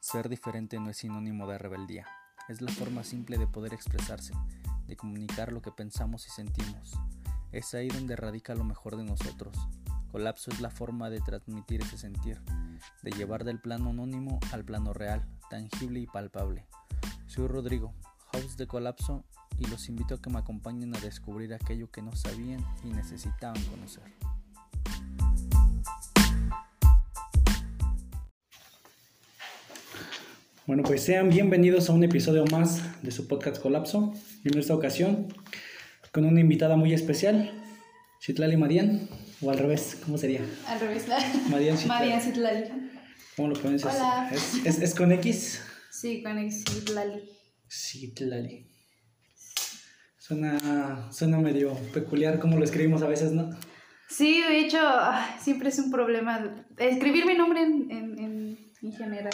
Ser diferente no es sinónimo de rebeldía, es la forma simple de poder expresarse, de comunicar lo que pensamos y sentimos. Es ahí donde radica lo mejor de nosotros. Colapso es la forma de transmitir ese sentir, de llevar del plano anónimo al plano real, tangible y palpable. Soy Rodrigo, host de Colapso, y los invito a que me acompañen a descubrir aquello que no sabían y necesitaban conocer. Bueno, pues sean bienvenidos a un episodio más de su podcast Colapso. En esta ocasión, con una invitada muy especial, Citlali Madian, o al revés, ¿cómo sería? Al revés, Madian Citlali. ¿Cómo lo pronuncias? Hola. ¿Es con X? Sí, con X, Citlali. Citlali. Suena medio peculiar como lo escribimos a veces, ¿no? Sí, de hecho, siempre es un problema escribir mi nombre en general.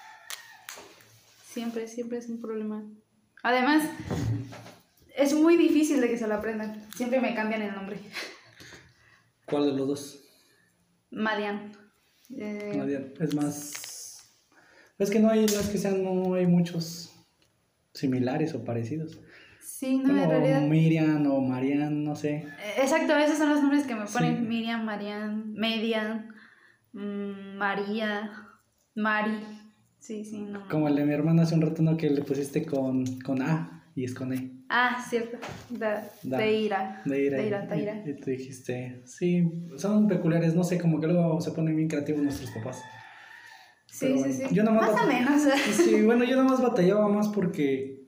Siempre es un problema. Además, es muy difícil de que se lo aprendan. Siempre me cambian el nombre. ¿Cuál de los dos? Madian. Madian. Es más... Es que no hay muchos similares o parecidos. Sí, no, Como en realidad. Miriam o Marian, no sé. Exacto, esos son los nombres que me ponen. Sí. Miriam, Marian, Median, María, Mari. Sí, no. Como el de mi hermana hace un rato, ¿no? Que le pusiste con A y es con E. Ah, cierto. Deira. Taira. Y tú dijiste, sí, son peculiares, no sé, como que luego se ponen bien creativos nuestros papás. Sí, bueno, sí. Yo nomás más o menos. Sí, bueno, yo nomás batallaba más porque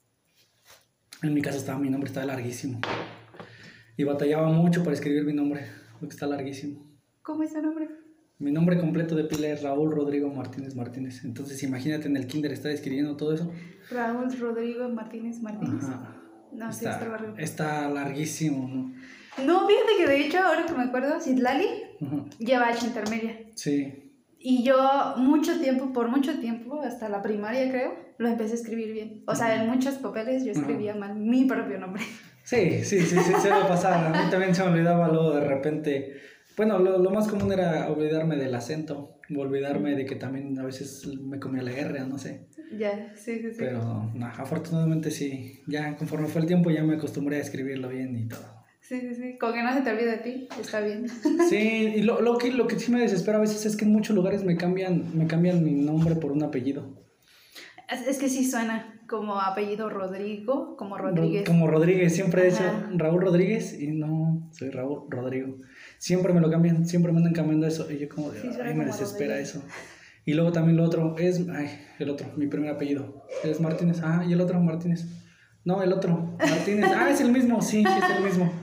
en mi caso mi nombre estaba larguísimo. Y batallaba mucho para escribir mi nombre, porque está larguísimo. ¿Cómo es tu nombre? Mi nombre completo de pila es Raúl Rodrigo Martínez. Entonces imagínate en el kinder estar escribiendo todo eso. Raúl Rodrigo Martínez. Ajá. No, sí, está largo. Está larguísimo, ¿no? No, fíjate que de hecho, ahora que me acuerdo, Citlali lleva H intermedia. Sí. Y yo por mucho tiempo, hasta la primaria creo, lo empecé a escribir bien. O sea, en muchos papeles yo escribía mal mi propio nombre. Sí, se me pasaba. A mí también se me olvidaba luego de repente. Bueno, lo más común era olvidarme del acento, o olvidarme de que también a veces me comía la R, no sé. Ya, sí. Pero no, afortunadamente sí, ya conforme fue el tiempo ya me acostumbré a escribirlo bien y todo. Sí. Con que no se te olvide de ti, está bien. Sí, y lo que sí me desespera a veces es que en muchos lugares me cambian mi nombre por un apellido. Es que sí suena como apellido Rodrigo, como Rodríguez. Como Rodríguez, siempre he dicho Raúl Rodríguez y no, soy Raúl Rodrigo. Siempre me lo cambian, siempre me andan cambiando eso y yo como de, me desespera Rodríguez. Eso. Y luego también lo otro es, mi primer apellido es Martínez, y el otro Martínez. No, el otro, Martínez, es el mismo, sí, es el mismo.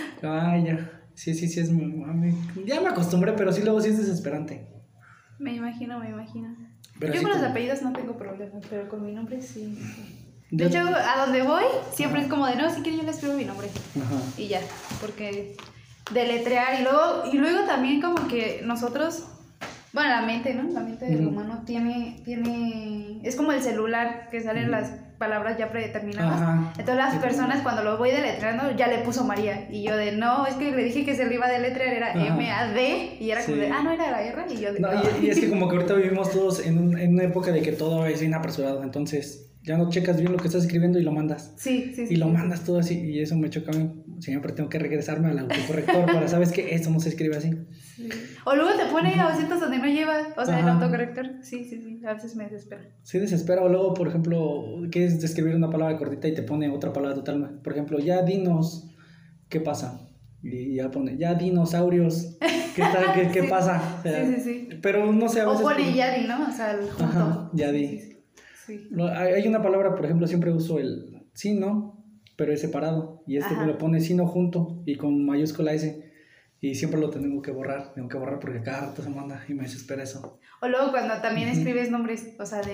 Ya, sí, es ya me acostumbré, pero sí, luego sí es desesperante. Me imagino. Pero yo sí con los apellidos no tengo problema, pero con mi nombre sí. De hecho, a donde voy siempre es como de, no, si quieres yo le escribo mi nombre. Ajá. Y ya, porque deletrear y luego también como que nosotros, bueno, la mente, ¿no? La mente del humano tiene, es como el celular que salen las palabras ya predeterminadas. Ajá. Entonces las personas cuando lo voy deletreando ya le puso María y yo de, no, es que le dije que se le iba a deletrear, era M-A-D y era como de, no era la R y yo de, no. Y es que como que ahorita vivimos todos en una época de que todo es bien apresurado, entonces ya no checas bien lo que estás escribiendo y lo mandas. Sí. Y lo mandas todo así y eso me choca a mí. Siempre tengo que regresarme al autocorrector para, ¿sabes qué? Esto no se escribe así. Sí. O luego te pone acentos donde no lleva, o sea, el autocorrector. Sí, a veces me desespera. Sí, desespera. O luego, por ejemplo, quieres escribir una palabra cortita y te pone otra palabra totalmente. Por ejemplo, ya dinos, ¿qué pasa? Y ya pone, ya dinosaurios, ¿qué tal? ¿Qué pasa? O sea, sí. Pero no sé, a veces... O pone ya di, ¿no? O sea, el junto. Ajá, ya di. Sí. Hay una palabra, por ejemplo, siempre uso el sí, no, pero es separado. Y me lo pone sí, no junto y con mayúscula S. Y siempre lo tengo que borrar porque cada rato se manda y me desespera eso. O luego cuando también escribes nombres, o sea,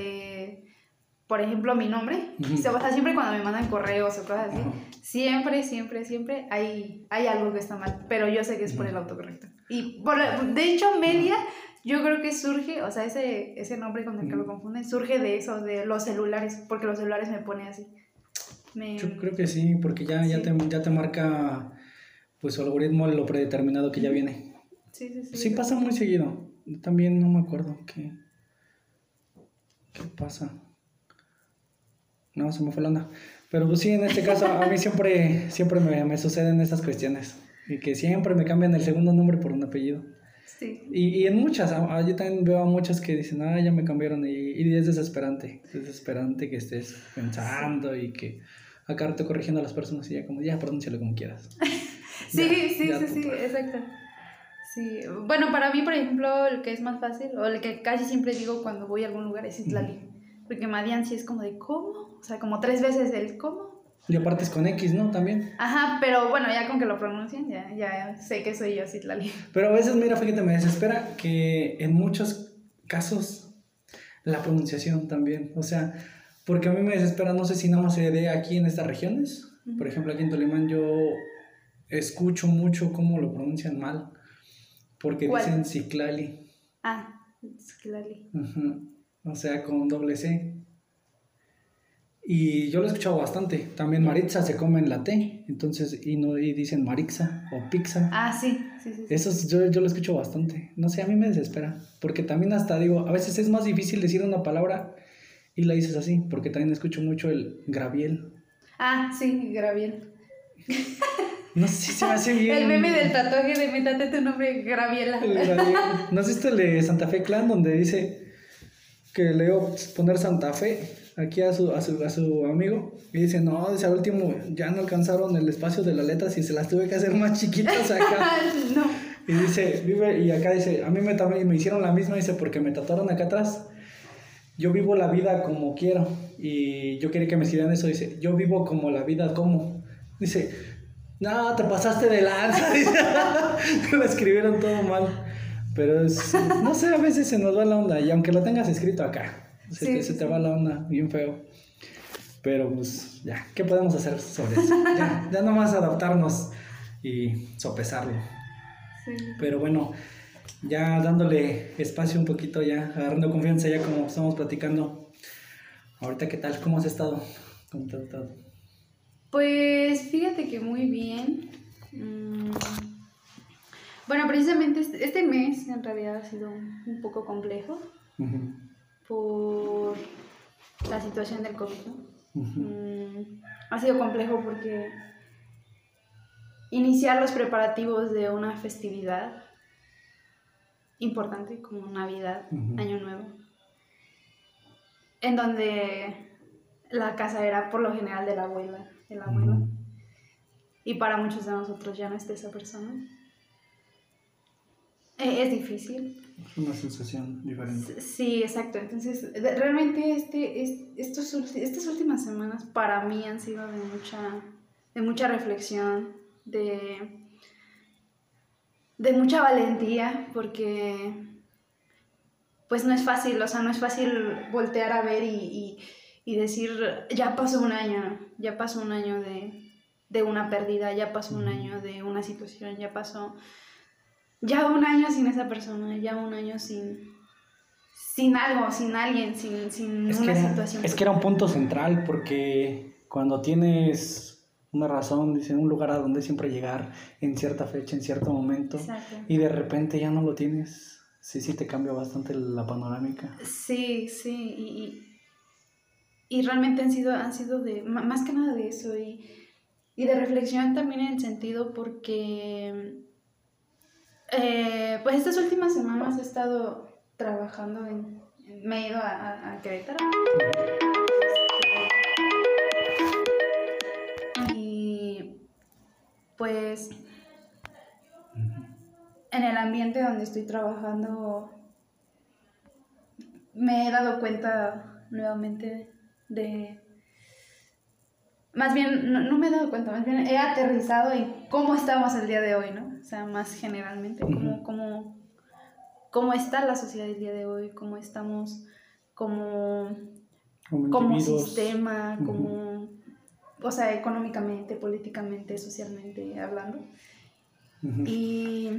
por ejemplo, mi nombre, o sea, siempre cuando me mandan correos o cosas así, siempre hay algo que está mal, pero yo sé que es por el autocorrector. Y de hecho, media, yo creo que surge, o sea, ese nombre con el que lo confunden, surge de eso, de los celulares, porque los celulares me ponen así. Yo creo que sí, porque ya te marca pues su algoritmo lo predeterminado que ya viene. Sí. Sí pasa muy seguido. También no me acuerdo que ¿Qué pasa? No, se me fue la onda. Pero pues sí, en este caso a mí siempre me suceden estas cuestiones. Y que siempre me cambian el segundo nombre por un apellido. Sí. Y en muchas, yo también veo a muchas que dicen, ya me cambiaron. Y es desesperante. Es desesperante que estés pensando y que acá te corrigiendo a las personas y ya como, ya pronúncialo como quieras. Sí, exacto. Sí, bueno, para mí, por ejemplo, el que es más fácil, o el que casi siempre digo cuando voy a algún lugar es Citlali. Porque Madian sí es como de ¿cómo? O sea, como 3 veces el ¿cómo? Y aparte es con X, ¿no? También. Ajá, pero bueno, ya con que lo pronuncien, ya sé que soy yo, Citlali. Pero a veces, mira, fíjate, me desespera que en muchos casos la pronunciación también, o sea, porque a mí me desespera, no sé si nada más se dé aquí en estas regiones. Por ejemplo, aquí en Tolimán yo escucho mucho cómo lo pronuncian mal. Porque ¿Cuál? dicen Citlali. Citlali. O sea, con doble C. Y yo lo he escuchado bastante. También Maritza se come en la T. Entonces, y dicen Marixa o Pizza. Sí. Eso yo lo escucho bastante. No sé, a mí me desespera. Porque también hasta digo, a veces es más difícil decir una palabra y la dices así. Porque también escucho mucho el Graviel. Sí, Graviel. No sé si se me hace bien. El meme del tatuaje de métate tu nombre, Graviela. ¿No has visto el de Santa Fe Clan donde dice que le iba a poner Santa Fe aquí a su amigo? Y dice, no, dice, al último ya no alcanzaron el espacio de las letras y se las tuve que hacer más chiquitas acá. No. Y dice, y acá dice, a mí me hicieron la misma, dice, porque me tatuaron acá atrás. Yo vivo la vida como quiero. Y yo quería que me escribieran eso. Dice, yo vivo como la vida como. Dice, no, te pasaste de lanza. Lo escribieron todo mal. Pero no sé, a veces se nos va la onda. Y aunque lo tengas escrito acá, se te va la onda bien feo. Pero pues ya, ¿qué podemos hacer sobre eso? Ya nomás adaptarnos y sopesarlo. Sí. Pero bueno, ya dándole espacio un poquito, ya agarrando confianza, ya como estamos platicando. Ahorita, ¿qué tal? ¿Cómo has estado? ¿Cómo te has estado? Pues fíjate que muy bien. Bueno, precisamente este mes en realidad ha sido un poco complejo por la situación del COVID. Ha sido complejo porque iniciar los preparativos de una festividad importante como Navidad, Año Nuevo, en donde la casa era por lo general de la abuela, del abuelo, y para muchos de nosotros ya no está esa persona. Es difícil. Es una sensación diferente. Sí, exacto. Entonces, realmente estas últimas semanas para mí han sido de mucha reflexión, de mucha valentía, porque pues no es fácil, o sea, no es fácil voltear a ver y decir, ya pasó un año de una pérdida, ya pasó un año de una situación, ya pasó ya un año sin esa persona, ya un año sin algo, sin alguien, sin una situación. Es que era un punto central, porque cuando tienes una razón, dicen, un lugar a donde siempre llegar en cierta fecha, en cierto momento, exacto, y de repente ya no lo tienes, sí te cambia bastante la panorámica. Sí, y realmente han sido de, más que nada de eso, y de reflexión también en el sentido porque pues estas últimas semanas he estado trabajando me he ido a Querétaro y pues en el ambiente donde estoy trabajando me he dado cuenta nuevamente más bien, no me he dado cuenta, más bien he aterrizado en cómo estamos el día de hoy, ¿no? O sea, más generalmente, cómo está la sociedad el día de hoy, cómo estamos como sistema, o sea, económicamente, políticamente, socialmente hablando. Y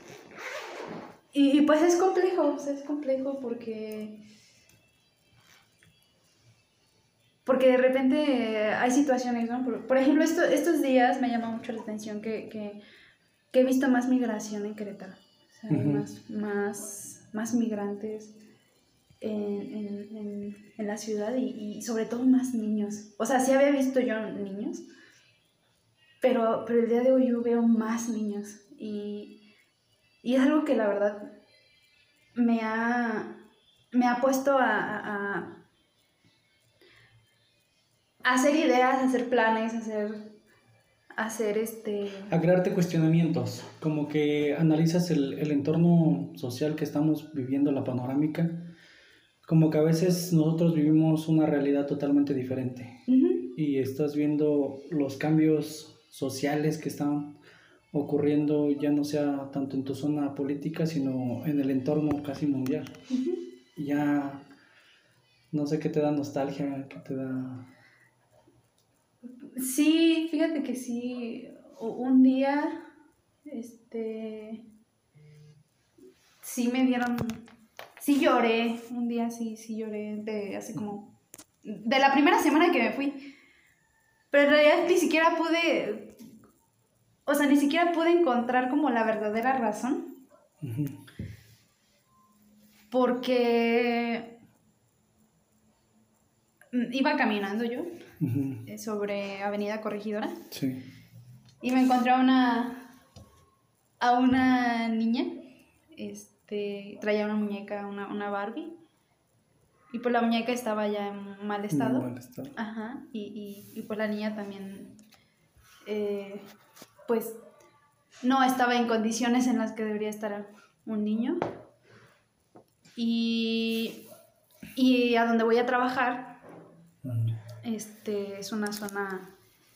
pues es complejo, o sea, es complejo porque de repente hay situaciones, ¿no? Por ejemplo, estos días me llama mucho la atención que he visto más migración en Querétaro. O sea, más migrantes. en la ciudad y sobre todo más niños. O sea, sí había visto yo niños, pero el día de hoy yo veo más niños y es algo que la verdad me ha puesto a hacer ideas, a hacer planes, a crearte cuestionamientos, como que analizas el entorno social que estamos viviendo, la panorámica, como que a veces nosotros vivimos una realidad totalmente diferente. Uh-huh. Y estás viendo los cambios sociales que están ocurriendo, ya no sea tanto en tu zona política, sino en el entorno casi mundial. Uh-huh. Ya no sé qué te da nostalgia, qué te da... Sí, fíjate que sí, un día, sí me dieron, sí lloré, un día sí lloré así como, de la primera semana que me fui, pero en realidad ni siquiera pude encontrar como la verdadera razón, uh-huh. Porque iba caminando yo, uh-huh. Sobre Avenida Corregidora, sí. Y me encontré a una niña, traía una muñeca, una Barbie, y pues la muñeca estaba ya en mal estado. Ajá, y pues la niña también, pues no estaba en condiciones en las que debería estar un niño. Y a donde voy a trabajar, es una zona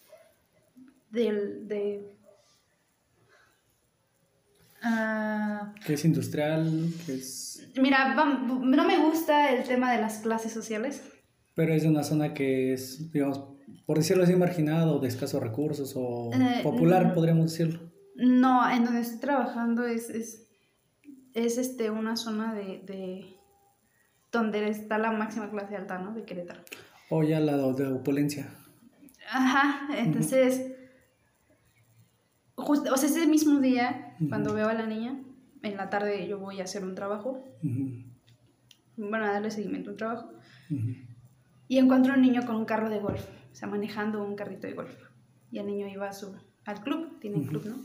¿qué es industrial? ¿Qué es? Mira, no me gusta el tema de las clases sociales. Pero es una zona que es, digamos, por decirlo así, marginada o de escasos recursos o popular, podríamos decirlo. No, en donde estoy trabajando es una zona de donde está la máxima clase alta, ¿no? De Querétaro. O ya la de opulencia. Ajá, entonces, justo, o sea, ese mismo día, uh-huh. Cuando veo a la niña, en la tarde yo voy a hacer un trabajo, uh-huh. Bueno, a darle seguimiento a un trabajo, uh-huh. Y encuentro a un niño con un carro de golf, o sea, manejando un carrito de golf, y el niño iba al club, tiene un club, ¿no?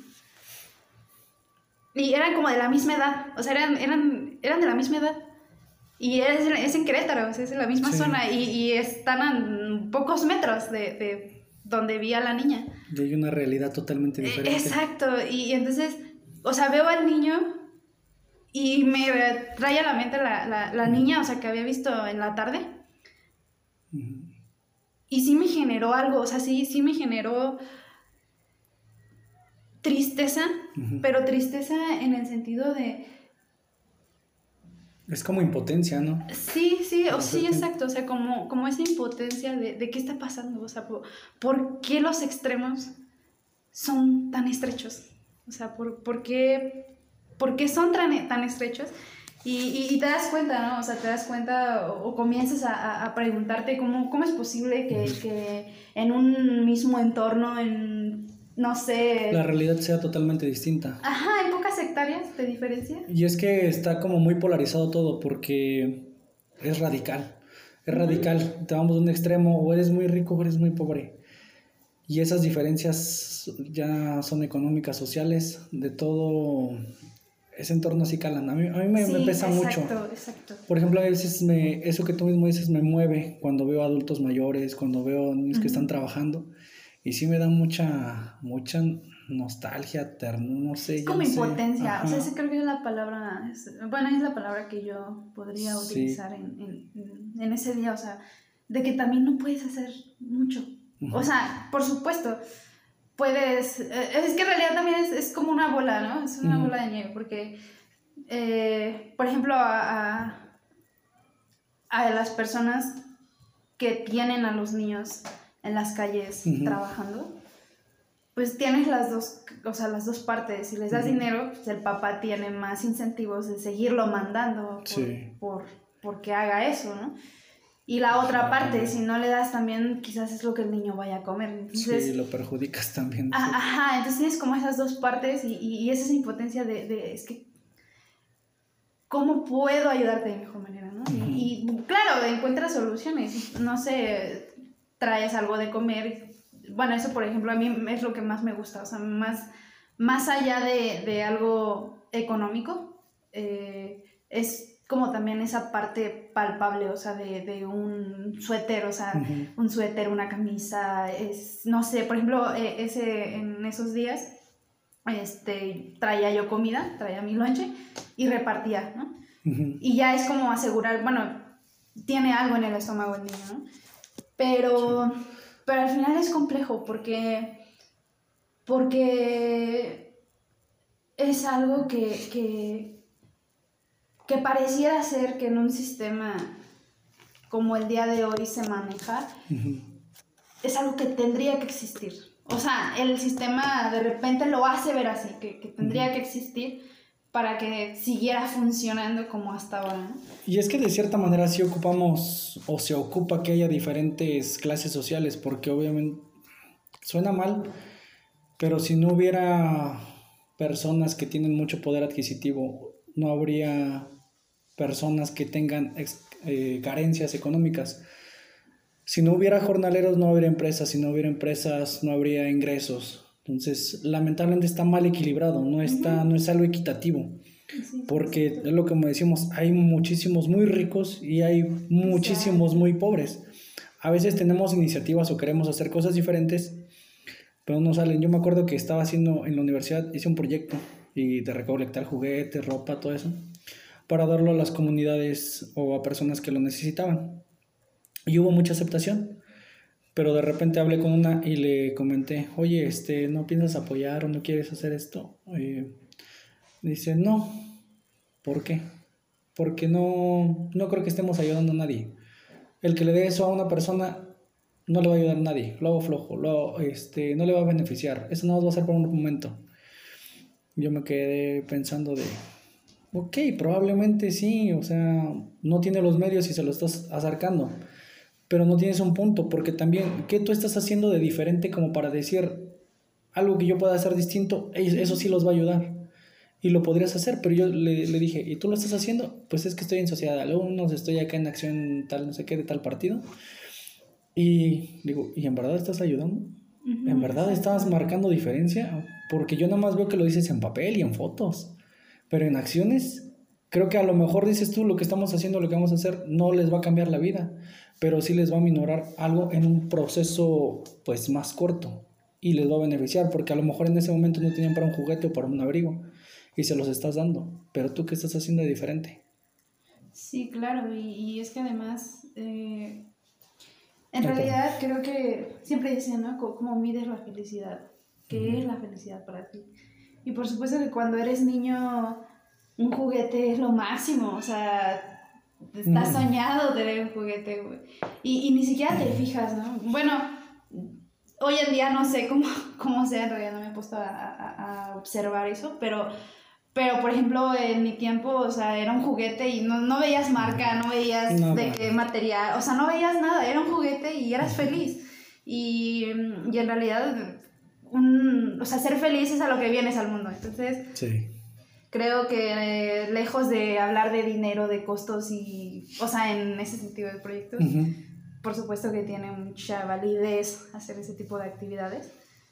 Y eran como de la misma edad, o sea, eran de la misma edad. Y es en Querétaro, o sea, es en la misma zona y están a pocos metros de donde vi a la niña. Y hay una realidad totalmente diferente. Exacto, y entonces, o sea, veo al niño y me trae a la mente la niña, o sea, que había visto en la tarde. Uh-huh. Y sí me generó algo, o sea, sí me generó tristeza, uh-huh. Pero tristeza en el sentido de... Es como impotencia, ¿no? Sí, sí, exacto, o sea, como esa impotencia de qué está pasando, o sea, ¿por qué los extremos son tan estrechos? O sea, ¿por qué son tan estrechos? Y te das cuenta, ¿no? O sea, te das cuenta o comienzas a preguntarte cómo es posible que en un mismo entorno, no sé... La realidad sea totalmente distinta. Ajá, hay pocas hectáreas de diferencia. Y es que está como muy polarizado todo porque es radical. Es radical. Te vamos de un extremo, o eres muy rico o eres muy pobre. Y esas diferencias ya son económicas, sociales, de todo ese entorno así calan. A mí me pesa mucho. Exacto. Por ejemplo, a veces eso que tú mismo dices me mueve cuando veo adultos mayores, cuando veo niños, uh-huh. Que están trabajando. Y sí me da mucha nostalgia, no sé. Es como impotencia, o sea, esa creo que es la palabra, es la palabra que yo podría utilizar en ese día, o sea, de que también no puedes hacer mucho. Uh-huh. O sea, por supuesto, puedes, es que en realidad también es como una bola, ¿no? Es una uh-huh. bola de nieve, porque, por ejemplo, a las personas que tienen a los niños en las calles, uh-huh. Trabajando, pues tienes las dos partes. Si les das uh-huh. dinero, pues el papá tiene más incentivos de seguirlo mandando porque haga eso, ¿no? Y la otra parte, si no le das también, quizás es lo que el niño vaya a comer. Entonces, sí, lo perjudicas también. Ajá, entonces tienes como esas dos partes y es esa impotencia de es que, ¿cómo puedo ayudarte de mejor manera, no? Uh-huh. Y claro, encuentras soluciones, no sé, traes algo de comer, bueno, eso por ejemplo a mí es lo que más me gusta, o sea, más allá de algo económico, es como también esa parte palpable, o sea, de un suéter, o sea, un suéter, una camisa, no sé, por ejemplo, en esos días, traía yo comida, traía mi lonche y repartía, ¿no? Y ya es como asegurar, bueno, tiene algo en el estómago el niño, ¿no? Pero al final es complejo porque es algo que pareciera ser que en un sistema como el día de hoy se maneja, es algo que tendría que existir. O sea, el sistema de repente lo hace ver así, que tendría que existir para que siguiera funcionando como hasta ahora, ¿no? Y es que de cierta manera sí ocupamos o se ocupa que haya diferentes clases sociales, porque obviamente suena mal, pero si no hubiera personas que tienen mucho poder adquisitivo, no habría personas que tengan carencias económicas. Si no hubiera jornaleros, no habría empresas. Si no hubiera empresas, no habría ingresos. Entonces, lamentablemente está mal equilibrado, no es algo equitativo. Porque es lo que decimos, hay muchísimos muy ricos y hay muchísimos muy pobres. A veces tenemos iniciativas o queremos hacer cosas diferentes, pero no salen. Yo me acuerdo que estaba haciendo en la universidad, hice un proyecto y de recolectar juguetes, ropa, todo eso, para darlo a las comunidades o a personas que lo necesitaban. Y hubo mucha aceptación, pero de repente hablé con una y le comenté, oye, ¿no piensas apoyar o no quieres hacer esto? Dice, no. ¿Por qué? Porque no creo que estemos ayudando a nadie. El que le dé eso a una persona no le va a ayudar a nadie, lo hago flojo, no le va a beneficiar, eso no va a ser por un momento. Yo me quedé pensando ok, probablemente sí, o sea, no tiene los medios y se lo estás acercando, pero no tienes un punto, porque también, ¿qué tú estás haciendo de diferente como para decir algo que yo pueda hacer distinto? Eso sí los va a ayudar. Y lo podrías hacer, pero yo le dije, ¿y tú lo estás haciendo? Pues es que estoy en sociedad de alumnos, estoy acá en acción tal, no sé qué, de tal partido. Y digo, ¿y en verdad estás ayudando? ¿En verdad estás marcando diferencia? Porque yo nada más veo que lo dices en papel y en fotos, pero en acciones, creo que a lo mejor dices tú, lo que estamos haciendo, lo que vamos a hacer, no les va a cambiar la vida, pero sí les va a minorar algo en un proceso pues más corto y les va a beneficiar, porque a lo mejor en ese momento no tenían para un juguete o para un abrigo y se los estás dando, pero tú ¿qué estás haciendo de diferente? Sí, claro, y es que además, en realidad creo que siempre dicen, ¿no? ¿Cómo mides la felicidad? ¿Qué es la felicidad para ti? Y por supuesto que cuando eres niño, un juguete es lo máximo, o sea, estás soñado tener un juguete, güey. Y ni siquiera te fijas, ¿no? Bueno, hoy en día no sé cómo sea, en realidad no me he puesto a observar eso, pero por ejemplo, en mi tiempo, o sea, era un juguete y no veías marca, no veías de qué material, o sea, no veías nada, era un juguete y eras feliz. Y en realidad, o sea, ser feliz es a lo que vienes al mundo. Entonces, sí. Creo que lejos de hablar de dinero, de costos o sea, en ese sentido de proyectos, por supuesto que tiene mucha validez hacer ese tipo de actividades.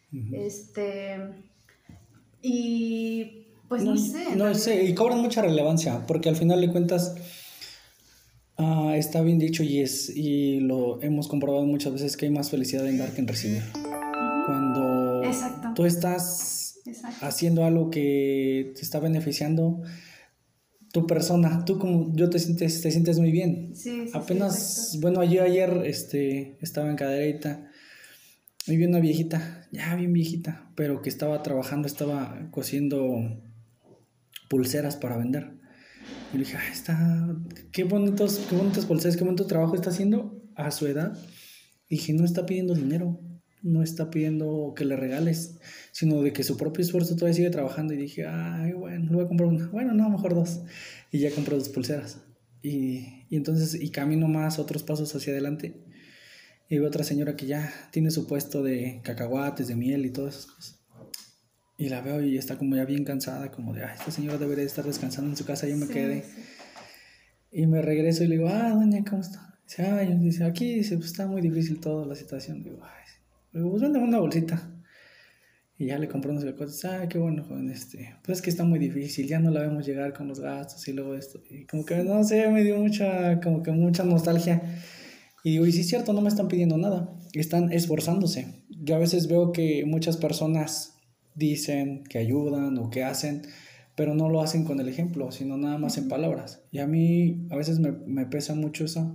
Y pues no sé. No sé, y cobran mucha relevancia, porque al final de cuentas está bien dicho y lo hemos comprobado muchas veces que hay más felicidad en dar que en recibir. Cuando tú estás haciendo algo que te está beneficiando, tu persona, tú como yo te sientes muy bien. Sí, apenas, bueno, yo ayer estaba en Cadereyta y vi una viejita, ya bien viejita, pero que estaba trabajando, estaba cosiendo pulseras para vender. Y le dije, qué bonitas pulseras, qué bonito trabajo está haciendo a su edad. Y dije, no está pidiendo dinero, no está pidiendo que le regales, sino de que su propio esfuerzo todavía sigue trabajando. Y dije, bueno, le voy a comprar una. Bueno, no, mejor dos. Y ya compré 2 pulseras. Y entonces, y camino más otros pasos hacia adelante. Y veo otra señora que ya tiene su puesto de cacahuates, de miel y todas esas cosas. Y la veo y está como ya bien cansada, como de, esta señora debería estar descansando en su casa. Yo me quedé. Sí. Y me regreso y le digo, doña, ¿cómo está? Dice, aquí, dice, pues está muy difícil toda la situación. Digo, pues véndeme una bolsita. Y ya le compré unos cosas. Qué bueno, joven, pues es que está muy difícil, ya no la vemos llegar con los gastos y luego esto. Y como que, no sé, me dio mucha nostalgia. Y digo, y sí es cierto, no me están pidiendo nada, están esforzándose. Yo a veces veo que muchas personas dicen que ayudan o que hacen, pero no lo hacen con el ejemplo, sino nada más en palabras. Y a mí a veces me pesa mucho eso,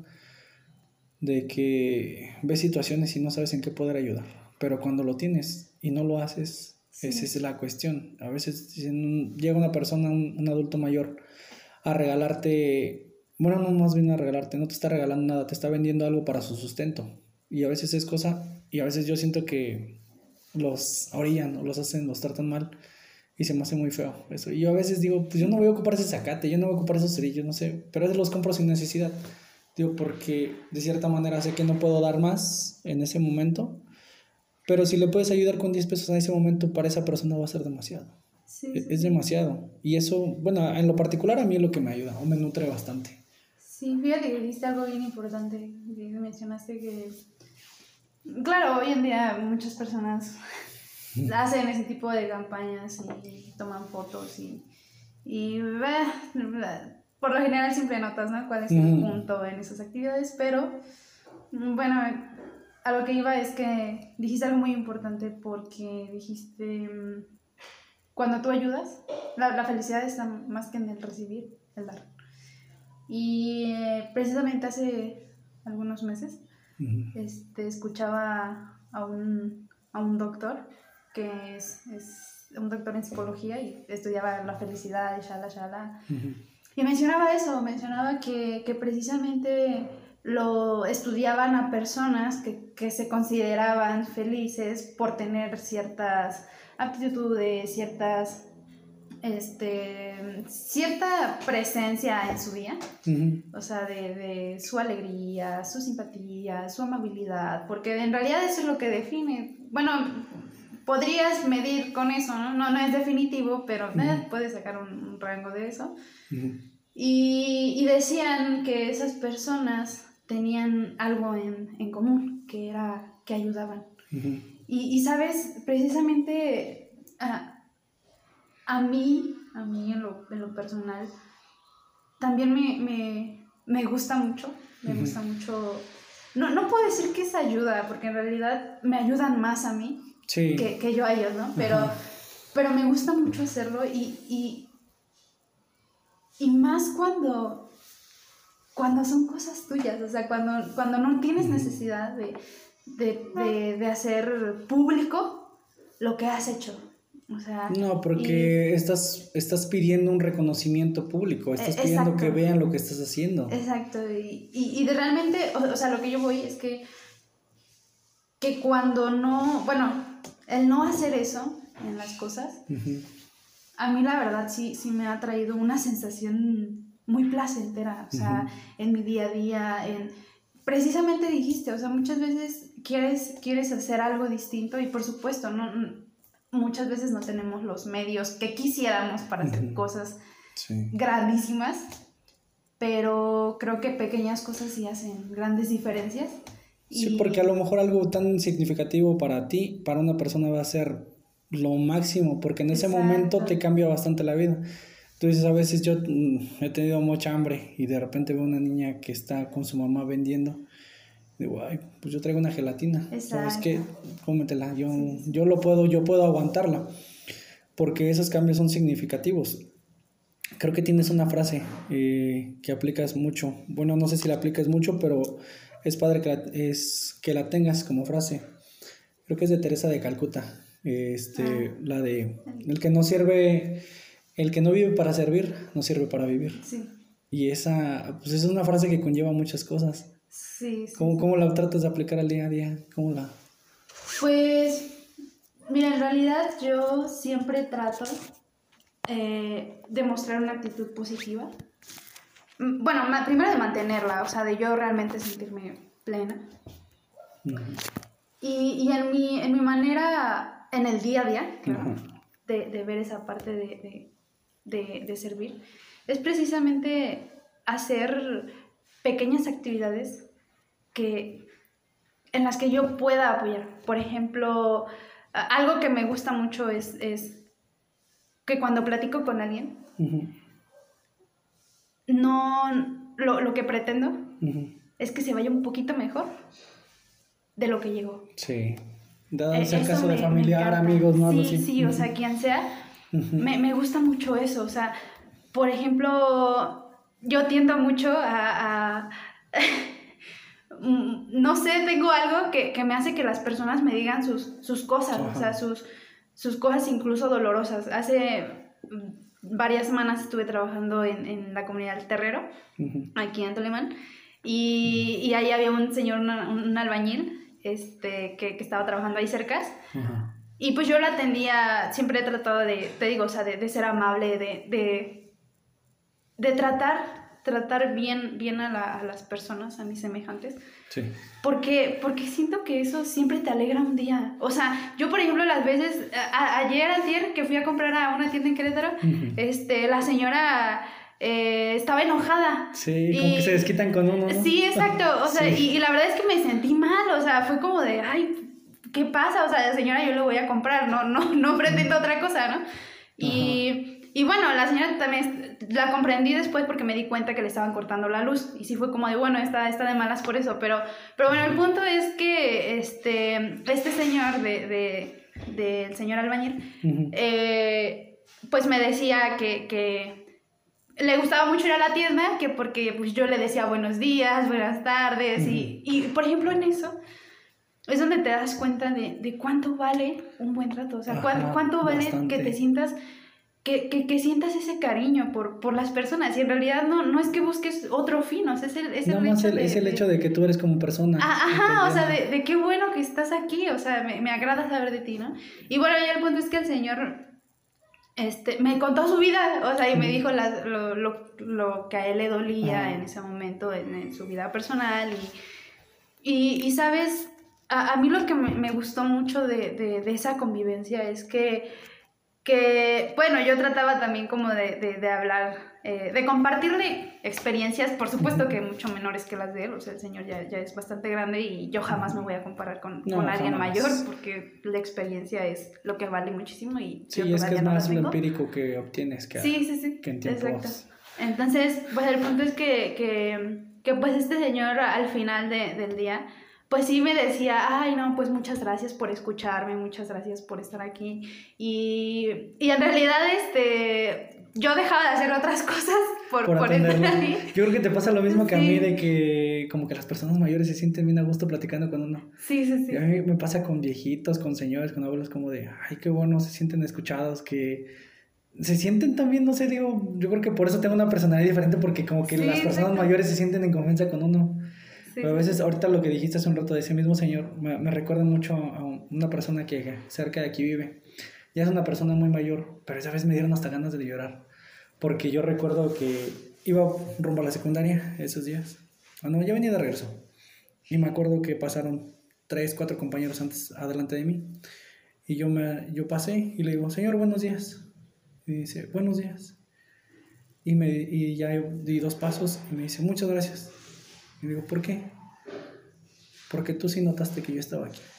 de que ves situaciones y no sabes en qué poder ayudar, pero cuando lo tienes y no lo haces, sí. Esa es la cuestión. A veces llega una persona, un adulto mayor, a regalarte, bueno, no más bien a regalarte, no te está regalando nada, te está vendiendo algo para su sustento. Y a veces es cosa, y a veces yo siento que los orillan o los tratan mal, y se me hace muy feo eso. Y yo a veces digo, pues yo no voy a ocupar ese zacate, yo no voy a ocupar esos cerillos, no sé, pero a veces los compro sin necesidad. Digo, porque de cierta manera sé que no puedo dar más en ese momento, pero si le puedes ayudar con 10 pesos en ese momento, para esa persona va a ser demasiado. Sí, es demasiado. Y eso, bueno, en lo particular a mí es lo que me ayuda o me nutre bastante. Sí, fíjate que dijiste algo bien importante. Mencionaste que, claro, hoy en día muchas personas hacen ese tipo de campañas y toman fotos y por lo general siempre notas, ¿no? Cuál es el punto en esas actividades, pero bueno, a lo que iba es que dijiste algo muy importante porque dijiste, cuando tú ayudas, la felicidad está más que en el recibir, el dar. Y precisamente hace algunos meses escuchaba a un doctor que es un doctor en psicología y estudiaba la felicidad y shala. Y mencionaba que precisamente lo estudiaban a personas que se consideraban felices por tener ciertas aptitudes, cierta presencia en su día, o sea, de su alegría, su simpatía, su amabilidad, porque en realidad eso es lo que define. Bueno, podrías medir con eso, ¿no? No es definitivo, pero puedes sacar un rango de eso. Y decían que esas personas tenían algo en común, que era que ayudaban. Y sabes, precisamente a mí en lo personal, también me gusta mucho, gusta mucho. No puedo decir que es ayuda, porque en realidad me ayudan más a mí que yo a ellos, ¿no? Pero me gusta mucho hacerlo y más cuando son cosas tuyas, o sea, cuando no tienes necesidad de hacer público lo que has hecho. O sea, no, porque estás pidiendo un reconocimiento público, estás pidiendo que vean lo que estás haciendo. Exacto, y de realmente, o sea, lo que yo voy es que cuando no, bueno, el no hacer eso en las cosas, a mí la verdad sí me ha traído una sensación muy placentera, o sea, en mi día a día, precisamente dijiste, o sea, muchas veces quieres hacer algo distinto y por supuesto, muchas veces no tenemos los medios que quisiéramos para hacer cosas grandísimas, pero creo que pequeñas cosas sí hacen grandes diferencias. Sí, porque a lo mejor algo tan significativo para ti, para una persona va a ser lo máximo, porque en ese momento te cambia bastante la vida. Entonces a veces yo he tenido mucha hambre y de repente veo una niña que está con su mamá vendiendo. Digo, pues yo traigo una gelatina. ¿Sabes qué? Cómetela. Yo puedo aguantarla. Porque esos cambios son significativos. Creo que tienes una frase que aplicas mucho. Bueno, no sé si la aplicas mucho, pero es padre que la tengas como frase. Creo que es de Teresa de Calcuta. La de el que no vive para servir, no sirve para vivir. Sí. Y esa es una frase que conlleva muchas cosas. Sí. ¿Cómo la tratas de aplicar al día a día? Pues, mira, en realidad yo siempre trato de mostrar una actitud positiva. Bueno, primero de mantenerla, o sea, de yo realmente sentirme plena. Y en mi manera, en el día a día, claro, de ver esa parte de servir, es precisamente hacer pequeñas actividades en las que yo pueda apoyar. Por ejemplo, algo que me gusta mucho es que cuando platico con alguien, no lo que pretendo es que se vaya un poquito mejor de lo que llegó. Sí. Dado el caso de familiar, amigos, ¿no? Sí, o sea, quien sea, me gusta mucho eso. O sea, por ejemplo, yo tiendo mucho a no sé, tengo algo que me hace que las personas me digan sus cosas, o sea, sus cosas incluso dolorosas. Hace varias semanas estuve trabajando en la comunidad del Terrero, aquí en Tolimán, y ahí había un señor, un albañil, que estaba trabajando ahí cerca, y pues yo la atendía, siempre he tratado te digo, o sea, de ser amable, de tratar bien a las personas, a mis semejantes. Sí. Porque siento que eso siempre te alegra un día. O sea, yo, por ejemplo, las veces, ayer que fui a comprar a una tienda en Querétaro, la señora estaba enojada. Sí, como que se desquitan con uno, ¿no? Sí, exacto. O sea, sí. y la verdad es que me sentí mal. O sea, fue como de, ay, ¿qué pasa? O sea, señora, yo lo voy a comprar, no pretendo otra cosa, ¿no? Y bueno, la señora también la comprendí después porque me di cuenta que le estaban cortando la luz. Y sí fue como de, bueno, está de malas por eso. Pero bueno, el punto es que este señor del señor albañil, pues me decía que le gustaba mucho ir a la tienda, que porque pues, yo le decía buenos días, buenas tardes. Y por ejemplo, en eso es donde te das cuenta de cuánto vale un buen trato. O sea, cuánto vale bastante. Que te sientas... Que sientas ese cariño por las personas, y en realidad no es que busques otro fin, o sea, es el hecho de que tú eres como persona. Ajá, o sea, de qué bueno que estás aquí, o sea, me agrada saber de ti, ¿no? Y bueno, ya el punto es que el señor me contó su vida, o sea, y me dijo lo que a él le dolía en ese momento, en su vida personal, y sabes, a mí lo que me gustó mucho de esa convivencia es que bueno, yo trataba también como de hablar, de compartirle experiencias, por supuesto que mucho menores que las de él, o sea, el señor ya es bastante grande y yo jamás me voy a comparar con alguien mayor, porque la experiencia es lo que vale muchísimo y sí, yo es que es más lo empírico que obtienes que en tiempos. Exacto. Entonces, pues el punto es que pues este señor al final del día, pues sí me decía, ay no, pues muchas gracias por escucharme, muchas gracias por estar aquí, y en realidad yo dejaba de hacer otras cosas por estar ahí. Yo creo que te pasa lo mismo que a mí, de que como que las personas mayores se sienten bien a gusto platicando con uno. Sí. Y a mí me pasa con viejitos, con señores, con abuelos, como de, ay, qué bueno, se sienten escuchados, que se sienten también, no sé, digo, yo creo que por eso tengo una personalidad diferente, porque como que las personas mayores se sienten en confianza con uno. Pero a veces, ahorita lo que dijiste hace un rato de ese mismo señor, me recuerda mucho a una persona que cerca de aquí vive. Ya es una persona muy mayor, pero esa vez me dieron hasta ganas de llorar. Porque yo recuerdo que iba rumbo a la secundaria esos días. No, ya venía de regreso. Y me acuerdo que pasaron 3, 4 compañeros adelante de mí. Y yo pasé y le digo, señor, buenos días. Y dice, buenos días. Y ya di 2 pasos y me dice, muchas gracias. Y digo, ¿por qué? Porque tú sí notaste que yo estaba aquí.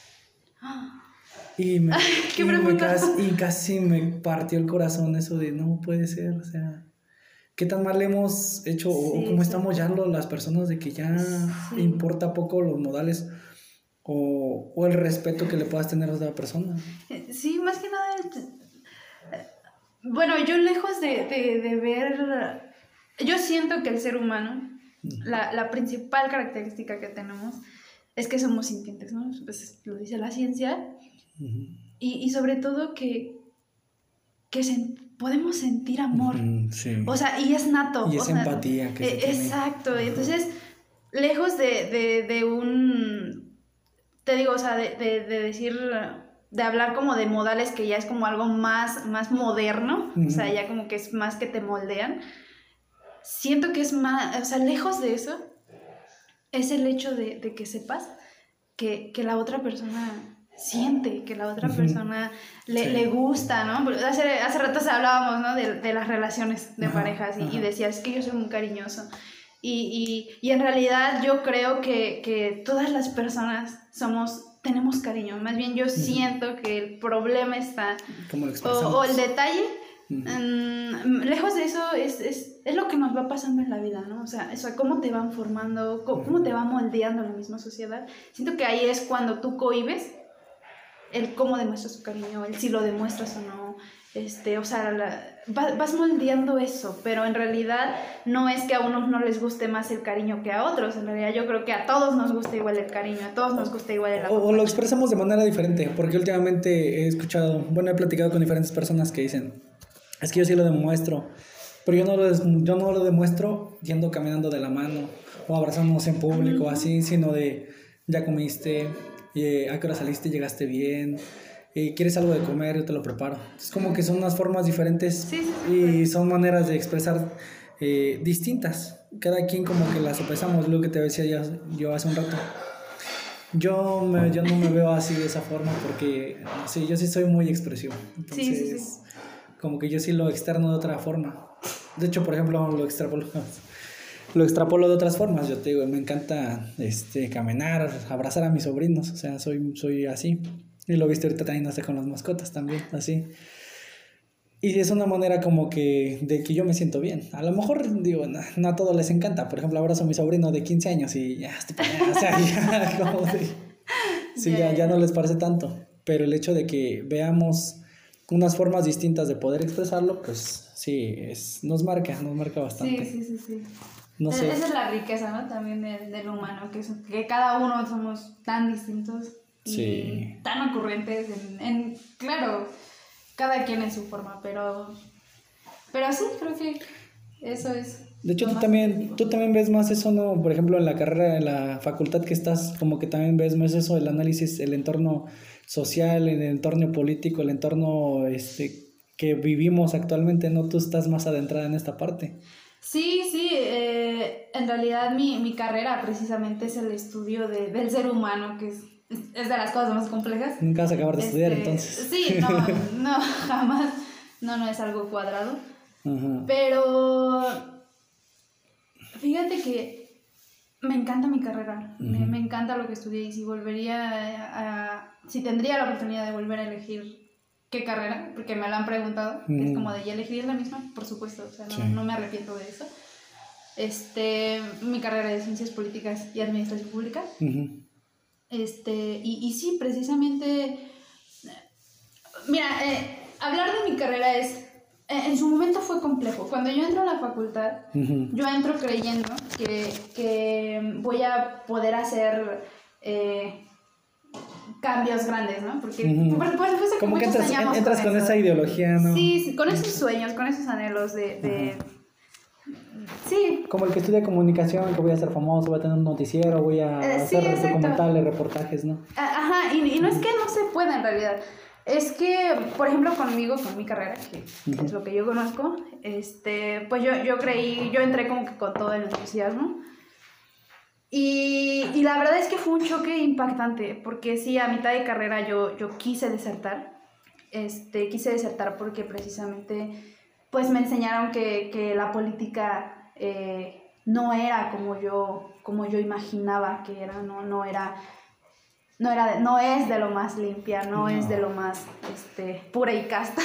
Y casi me partió el corazón eso de no puede ser, o sea, ¿qué tan mal hemos hecho o cómo estamos ya las personas de que ya importa poco los modales o el respeto que le puedas tener a otra persona? Sí, más que nada, bueno, yo lejos de ver, yo siento que el ser humano, la principal característica que tenemos es que somos sintientes, ¿no? Pues lo dice la ciencia. Y sobre todo que podemos sentir amor. O sea, y es nato. Y es empatía que se tiene. Exacto. Entonces, lejos de un... Te digo, o sea, de decir... De hablar como de modales que ya es como algo más moderno. O sea, ya como que es más que te moldean. Siento que es más... O sea, lejos de eso, es el hecho de que sepas que la otra persona siente, que la otra persona le gusta, ¿no? Hace rato hablábamos, ¿no? De las relaciones de parejas y decías, es que yo soy muy cariñoso. Y en realidad yo creo que todas las personas tenemos cariño. Más bien yo siento que el problema está, o el detalle, lejos de eso, es lo que nos va pasando en la vida, ¿no? O sea, cómo te van formando, cómo te va moldeando la misma sociedad. Siento que ahí es cuando tú cohibes el cómo demuestras tu cariño, el si lo demuestras o no. O sea, vas moldeando eso, pero en realidad no es que a unos no les guste más el cariño que a otros. En realidad yo creo que a todos nos gusta igual el cariño, a todos nos gusta igual el amor. O lo expresamos de manera diferente, porque últimamente he platicado con diferentes personas que dicen, es que yo sí lo demuestro, pero yo no lo demuestro yendo caminando de la mano o abrazándonos en público, así, sino de, ya comiste, a qué hora saliste, llegaste bien, quieres algo de comer, yo te lo preparo. Es como que son unas formas diferentes y son maneras de expresar distintas. Cada quien como que las sopesamos, lo que te decía yo hace un rato. Yo no me veo así de esa forma porque sí, yo sí soy muy expresivo. Entonces, como que yo sí lo externo de otra forma. De hecho, por ejemplo, lo extrapolo de otras formas. Yo te digo, me encanta caminar, abrazar a mis sobrinos. O sea, soy así. Y lo viste ahorita también, con las mascotas también, así. Y es una manera como que de que yo me siento bien. A lo mejor, digo, no a todos les encanta. Por ejemplo, abrazo a mi sobrino de 15 años y ya estoy o sea, ya como de... Sí, ya no les parece tanto. Pero el hecho de que veamos unas formas distintas de poder expresarlo, pues sí, nos marca bastante. Sí. No sé. Esa es la riqueza, ¿no? También del humano, que cada uno somos tan distintos y tan ocurrentes claro, cada quien en su forma, pero sí, creo que eso es. De hecho, tú también ves más eso, ¿no? Por ejemplo, en la carrera, en la facultad que estás, como que también ves más eso, el análisis, el entorno social, el entorno político, el entorno que vivimos actualmente, ¿no? Tú estás más adentrada en esta parte. Sí, en realidad mi carrera precisamente es el estudio del ser humano, que es de las cosas más complejas. Nunca vas a acabar de estudiar, entonces. Sí, no, jamás, no es algo cuadrado. Ajá. Pero fíjate que me encanta mi carrera, me encanta lo que estudié, y si tendría la oportunidad de volver a elegir qué carrera, porque me lo han preguntado, es como de, ¿ya elegirías la misma? Por supuesto, o sea, no me arrepiento de eso. Mi carrera de Ciencias Políticas y Administración Pública. Y sí, precisamente, mira, hablar de mi carrera en su momento fue complejo. Cuando yo entro a la facultad, yo entro creyendo que voy a poder hacer cambios grandes, ¿no? Porque como que entras con esa ideología, ¿no? Sí, con esos sueños, con esos anhelos de sí. Como el que estudia comunicación, que voy a ser famoso, voy a tener un noticiero, voy a hacer documentales, reportajes, ¿no? Ajá, y no es que no se pueda en realidad. Es que, por ejemplo, con mi carrera, que es lo que yo conozco, pues yo entré como que con todo el entusiasmo. Y la verdad es que fue un choque impactante, porque sí, a mitad de carrera yo quise desertar. Quise desertar porque precisamente pues me enseñaron que la política no era como yo imaginaba que era, no es de lo más limpia, no es de lo más pura y casta.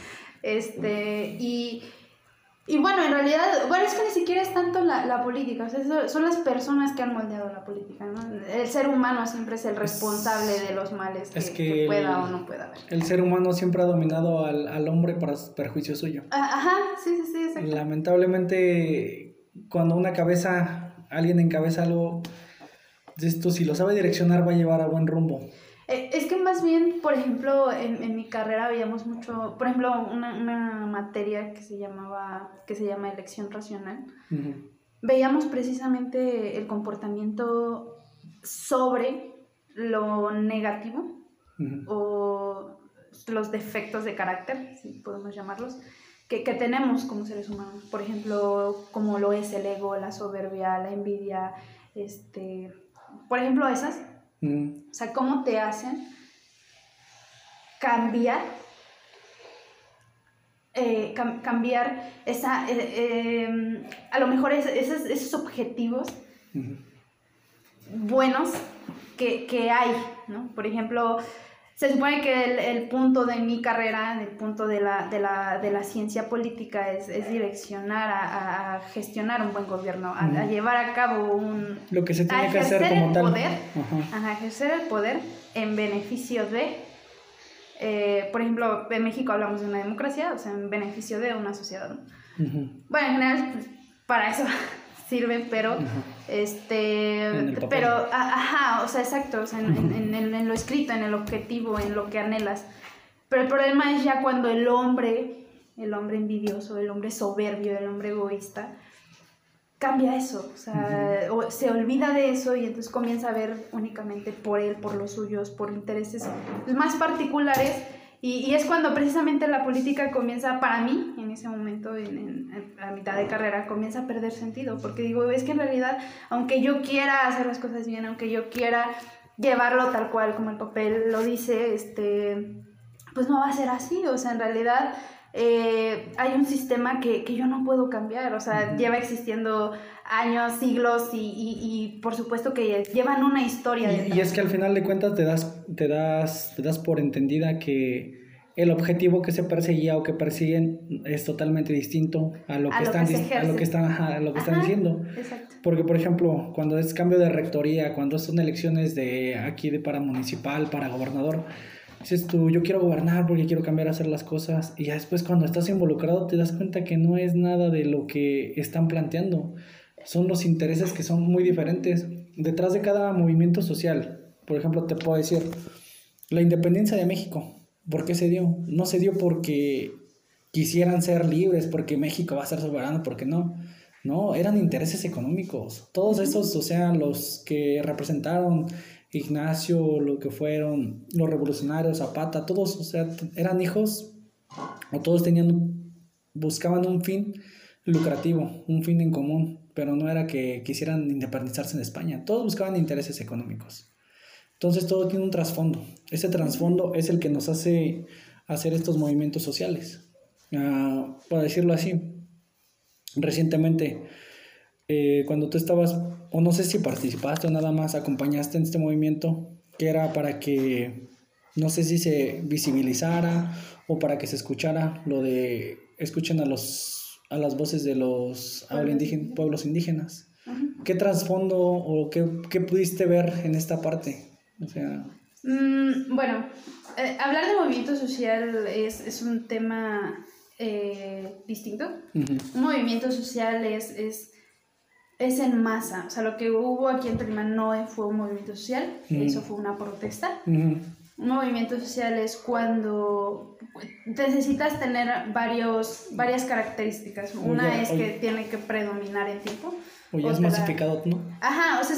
Y bueno, en realidad, es que ni siquiera es tanto la política, o sea, son las personas que han moldeado la política, ¿no? El ser humano siempre es el responsable de los males que pueda o no pueda haber. El ser humano siempre ha dominado al hombre para perjuicio suyo. Ajá, sí, exacto. Lamentablemente, cuando alguien encabeza algo, esto, si lo sabe direccionar, va a llevar a buen rumbo. Es que más bien, por ejemplo, en mi carrera veíamos mucho, por ejemplo, una materia que se llama elección racional. Veíamos precisamente el comportamiento sobre lo negativo o los defectos de carácter, si podemos llamarlos, que tenemos como seres humanos. Por ejemplo, como lo es el ego, la soberbia, la envidia, por ejemplo, esas. O sea, cómo te hacen cambiar cambiar a lo mejor esos objetivos buenos que hay, ¿no? Por ejemplo, se supone que el punto de mi carrera, el punto de la ciencia política es direccionar a gestionar un buen gobierno, a llevar a cabo lo que se tiene que hacer como tal. Ejercer el poder en beneficio de, por ejemplo, en México hablamos de una democracia, o sea, en beneficio de una sociedad, ¿no? Bueno, en general, pues, para eso sirve, pero pero o sea, exacto, o sea, en lo escrito, en el objetivo, en lo que anhelas. Pero el problema es ya cuando el hombre envidioso, el hombre soberbio, el hombre egoísta cambia eso, o sea, o se olvida de eso y entonces comienza a ver únicamente por él, por los suyos, por intereses más particulares. Y es cuando precisamente la política comienza, para mí, en ese momento, a mitad de carrera, comienza a perder sentido. Porque digo, es que en realidad, aunque yo quiera hacer las cosas bien, aunque yo quiera llevarlo tal cual como el papel lo dice, pues no va a ser así. O sea, en realidad hay un sistema que yo no puedo cambiar. O sea, lleva existiendo años, siglos y por supuesto que llevan una historia. Y es que al final de cuentas te das por entendida que el objetivo que se perseguía o que persiguen es totalmente distinto a lo que están diciendo. Exacto. Porque, por ejemplo, cuando es cambio de rectoría, cuando son elecciones para municipal, para gobernador, dices tú, yo quiero gobernar porque quiero cambiar, hacer las cosas, y ya después cuando estás involucrado te das cuenta que no es nada de lo que están planteando. Son los intereses que son muy diferentes. Detrás de cada movimiento social, por ejemplo, te puedo decir, la independencia de México, ¿por qué se dio? No se dio porque quisieran ser libres, porque México va a ser soberano, porque no. No, eran intereses económicos. Todos esos, o sea, los que representaron Ignacio, lo que fueron los revolucionarios, Zapata, todos, o sea, eran hijos, o todos buscaban un fin lucrativo, un fin en común, pero no era que quisieran independizarse en España, todos buscaban intereses económicos. Entonces todo tiene un trasfondo. Ese trasfondo es el que nos hace hacer estos movimientos sociales. Para decirlo así, recientemente, cuando tú estabas, o no sé si participaste o nada más acompañaste en este movimiento, que era para que, no sé si se visibilizara o para que se escuchara lo de, escuchen a las voces de los pueblos indígenas. ¿Qué trasfondo o qué pudiste ver en esta parte? O sea... Bueno, hablar de movimiento social es un tema distinto. Un movimiento social es en masa. O sea, lo que hubo aquí en Tolima no fue un movimiento social, eso fue una protesta. Un movimiento social es cuando necesitas tener varias características. Una es que tiene que predominar el tiempo. O ya es masificado, ¿no? Ajá, o sea,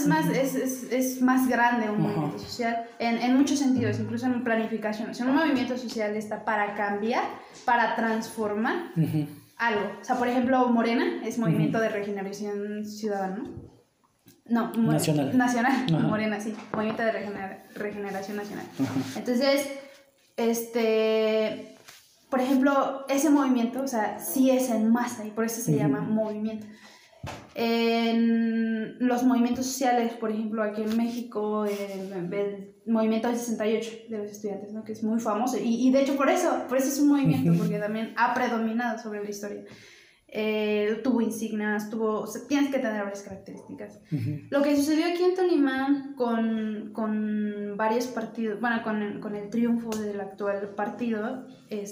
es más grande un movimiento social en muchos sentidos, incluso en planificación. O sea, un movimiento social está para cambiar, para transformar algo. O sea, por ejemplo, Morena es Movimiento de Regeneración Ciudadana, ¿no? Nacional. Morena, sí, Movimiento de Regeneración Nacional. Entonces, por ejemplo, ese movimiento, o sea, sí es en masa y por eso se llama movimiento. En los movimientos sociales, por ejemplo, aquí en México, el movimiento del 68 de los estudiantes, ¿no? Que es muy famoso y de hecho por eso es un movimiento, porque también ha predominado sobre la historia. Tuvo insignias, o sea, tienes que tener varias características. Lo que sucedió aquí en Tolima con varios partidos, bueno, con el triunfo del actual partido,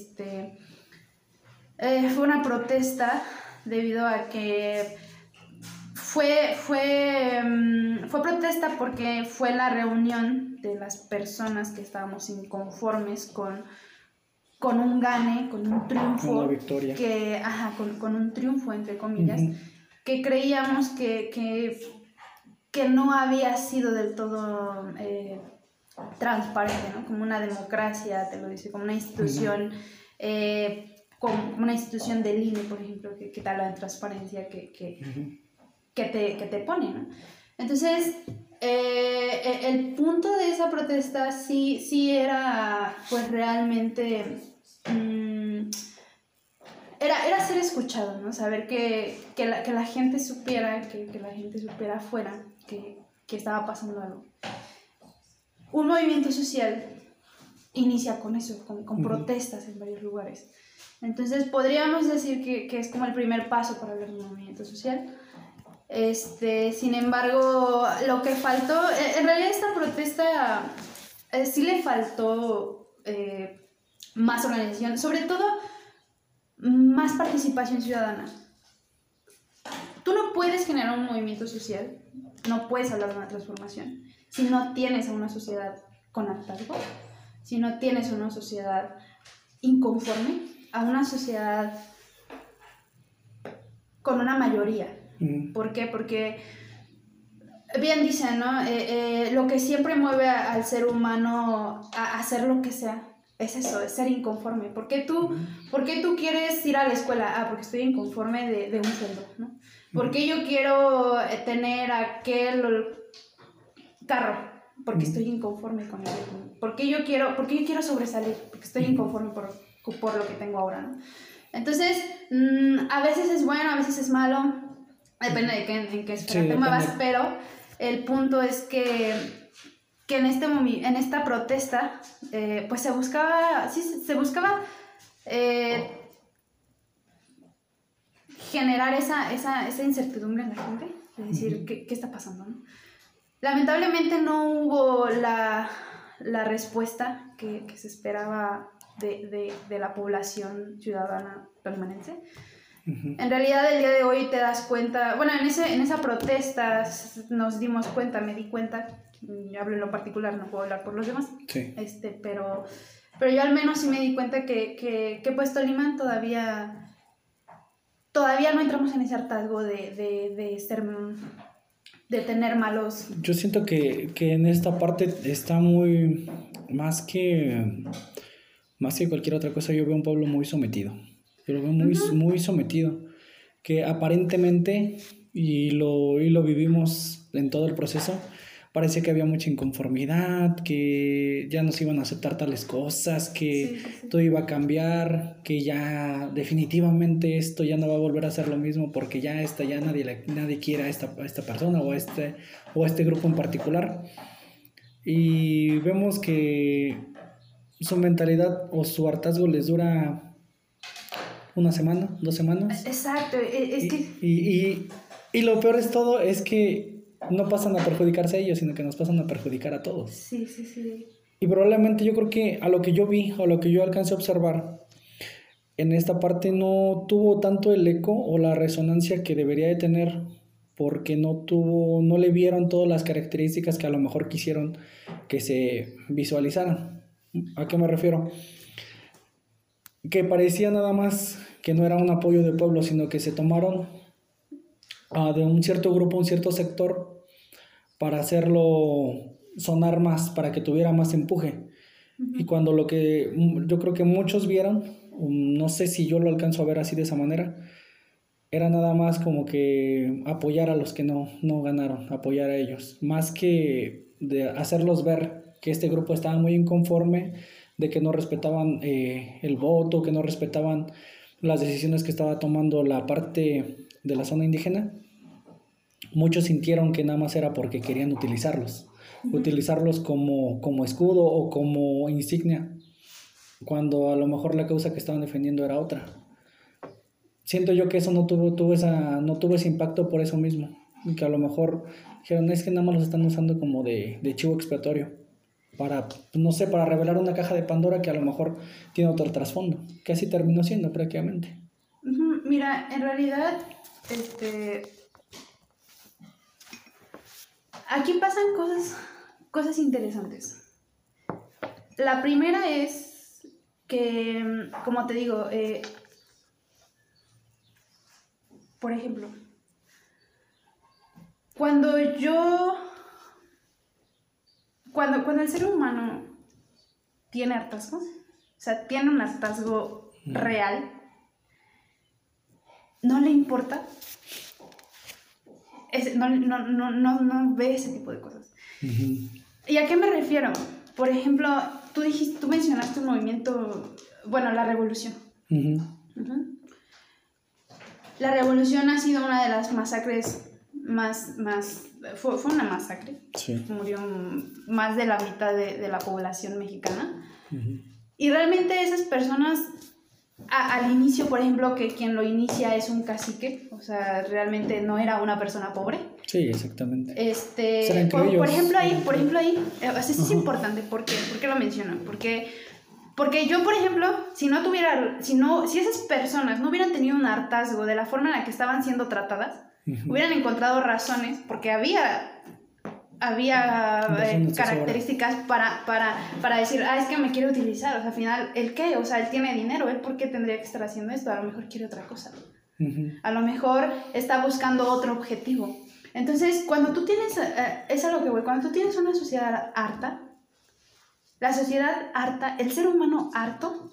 fue una protesta debido a que fue protesta porque fue la reunión de las personas que estábamos inconformes con un gane, con un triunfo, con una victoria, con un triunfo entre comillas, que creíamos que no había sido del todo transparente, ¿no? Como una democracia, te lo dice, como una institución, como una institución del INE, por ejemplo, que tal la transparencia que te pone, ¿no? Entonces, el punto de esa protesta sí era, pues, realmente era ser escuchado, ¿no? Saber que la gente supiera, que la gente supiera afuera que estaba pasando algo. Un movimiento social inicia con eso, con protestas en varios lugares. Entonces podríamos decir que es como el primer paso para hablar de un movimiento social. Sin embargo, lo que faltó, en realidad esta protesta sí le faltó más organización, sobre todo más participación ciudadana. Tú no puedes generar un movimiento social, no puedes hablar de una transformación si no tienes a una sociedad con hartazgo, si no tienes a una sociedad inconforme, a una sociedad con una mayoría. ¿Por qué? Porque bien dicen, ¿no? Lo que siempre mueve al ser humano a hacer lo que sea es eso, es ser inconforme. ¿Por qué tú quieres ir a la escuela? Ah, porque estoy inconforme de un sueldo, ¿no? ¿Por qué yo quiero tener aquel carro? Porque estoy inconforme con él. ¿Por qué yo quiero sobresalir? Porque estoy inconforme por lo que tengo ahora, ¿no? Entonces, a veces es bueno, a veces es malo, depende de en qué esfera te muevas, pero el punto es que en esta protesta, pues se buscaba generar esa incertidumbre en la gente, de decir, ¿qué está pasando, no? Lamentablemente no hubo la respuesta que se esperaba de la población ciudadana permanente. En realidad el día de hoy te das cuenta, bueno, en esa protesta nos dimos cuenta, me di cuenta, yo hablo en lo particular, no puedo hablar por los demás, sí. Pero yo al menos sí me di cuenta que pues Tolima todavía no entramos en ese hartazgo de tener malos... Yo siento que en esta parte está muy, más que cualquier otra cosa, yo veo un pueblo muy sometido. Yo lo veo muy sometido, que aparentemente, y lo vivimos en todo el proceso, parece que había mucha inconformidad, que ya no se iban a aceptar tales cosas, que todo iba a cambiar, que ya definitivamente esto ya no va a volver a ser lo mismo porque ya nadie quiere a esta persona o a este grupo en particular. Y vemos que su mentalidad o su hartazgo les dura una semana, 2 semanas. Exacto, y lo peor es todo es que no pasan a perjudicarse a ellos, sino que nos pasan a perjudicar a todos. Sí. Y probablemente yo creo que a lo que yo vi, o lo que yo alcancé a observar, en esta parte no tuvo tanto el eco o la resonancia que debería de tener, porque no le vieron todas las características que a lo mejor quisieron que se visualizaran. ¿A qué me refiero? Que parecía nada más que no era un apoyo de pueblo, sino que se tomaron de un cierto grupo, un cierto sector, para hacerlo sonar más, para que tuviera más empuje. Y cuando lo que yo creo que muchos vieron, no sé si yo lo alcanzo a ver así de esa manera, era nada más como que apoyar a los que no ganaron, apoyar a ellos, más que de hacerlos ver que este grupo estaba muy inconforme, de que no respetaban el voto, que no respetaban las decisiones que estaba tomando la parte de la zona indígena. Muchos sintieron que nada más era porque querían utilizarlos como escudo o como insignia, cuando a lo mejor la causa que estaban defendiendo era otra. Siento yo que eso no tuvo ese impacto por eso mismo, que a lo mejor dijeron, es que nada más los están usando como de chivo expiatorio, para revelar una caja de Pandora que a lo mejor tiene otro trasfondo, que así terminó siendo prácticamente. Mira, en realidad, aquí pasan cosas interesantes. La primera es que, como te digo, por ejemplo, cuando el ser humano tiene hartazgo, o sea, tiene un hartazgo real, no le importa, no ve ese tipo de cosas. ¿Y a qué me refiero? Por ejemplo, tú mencionaste un movimiento, bueno, la revolución. la revolución ha sido una de las masacres fue una masacre. Sí. Murió más de la mitad de la población mexicana. Uh-huh. Y realmente esas personas, al inicio, por ejemplo, que quien lo inicia es un cacique, o sea, realmente no era una persona pobre. Sí, exactamente. Por ejemplo ahí, eso es importante. ¿Por qué? ¿Por qué lo menciono? Porque yo, por ejemplo, si esas personas no hubieran tenido un hartazgo de la forma en la que estaban siendo tratadas, uh-huh, hubieran encontrado razones, porque había características para decir, es que me quiere utilizar, o sea, al final, ¿el qué? O sea, él tiene dinero, ¿él por qué tendría que estar haciendo esto? A lo mejor quiere otra cosa. Uh-huh. A lo mejor está buscando otro objetivo. Entonces, cuando tú tienes, es a lo que voy, cuando tú tienes una sociedad harta, la sociedad harta, el ser humano harto,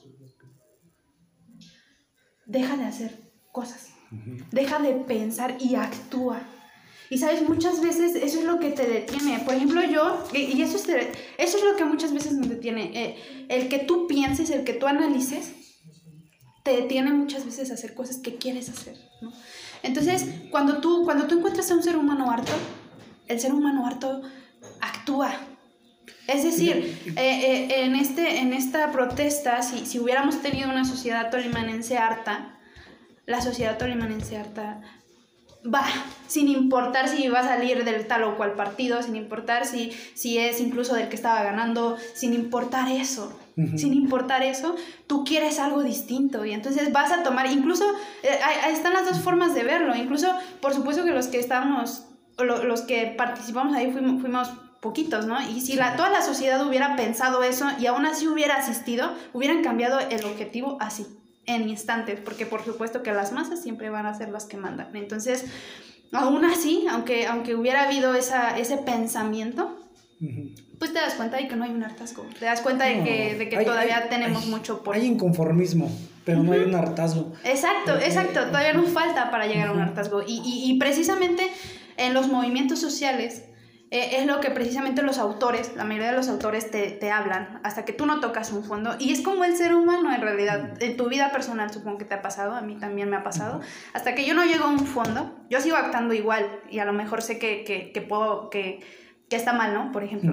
deja de hacer cosas, uh-huh, deja de pensar y actúa. Y sabes, muchas veces eso es lo que te detiene. Por ejemplo, yo, y eso es lo que muchas veces me detiene. El que tú pienses, el que tú analices, te detiene muchas veces a hacer cosas que quieres hacer, ¿no? Entonces, cuando tú encuentras a un ser humano harto, el ser humano harto actúa. Es decir, en esta protesta, si hubiéramos tenido una sociedad tolimense harta, la sociedad tolimense harta va, sin importar si va a salir del tal o cual partido, sin importar si es incluso del que estaba ganando, sin importar eso, uh-huh, sin importar eso, tú quieres algo distinto y entonces vas a tomar, incluso, ahí están las dos formas de verlo, incluso, por supuesto que los que participamos ahí fuimos poquitos, ¿no? Y si toda la sociedad hubiera pensado eso y aún así hubiera asistido, hubieran cambiado el objetivo así, en instantes, porque por supuesto que las masas siempre van a ser las que mandan. Entonces, aún así, aunque hubiera habido ese pensamiento, uh-huh, pues te das cuenta de que no hay un hartazgo, te das cuenta de que todavía tenemos mucho por... Hay inconformismo, pero uh-huh, no hay un hartazgo. Exacto, todavía nos falta para llegar, uh-huh, a un hartazgo. Y precisamente en los movimientos sociales, es lo que precisamente los autores, la mayoría de los autores te hablan, hasta que tú no tocas un fondo, y es como el ser humano en realidad, en tu vida personal supongo que te ha pasado, a mí también me ha pasado, hasta que yo no llego a un fondo, yo sigo actuando igual, y a lo mejor sé que está mal, ¿no? Por ejemplo.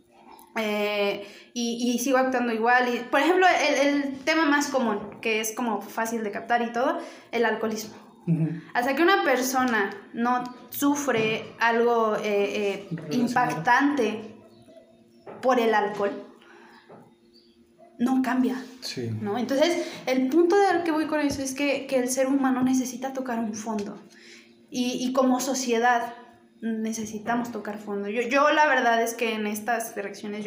Y sigo actuando igual, y por ejemplo, el tema más común, que es como fácil de captar y todo, el alcoholismo. Uh-huh. Hasta que una persona no sufre algo impactante por el alcohol, no cambia, sí, ¿no? Entonces, el punto del que voy con eso es que el ser humano necesita tocar un fondo y como sociedad necesitamos tocar fondo. Yo la verdad es que en estas direcciones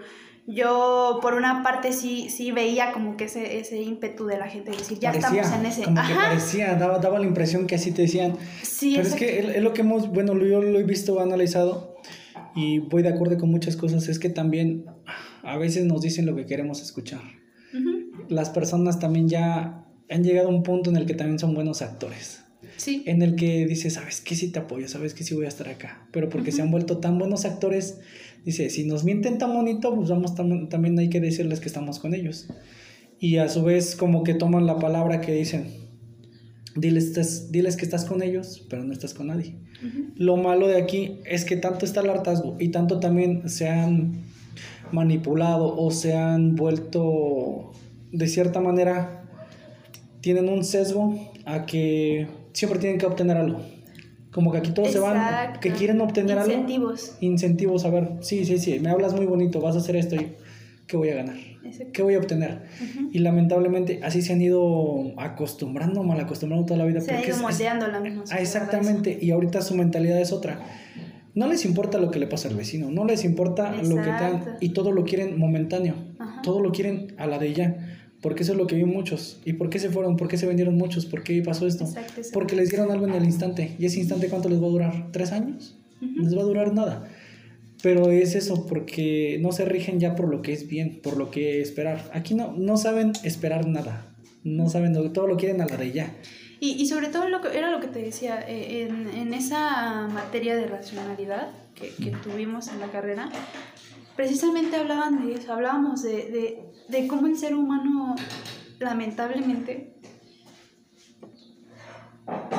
yo por una parte sí veía como que ese ímpetu de la gente de decir, ya estamos en ese... Como que parecía, daba la impresión que así te decían. Sí, pero exacto. Es que es lo que yo lo he visto, analizado, y voy de acuerdo con muchas cosas, es que también a veces nos dicen lo que queremos escuchar. Uh-huh. Las personas también ya han llegado a un punto en el que también son buenos actores. Sí. En el que dices, ¿sabes qué? Sí te apoyo, ¿sabes qué? Sí voy a estar acá. Pero porque uh-huh, se han vuelto tan buenos actores, dice, si nos mienten tan bonito, pues también hay que decirles que estamos con ellos. Y a su vez como que toman la palabra que dicen, diles que estás con ellos, pero no estás con nadie. Uh-huh. Lo malo de aquí es que tanto está el hartazgo y tanto también se han manipulado o se han vuelto, de cierta manera, tienen un sesgo a que siempre tienen que obtener algo. Como que aquí todos se van, que quieren obtener incentivos, a ver, sí, me hablas muy bonito, vas a hacer esto, y ¿qué voy a ganar? Exacto. ¿Qué voy a obtener? Uh-huh. Y lamentablemente así se han ido mal acostumbrando toda la vida. Se ha ido moldeando la misma sociedad. Exactamente, y ahorita su mentalidad es otra. No les importa lo que le pasa al vecino, no les importa lo que te dan, y todo lo quieren momentáneo, uh-huh, todo lo quieren a la de ya. Porque eso es lo que vi muchos. ¿Y por qué se fueron? ¿Por qué se vendieron muchos? ¿Por qué pasó esto? Exacto. Porque les dieron algo en el instante. ¿Y ese instante cuánto les va a durar? ¿3 años? Uh-huh. No les va a durar nada. Pero es eso, porque no se rigen ya por lo que es bien, por lo que esperar. Aquí no saben esperar nada. No saben, todo lo quieren a la de ya. Y sobre todo era lo que te decía, en esa materia de racionalidad que tuvimos en la carrera, precisamente hablaban de eso, hablábamos de cómo el ser humano lamentablemente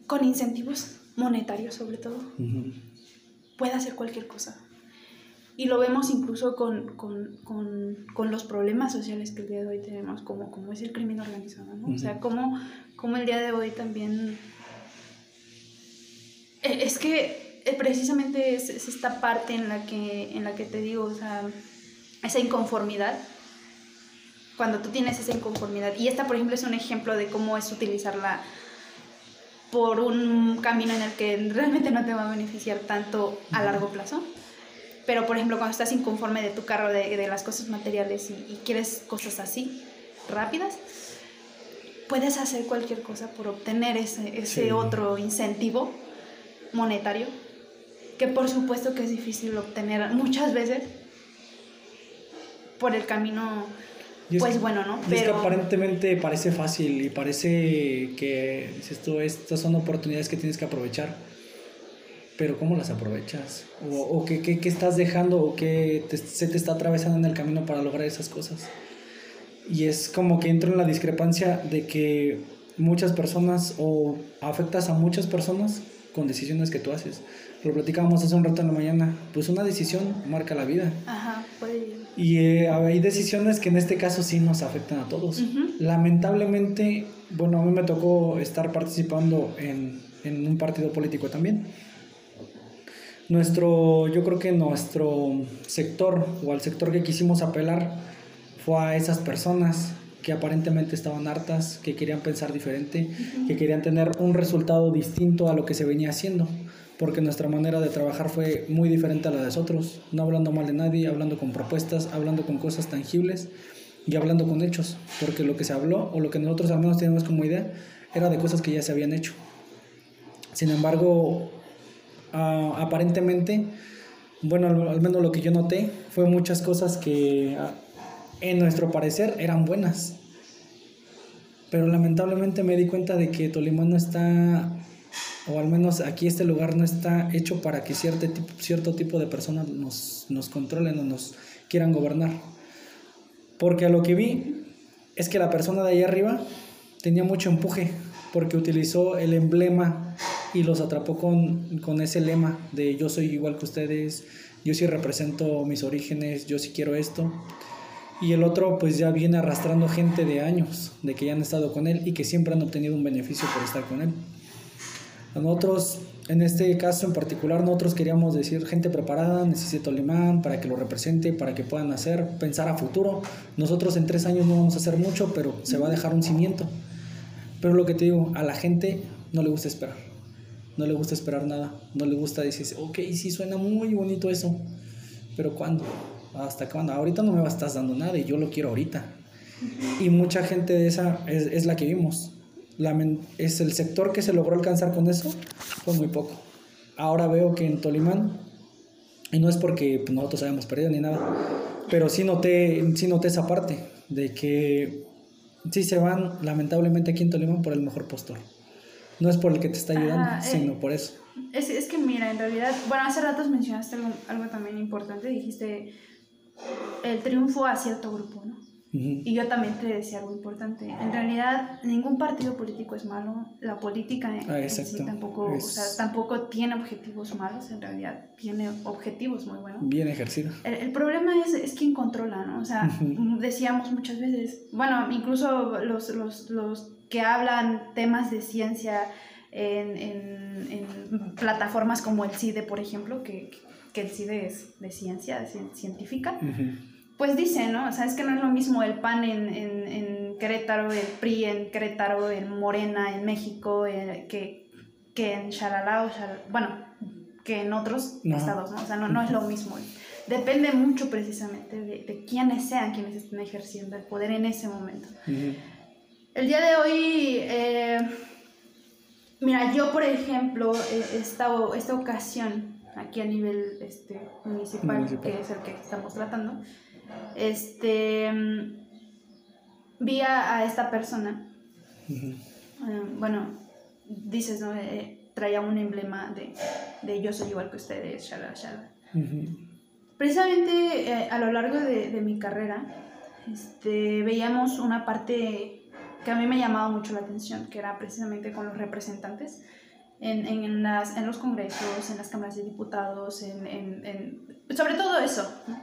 con incentivos monetarios sobre todo, puede hacer cualquier cosa. Y lo vemos incluso con los problemas sociales que el día de hoy tenemos, como es el crimen organizado, ¿no? O sea, como el día de hoy también... Es que precisamente es esta parte en la que te digo, o sea, esa inconformidad. Cuando tú tienes esa inconformidad, y esta por ejemplo es un ejemplo de cómo es utilizarla por un camino en el que realmente no te va a beneficiar tanto a largo plazo, pero por ejemplo cuando estás inconforme de tu carro, de las cosas materiales y quieres cosas así, rápidas, puedes hacer cualquier cosa por obtener ese otro incentivo monetario, que por supuesto que es difícil obtener muchas veces por el camino... Pues bueno, ¿no? Pero... es que aparentemente parece fácil y parece que estas son oportunidades que tienes que aprovechar. Pero ¿cómo las aprovechas? ¿O qué estás dejando o qué se te está atravesando en el camino para lograr esas cosas? Y es como que entro en la discrepancia de que muchas personas o afectas a muchas personas con decisiones que tú haces. Lo platicábamos hace un rato en la mañana. Pues una decisión marca la vida. Ajá, puede ir. Y hay decisiones que en este caso sí nos afectan a todos. Lamentablemente, bueno, a mí me tocó estar participando en un partido político también. Yo creo que nuestro sector, o al sector que quisimos apelar, fue a esas personas que aparentemente estaban hartas, que querían pensar diferente, que querían tener un resultado distinto a lo que se venía haciendo. Porque nuestra manera de trabajar fue muy diferente a la de nosotros, no hablando mal de nadie, hablando con propuestas, hablando con cosas tangibles y hablando con hechos, porque lo que se habló o lo que nosotros al menos teníamos como idea era de cosas que ya se habían hecho. Sin embargo, aparentemente, bueno, al menos lo que yo noté fue muchas cosas que en nuestro parecer eran buenas, pero lamentablemente me di cuenta de que Tolima no está... o al menos aquí este lugar no está hecho para que cierto tipo de personas nos controlen o nos quieran gobernar. Porque a lo que vi es que la persona de ahí arriba tenía mucho empuje, porque utilizó el emblema y los atrapó con ese lema de yo soy igual que ustedes, yo sí represento mis orígenes, yo sí quiero esto. Y el otro pues ya viene arrastrando gente de años, de que ya han estado con él y que siempre han obtenido un beneficio por estar con él. A nosotros, en este caso en particular, nosotros queríamos decir gente preparada, necesita Tolimán para que lo represente, para que puedan pensar a futuro. Nosotros en 3 años no vamos a hacer mucho, pero se va a dejar un cimiento. Pero lo que te digo, a la gente no le gusta esperar. No le gusta esperar nada. No le gusta decir, ok, sí suena muy bonito eso, pero ¿cuándo? ¿Hasta cuándo? Ahorita no me estás dando nada y yo lo quiero ahorita. Y mucha gente de esa es la que vimos. Es el sector que se logró alcanzar con eso, fue muy poco. Ahora veo que en Tolimán, y no es porque nosotros hayamos perdido ni nada, pero sí noté esa parte de que sí se van lamentablemente aquí en Tolimán por el mejor postor. No es por el que te está ayudando, sino por eso. Es que mira, en realidad, bueno, hace ratos mencionaste algo también importante, dijiste el triunfo a cierto grupo, ¿no? Y yo también te decía algo importante. En realidad, ningún partido político es malo. La política en sí tampoco, o sea, tampoco tiene objetivos malos. En realidad, tiene objetivos muy buenos. Bien ejercido. El problema es quien controla, ¿no? O sea, decíamos muchas veces, bueno, incluso los que hablan temas de ciencia en plataformas como el CIDE, por ejemplo, que el CIDE es de ciencia, científica. Pues dicen, ¿no? O sea, es que no es lo mismo el PAN en Querétaro, el PRI en Querétaro, el Morena en México, que en Xalalá bueno, que en otros estados, ¿no? O sea, no es lo mismo. Depende mucho precisamente de quiénes sean quienes estén ejerciendo el poder en ese momento. El día de hoy, mira, yo por ejemplo, esta ocasión aquí a nivel municipal, que es el que estamos tratando, vi a esta persona, bueno, dices, ¿no? Traía un emblema de yo soy igual que ustedes, shala, shala. Precisamente a lo largo de mi carrera, veíamos una parte que a mí me llamaba mucho la atención, que era precisamente con los representantes, en los congresos, en las cámaras de diputados, sobre todo eso, ¿no?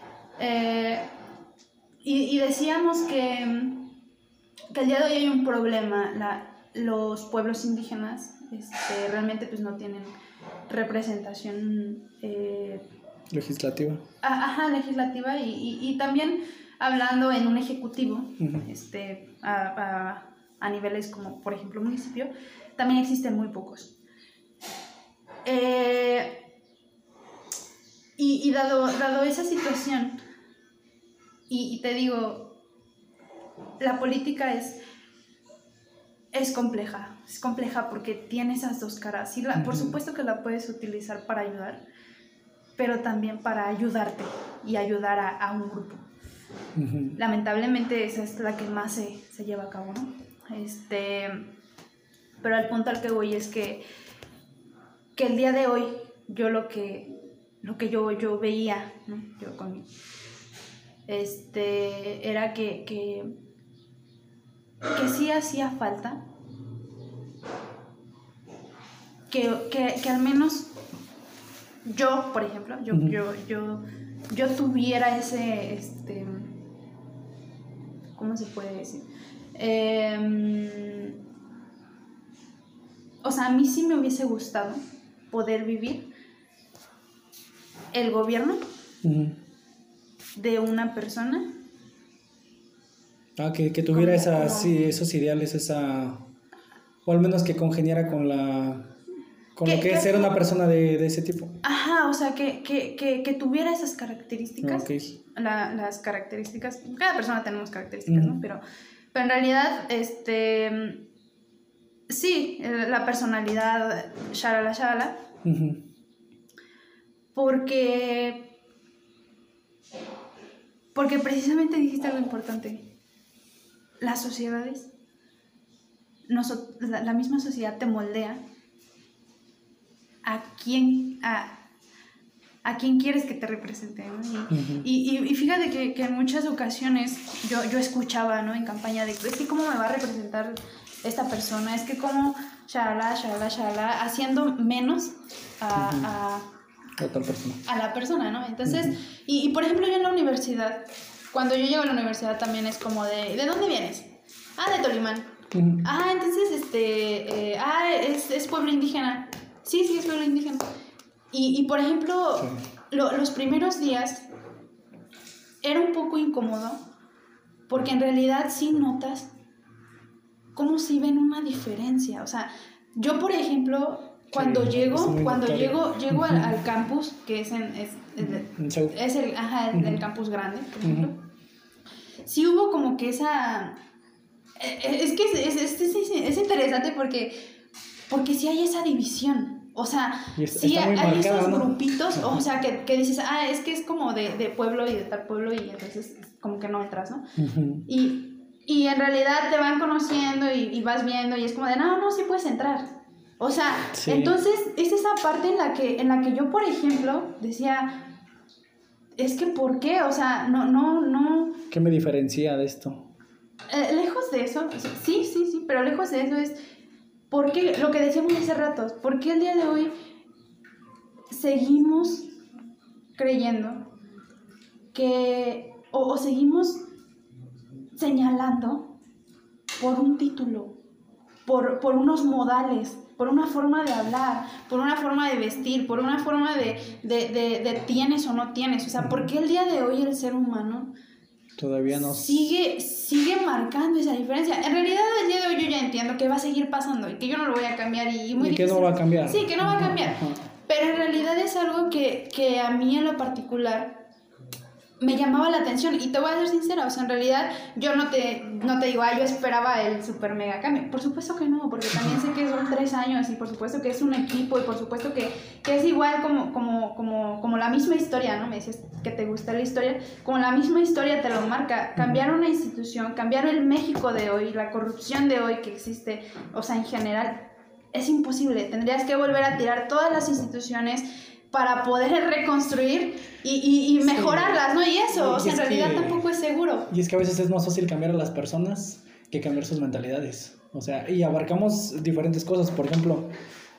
Y decíamos que el día de hoy hay un problema. Los pueblos indígenas realmente pues no tienen representación legislativa. Legislativa y también hablando en un ejecutivo, a niveles como por ejemplo municipio, también existen muy pocos. Y dado esa situación, y te digo, la política es compleja porque tiene esas dos caras. Y por supuesto que la puedes utilizar para ayudar, pero también para ayudarte y ayudar a un grupo. Lamentablemente esa es la que más se lleva a cabo, ¿no? Pero al punto al que voy es que el día de hoy yo lo que yo veía, ¿no? Yo con era que sí hacía falta que al menos yo, por ejemplo, yo tuviera ese ¿cómo se puede decir? O sea, a mí sí me hubiese gustado poder vivir el gobierno de una persona. Que tuviera esos ideales, o al menos que congeniara con lo que es ser una persona de ese tipo. O sea, que tuviera esas características. Las características, cada persona tenemos características, ¿no? Pero en realidad, sí, la personalidad, shalala, porque precisamente dijiste algo importante. Las sociedades, la misma sociedad te moldea a quién quieres que te represente, ¿no? Y fíjate que en muchas ocasiones yo escuchaba, ¿no? En campaña de, es que cómo me va a representar esta persona, es que cómo, shalala, haciendo menos a la persona, ¿no? Entonces, y por ejemplo yo en la universidad, cuando yo llego a la universidad también es como ¿de dónde vienes? De Tolimán. Entonces, es pueblo indígena. Sí, es pueblo indígena. Y por ejemplo, los primeros días era un poco incómodo, porque en realidad sí notas cómo sí ven una diferencia. O sea, yo por ejemplo, cuando llego al campus, que es el campus grande, por ejemplo, sí hubo como que esa... Es que es interesante porque sí hay esa división. O sea, sí hay marcada, esos grupitos, ¿no? O sea, que dices, es que es como de pueblo y de tal pueblo, y entonces como que no entras, ¿no? Y en realidad te van conociendo y vas viendo y es como de, no, sí puedes entrar. O sea, entonces es esa parte en la que yo, por ejemplo, decía, es que ¿por qué? O sea, no... ¿Qué me diferencia de esto? Lejos de eso, sí, pero lejos de eso es... Porque lo que decíamos hace rato, ¿por qué el día de hoy seguimos creyendo que, o seguimos señalando por un título, por unos modales, por una forma de hablar, por una forma de vestir, por una forma de tienes o no tienes? O sea, ¿por qué el día de hoy el ser humano todavía no sigue marcando esa diferencia? En realidad el día de hoy yo ya entiendo que va a seguir pasando y que yo no lo voy a cambiar y que no va a cambiar. Sí, que no va a cambiar. Pero en realidad es algo que a mí en lo particular me llamaba la atención, y te voy a ser sincera, o sea, en realidad yo no te digo, yo esperaba el super mega cambio. Por supuesto que no, porque también sé que son 3 años y por supuesto que es un equipo y por supuesto que es igual como la misma historia, ¿no? Me decías que te gusta la historia, como la misma historia te lo marca. Cambiar una institución, cambiar el México de hoy, la corrupción de hoy que existe, o sea, en general, es imposible. Tendrías que volver a tirar todas las instituciones para poder reconstruir y mejorarlas, ¿no? Y eso, o sea, en realidad tampoco es seguro. Y es que a veces es más fácil cambiar a las personas que cambiar sus mentalidades. O sea, y abarcamos diferentes cosas. Por ejemplo,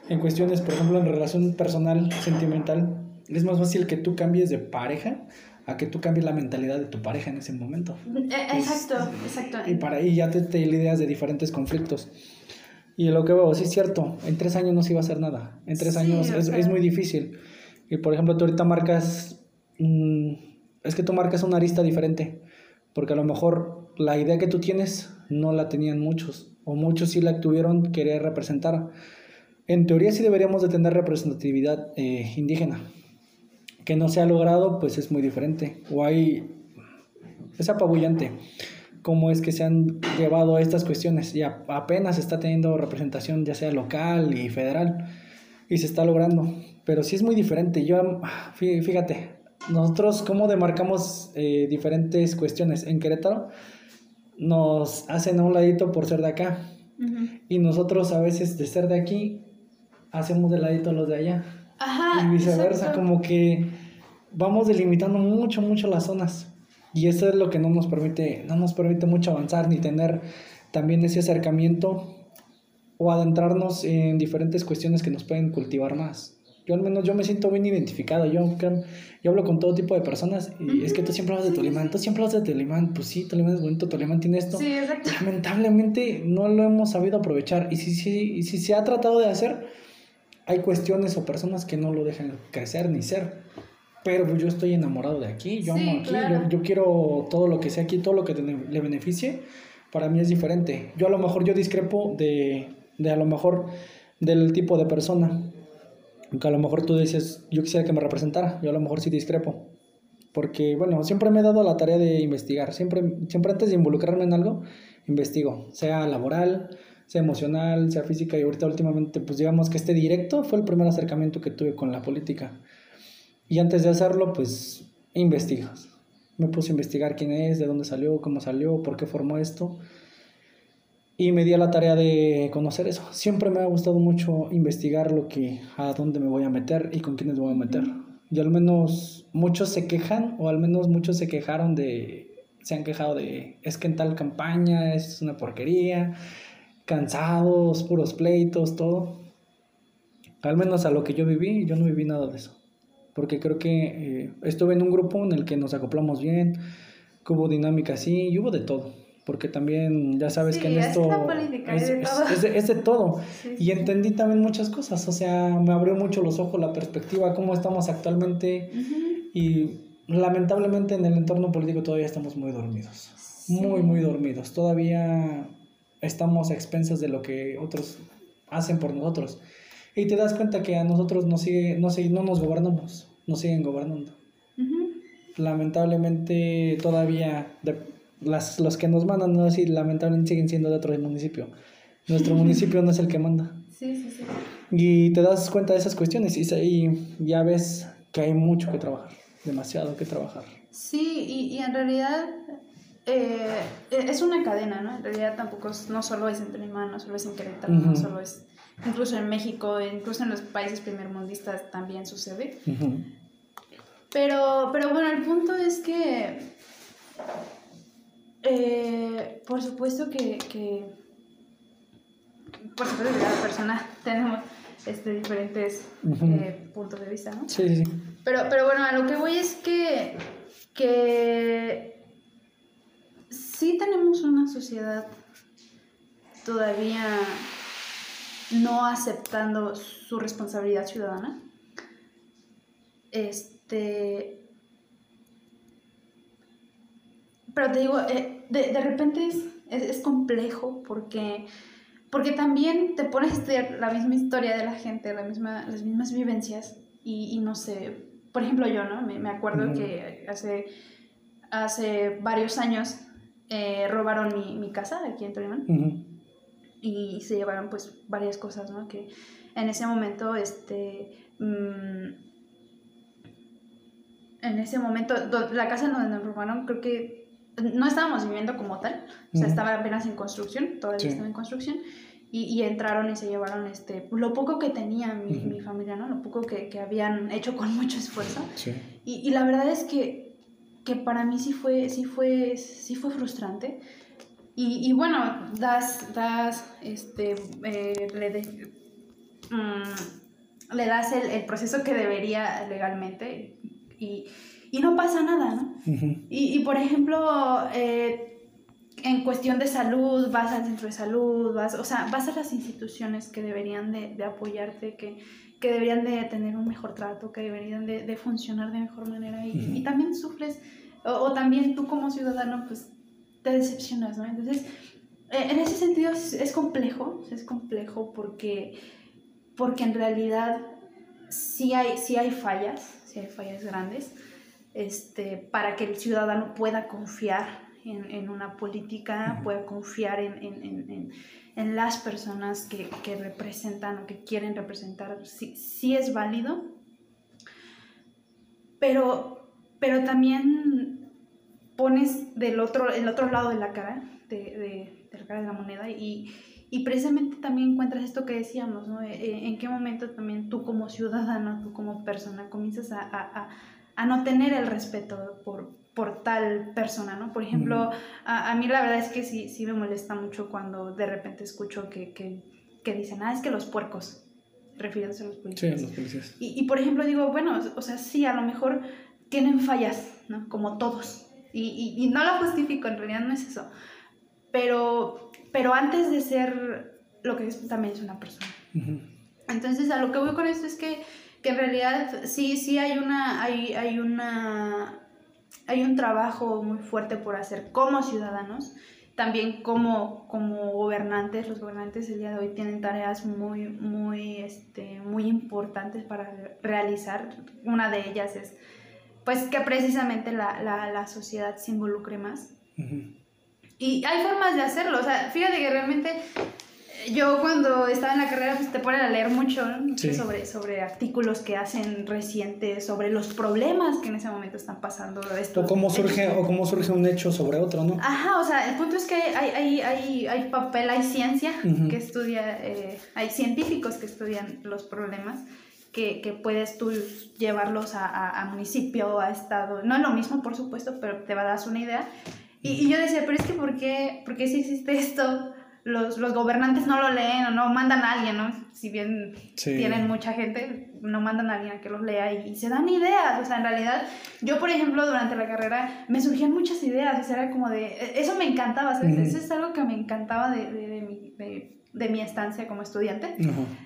En cuestiones, por ejemplo, en relación personal, sentimental, es más fácil que tú cambies de pareja a que tú cambies la mentalidad de tu pareja en ese momento. Exacto. Y para ahí ya te lidias de diferentes conflictos. Y lo que veo, sí es cierto, en 3 años no se iba a hacer nada. En 3 años es muy difícil. Y por ejemplo, tú ahorita marcas, es que tú marcas una arista diferente. Porque a lo mejor la idea que tú tienes no la tenían muchos. O muchos sí la tuvieron querer representar. En teoría sí deberíamos de tener representatividad indígena. Que no se ha logrado, pues es muy diferente. Es apabullante cómo es que se han llevado estas cuestiones y apenas se está teniendo representación ya sea local y federal y se está logrando, pero sí es muy diferente. Fíjate, nosotros cómo demarcamos diferentes cuestiones. En Querétaro nos hacen a un ladito por ser de acá, y nosotros a veces de ser de aquí hacemos de ladito a los de allá. Ajá, y viceversa, exacto. Como que vamos delimitando mucho las zonas. Y eso es lo que no nos permite mucho avanzar, ni tener también ese acercamiento o adentrarnos en diferentes cuestiones que nos pueden cultivar más. Yo al menos me siento bien identificado. Yo hablo con todo tipo de personas y es que tú siempre hablas de Tolimán, tú siempre hablas de Tolimán. Pues sí, Tolimán es bonito, Tolimán tiene esto. Sí, exacto. Lamentablemente no lo hemos sabido aprovechar. Y si se ha tratado de hacer, hay cuestiones o personas que no lo dejan crecer ni ser. Pero pues yo estoy enamorado de aquí, yo amo aquí, claro. yo quiero todo lo que sea aquí, todo lo que le beneficie, para mí es diferente. Yo a lo mejor discrepo de a lo mejor del tipo de persona, aunque a lo mejor tú dices, yo quisiera que me representara, yo a lo mejor sí discrepo, porque bueno, siempre me he dado la tarea de investigar, siempre antes de involucrarme en algo, investigo, sea laboral, sea emocional, sea física, y ahorita últimamente pues digamos que este directo fue el primer acercamiento que tuve con la política. Y antes de hacerlo, pues, investigas. Me puse a investigar quién es, de dónde salió, cómo salió, por qué formó esto. Y me di a la tarea de conocer eso. Siempre me ha gustado mucho investigar a dónde me voy a meter y con quiénes me voy a meter. Y al menos muchos se quejan, o al menos muchos se han quejado de, es que en tal campaña es una porquería, cansados, puros pleitos, todo. Al menos a lo que yo viví, yo no viví nada de eso. Porque creo que estuve en un grupo en el que nos acoplamos bien, que hubo dinámica así, y hubo de todo, porque también ya sabes que en esto es la política, es de todo, sí. Y entendí también muchas cosas, o sea, me abrió mucho los ojos la perspectiva, cómo estamos actualmente, y lamentablemente en el entorno político todavía estamos muy dormidos, muy dormidos, todavía estamos a expensas de lo que otros hacen por nosotros. Y te das cuenta que a nosotros no nos gobernamos, nos siguen gobernando. Lamentablemente todavía los que nos mandan, no así, lamentablemente siguen siendo de otro municipio. Nuestro municipio no es el que manda. Sí. Y te das cuenta de esas cuestiones y ya ves que hay mucho que trabajar, demasiado que trabajar. Sí, y en realidad es una cadena, ¿no? En realidad tampoco no solo es en Tolimán, no solo es en Querétaro, no solo es... Incluso en México, incluso en los países primermundistas también sucede. Pero bueno, el punto es que por supuesto que por supuesto que cada persona tenemos diferentes puntos de vista, ¿no? Sí. Pero bueno, a lo que voy es que sí tenemos una sociedad todavía no aceptando su responsabilidad ciudadana. Pero te digo, de repente es complejo porque también te pones a estudiar la misma historia de la gente, las mismas vivencias y no sé, por ejemplo yo, ¿no? Me acuerdo que hace varios años robaron mi casa aquí en Tolimán. Y se llevaron pues varias cosas, ¿no? Que en ese momento, la casa en donde nos robaron, creo que no estábamos viviendo como tal, o sea, estaba apenas en construcción, todavía estaba en construcción, y entraron y se llevaron lo poco que tenía mi familia, ¿no? Lo poco que habían hecho con mucho esfuerzo. Sí. Y la verdad es que para mí sí fue frustrante. le das el proceso que debería legalmente y no pasa nada, ¿no? Y por ejemplo, en cuestión de salud, vas al centro de salud, vas a las instituciones que deberían de apoyarte, que deberían de tener un mejor trato, que deberían de funcionar de mejor manera y también sufres, o también tú como ciudadano, pues te decepcionas, ¿no? Entonces, en ese sentido es complejo porque en realidad sí hay fallas grandes, para que el ciudadano pueda confiar en una política, pueda confiar en las personas que representan o que quieren representar. Sí es válido, pero también pones el otro lado de la cara, de la cara de la moneda y precisamente también encuentras esto que decíamos, ¿no? En qué momento también tú como ciudadano, tú como persona comienzas a no tener el respeto por tal persona, ¿no? Por ejemplo, a mí la verdad es que sí me molesta mucho cuando de repente escucho que dicen, es que los puercos, refiriéndose a los policías. Sí, los policías. Y por ejemplo digo, bueno, o sea, sí, a lo mejor tienen fallas, ¿no? Como todos. Y no lo justifico, en realidad no es eso. Pero antes de ser lo que es, también es una persona. Entonces, a lo que voy con esto es que en realidad sí hay un trabajo muy fuerte por hacer como ciudadanos, también como gobernantes. Los gobernantes el día de hoy tienen tareas muy importantes para realizar. Una de ellas es pues que precisamente la sociedad se involucre más. Y hay formas de hacerlo, o sea, fíjate que realmente yo cuando estaba en la carrera pues te ponen a leer mucho, ¿no? Sí. sobre artículos que hacen recientes, sobre los problemas que en ese momento están pasando. O cómo surge un hecho sobre otro, ¿no? Ajá, o sea, el punto es que hay papel, hay ciencia que estudia, hay científicos que estudian los problemas. Que puedes tú llevarlos a municipio, a estado. No es lo mismo, por supuesto, pero te va a dar una idea. Y yo decía, pero es que ¿por qué si existe esto? Los gobernantes no lo leen o no mandan a alguien, ¿no? Si bien tienen mucha gente, no mandan a alguien a que los lea y se dan ideas. O sea, en realidad, yo, por ejemplo, durante la carrera me surgían muchas ideas. O sea, era como de... Eso me encantaba, ¿sabes? Eso es algo que me encantaba de mi estancia como estudiante,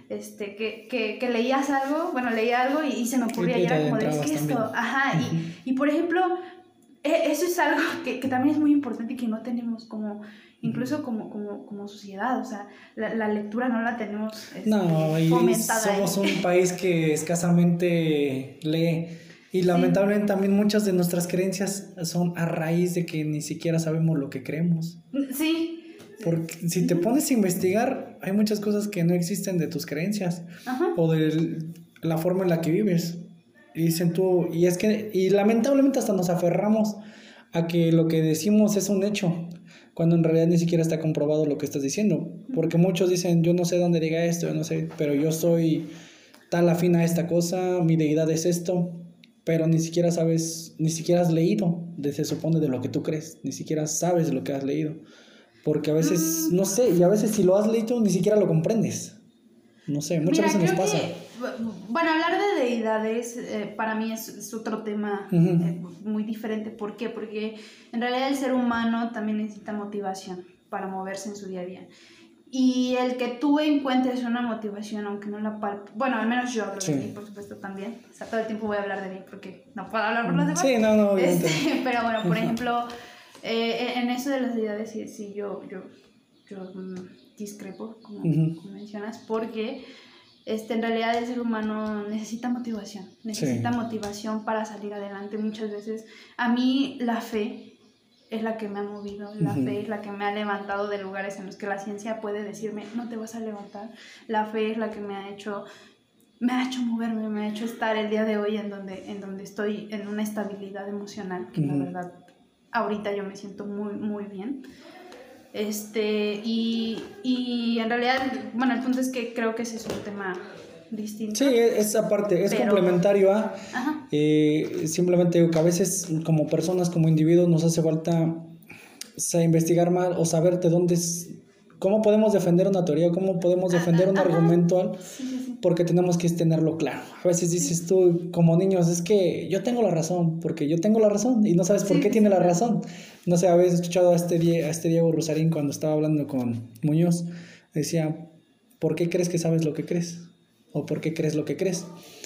que leía algo y se me ocurría y era como de, ¿qué es esto? Ajá, y por ejemplo, eso es algo que también es muy importante y que no tenemos incluso como sociedad, o sea, la lectura no la tenemos fomentada. Somos un país que escasamente lee y lamentablemente también muchas de nuestras creencias son a raíz de que ni siquiera sabemos lo que creemos. Sí. Porque si te pones a investigar, hay muchas cosas que no existen de tus creencias o de la forma en la que vives. Y dicen tú, y lamentablemente hasta nos aferramos a que lo que decimos es un hecho, cuando en realidad ni siquiera está comprobado lo que estás diciendo. Porque muchos dicen, yo no sé dónde diga esto, yo no sé, pero yo soy tal afín a esta cosa, mi deidad es esto, pero ni siquiera sabes, ni siquiera has leído, se supone, de lo que tú crees, ni siquiera sabes de lo que has leído. Porque a veces, no sé, y a veces si lo has leído ni siquiera lo comprendes. No sé, muchas veces nos pasa. Bueno, hablar de deidades para mí es otro tema muy diferente. ¿Por qué? Porque en realidad el ser humano también necesita motivación para moverse en su día a día. Y el que tú encuentres una motivación, aunque no la palpes, bueno, al menos yo hablo de mí, por supuesto, también. O sea, todo el tiempo voy a hablar de mí porque no puedo hablar por los demás. Sí, no, pero bueno, por ejemplo... en eso de las deidades sí yo discrepo, como mencionas, porque en realidad el ser humano necesita motivación para salir adelante. Muchas veces a mí la fe es la que me ha movido, la fe es la que me ha levantado de lugares en los que la ciencia puede decirme no te vas a levantar. La fe es la que me ha hecho moverme, me ha hecho estar el día de hoy en donde estoy en una estabilidad emocional que la verdad ahorita yo me siento muy, muy bien. Y en realidad, bueno, el punto es que creo que ese es un tema distinto. Sí, esa parte es complementario a... simplemente digo que a veces como personas, como individuos, nos hace falta investigar más o saber de dónde ¿Cómo podemos defender una teoría? ¿Cómo podemos defender un argumento? Porque tenemos que tenerlo claro. A veces dices tú, como niños, es que yo tengo la razón, porque yo tengo la razón, y no sabes por qué tiene la razón. No sé, habéis escuchado a este Diego Rosarín cuando estaba hablando con Muñoz, decía, ¿por qué crees que sabes lo que crees? ¿O por qué crees lo que crees?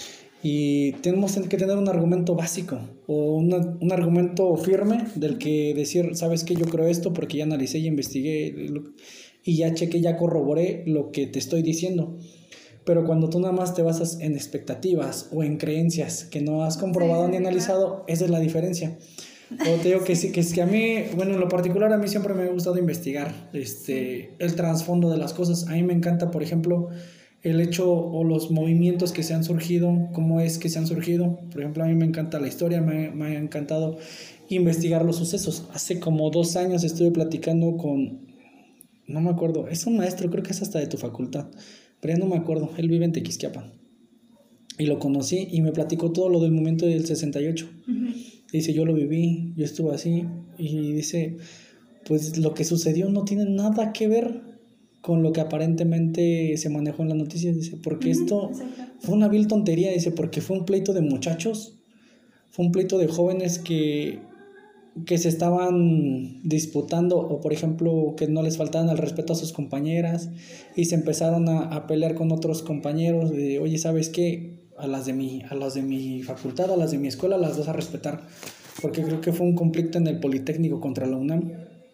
Y tenemos que tener un argumento básico o un argumento firme del que decir, ¿sabes qué? Yo creo esto porque ya analicé y investigué y ya chequé, ya corroboré lo que te estoy diciendo. Pero cuando tú nada más te basas en expectativas o en creencias que no has comprobado ni analizado, esa es la diferencia. O te digo que sí, que a mí, bueno, en lo particular a mí siempre me ha gustado investigar el trasfondo de las cosas. A mí me encanta, por ejemplo, el hecho o los movimientos que se han surgido, cómo es que se han surgido. Por ejemplo, a mí me encanta la historia, me ha encantado investigar los sucesos. Hace como 2 años estuve platicando con, no me acuerdo, es un maestro, creo que es hasta de tu facultad, pero ya no me acuerdo, él vive en Tequisquiapan. Y lo conocí y me platicó todo lo del momento del 68. Dice, yo lo viví, yo estuve así. Y dice, pues lo que sucedió no tiene nada que ver con lo que aparentemente se manejó en las noticias, dice, porque esto fue una vil tontería, dice, porque fue un pleito de muchachos, fue un pleito de jóvenes que se estaban disputando, o por ejemplo, que no les faltaban el respeto a sus compañeras, y se empezaron a pelear con otros compañeros, de, oye, ¿sabes qué? A las de mi facultad, a las de mi escuela, las vas a respetar, porque creo que fue un conflicto en el Politécnico contra la UNAM.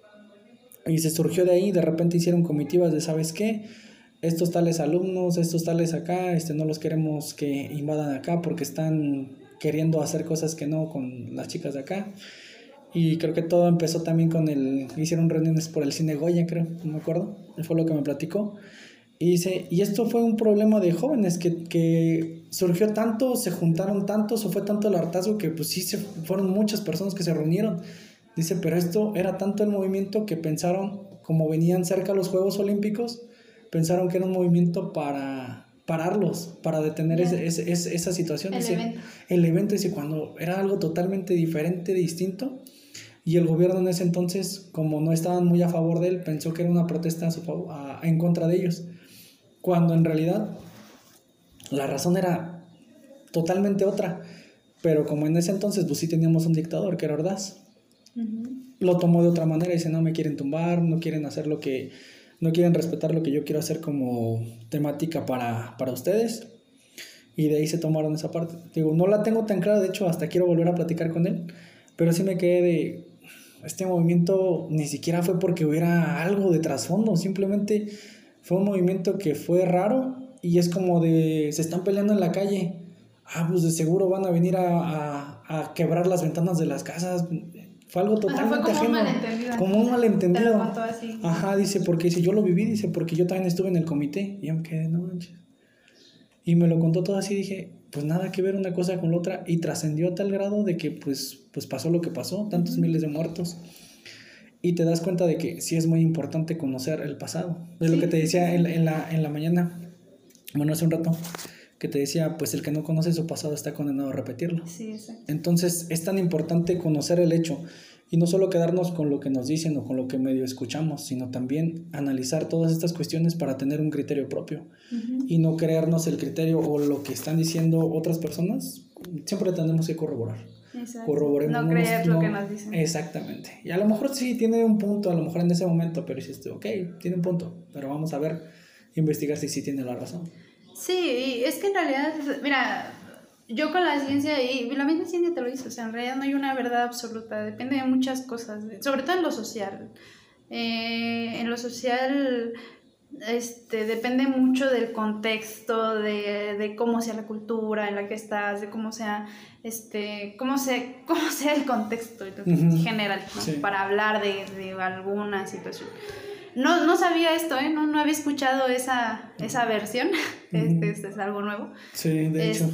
Y se surgió de ahí, de repente hicieron comitivas de, ¿sabes qué? Estos tales alumnos, estos tales acá, no los queremos que invadan acá porque están queriendo hacer cosas que no con las chicas de acá. Y creo que todo empezó también hicieron reuniones por el cine Goya, creo, no me acuerdo, fue lo que me platicó. Y esto fue un problema de jóvenes que surgió tanto, se juntaron tantos, o fue tanto el hartazgo que pues sí, fueron muchas personas que se reunieron. Dice, pero esto era tanto el movimiento que pensaron, como venían cerca los Juegos Olímpicos, pensaron que era un movimiento para pararlos, para detener esa situación. El evento, dice, cuando era algo totalmente diferente, distinto, y el gobierno en ese entonces, como no estaban muy a favor de él, pensó que era una protesta en contra de ellos, cuando en realidad la razón era totalmente otra, pero como en ese entonces pues sí teníamos un dictador que era Ordaz. Lo tomó de otra manera y dice, no me quieren tumbar, no quieren respetar lo que yo quiero hacer como temática para ustedes, y de ahí se tomaron esa parte. Digo, no la tengo tan clara, de hecho hasta quiero volver a platicar con él, pero sí me quedé de, este movimiento ni siquiera fue porque hubiera algo de trasfondo, simplemente fue un movimiento que fue raro, y es como de, se están peleando en la calle, pues de seguro van a venir a quebrar las ventanas de las casas. Fue algo totalmente ajeno. Como un malentendido. Te lo contó así. Dice, porque si yo lo viví, dice, porque yo también estuve en el comité. Y yo me quedé, no manches. Y me lo contó todo así, dije, pues nada que ver una cosa con la otra. Y trascendió a tal grado de que pues pasó lo que pasó, tantos miles de muertos. Y te das cuenta de que sí es muy importante conocer el pasado. Es lo que te decía en la mañana, bueno, hace un rato, que te decía, pues el que no conoce su pasado está condenado a repetirlo. Sí, exacto. Entonces es tan importante conocer el hecho, y no solo quedarnos con lo que nos dicen o con lo que medio escuchamos, sino también analizar todas estas cuestiones para tener un criterio propio, y no creernos el criterio o lo que están diciendo otras personas. Siempre tenemos que corroborar. Exacto. No creer lo que nos dicen. Exactamente. Y a lo mejor sí tiene un punto, a lo mejor en ese momento, pero dices, ok, tiene un punto, pero vamos a ver, investigar si sí tiene la razón. Sí, es que en realidad, mira, yo con la ciencia, y la misma ciencia te lo dice, o sea, en realidad no hay una verdad absoluta, depende de muchas cosas, sobre todo en lo social. En lo social, depende mucho del contexto, de cómo sea la cultura en la que estás, de cómo sea, cómo sea el contexto general, ¿no? Sí. Para hablar de alguna situación. No sabía esto, no había escuchado esa versión. Es algo nuevo. Sí, de hecho.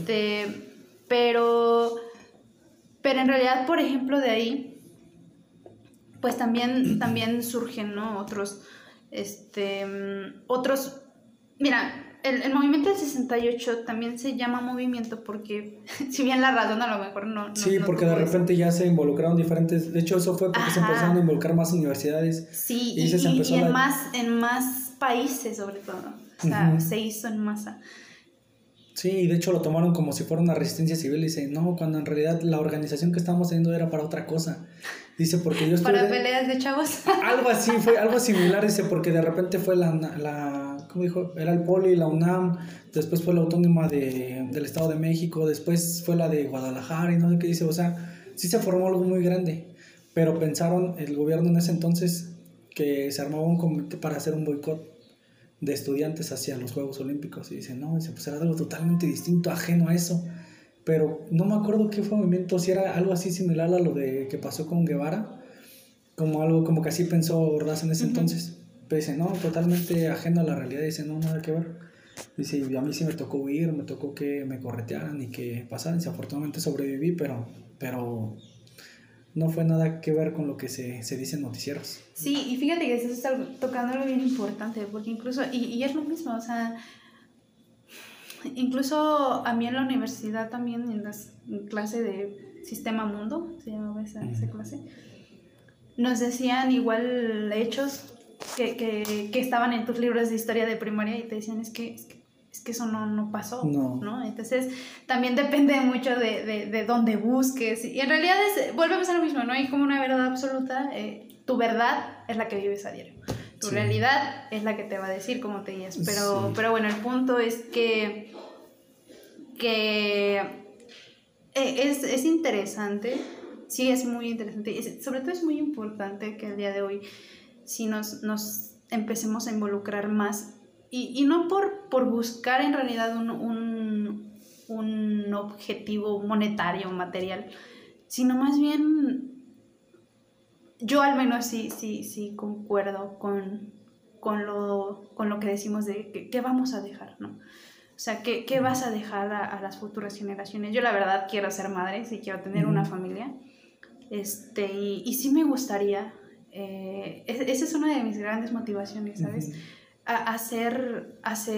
Pero en realidad, por ejemplo, de ahí, pues también surgen, ¿no? Otros, mira, el movimiento del 68 también se llama movimiento porque, si bien la razón a lo mejor no sí, porque de repente ya se involucraron diferentes, de hecho eso fue porque se empezaron a involucrar más universidades. Sí, y en más países sobre todo, o sea, se hizo en masa. Sí, y de hecho lo tomaron como si fuera una resistencia civil. Dice, no, cuando en realidad la organización que estábamos haciendo era para otra cosa. Dice, porque yo estuve... Para peleas de chavos. Algo así, fue algo similar, dice, porque de repente fue ¿cómo dijo? Era el Poli, la UNAM, después fue la Autónoma del Estado de México, después fue la de Guadalajara y no sé qué dice, o sea, sí se formó algo muy grande, pero pensaron el gobierno en ese entonces que se armaba un comité para hacer un boicot de estudiantes hacia los Juegos Olímpicos y dicen, no, dice, pues era algo totalmente distinto, ajeno a eso, pero no me acuerdo qué fue el movimiento, si era algo así similar a lo de que pasó con Guevara, como algo como que así pensó Ordaz en ese entonces, pero dice, no, totalmente ajeno a la realidad, dice, no, nada que ver, dice, y a mí sí me tocó huir, me tocó que me corretearan y que pasaran, y afortunadamente sobreviví, pero no fue nada que ver con lo que se dice en noticieros. Sí, y fíjate que estás tocando algo bien importante, porque incluso, y es lo mismo, o sea, incluso a mí en la universidad también, en las clase de Sistema Mundo, se llamaba esa clase, nos decían igual hechos que estaban en tus libros de historia de primaria y te decían, es que eso no pasó, ¿no? Entonces, también depende mucho de dónde busques. Y en realidad volvemos a lo mismo, no hay como una verdad absoluta. Tu verdad es la que vives a diario. Tu realidad es la que te va a decir cómo te guías. Pero bueno, el punto es que es interesante. Sí, es muy interesante. Sobre todo es muy importante que el día de hoy sí nos empecemos a involucrar más. Y no por buscar en realidad un objetivo monetario, material, sino más bien, yo al menos sí concuerdo con lo que decimos de qué vamos a dejar, ¿no? O sea, ¿qué vas a dejar a las futuras generaciones? Yo la verdad quiero ser madre, sí quiero tener una familia, y sí me gustaría, esa es una de mis grandes motivaciones, ¿sabes? A hacer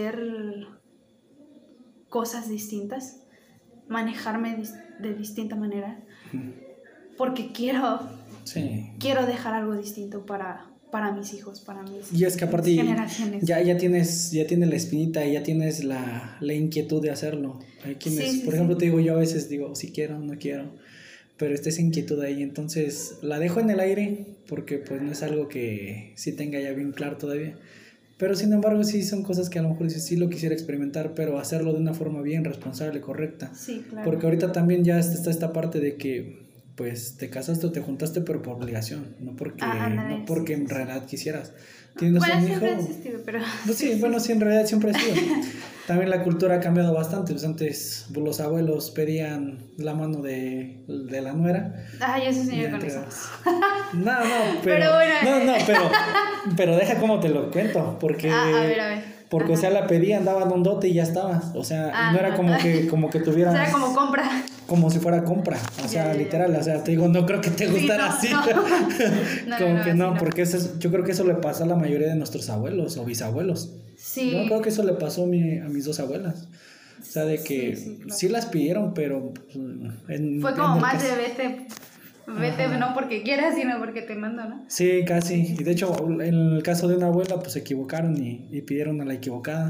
cosas distintas, manejarme de distinta manera, porque quiero dejar algo distinto para mis hijos, para mis y es que aparte generaciones. Ya tienes la espinita y ya tienes la inquietud de hacerlo. Hay quienes, por ejemplo, te digo, yo a veces digo, si quiero, no quiero, pero está esa inquietud ahí, entonces la dejo en el aire porque pues no es algo que sí tenga ya bien claro todavía. Pero sin embargo sí son cosas que a lo mejor sí lo quisiera experimentar, pero hacerlo de una forma bien responsable, correcta. Sí, claro. Porque ahorita también ya está esta parte de que pues te casaste o te juntaste pero por obligación, no porque en realidad quisieras. ¿Tienes un hijo? Siempre ha existido, pero... Pues sí, bueno, sí, en realidad siempre ha sido. También la cultura ha cambiado bastante, pues antes los abuelos pedían la mano de la nuera. Ay, eso sí, yo con eso. No, pero bueno. pero deja cómo te lo cuento, porque a ver. porque o sea, la pedían, daban un dote y ya estabas, o sea, no era como que tuvieras, o sea, como compra, como si fuera compra, o sea, literal, o sea, te digo, no creo que te gustara así. Como que no, porque yo creo que eso le pasa a la mayoría de nuestros abuelos o bisabuelos. Sí. Yo creo que eso le pasó a mis dos abuelas. O sea, de que sí las pidieron, pero fue como más de vete no porque quieras, sino porque te mando, ¿no? Sí, casi. Y de hecho, en el caso de una abuela, pues se equivocaron y pidieron a la equivocada.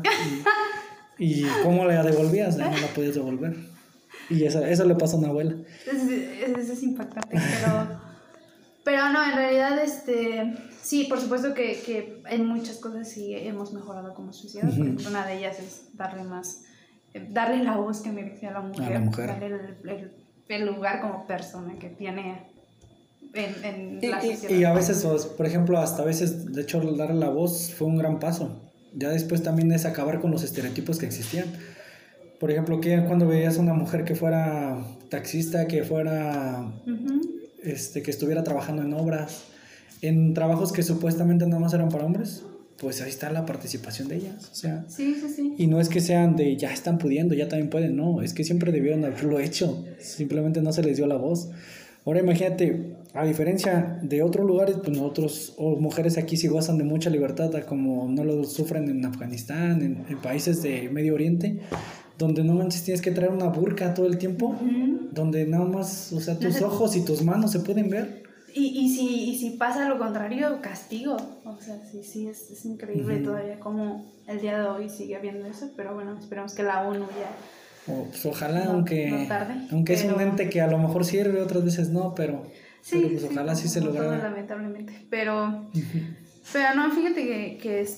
Y ¿cómo la devolvías? No la podías devolver. Y eso le pasó a una abuela. Eso es impactante, pero no, en realidad, sí, por supuesto que en muchas cosas sí hemos mejorado como sociedad. Por ejemplo, una de ellas es darle la voz que merece a la mujer. Darle el lugar como persona que tiene en la sociedad. Y a veces, por ejemplo, hasta a veces, de hecho, darle la voz fue un gran paso. Ya después también es acabar con los estereotipos que existían. Por ejemplo, que cuando veías a una mujer que fuera taxista, que fuera que estuviera trabajando en obras, en trabajos que supuestamente nada más eran para hombres, pues ahí está la participación de ellas, o sea, sí. Y no es que sean de ya están pudiendo, ya también pueden, no, es que siempre debieron haberlo hecho, simplemente no se les dio la voz. Ahora imagínate, a diferencia de otros lugares, pues nosotros, o mujeres aquí sí gozan de mucha libertad, como no lo sufren en Afganistán, en países de Medio Oriente, donde no manches tienes que traer una burka todo el tiempo, donde nada más, o sea, tus ojos y tus manos se pueden ver. Y si pasa lo contrario, castigo. O sea, sí, es increíble todavía como el día de hoy sigue habiendo eso, pero bueno, esperamos que la ONU ya... Pues ojalá, aunque pero... es un ente que a lo mejor sirve, otras veces no, pero pues ojalá sí se lograra. Lamentablemente, pero no, fíjate que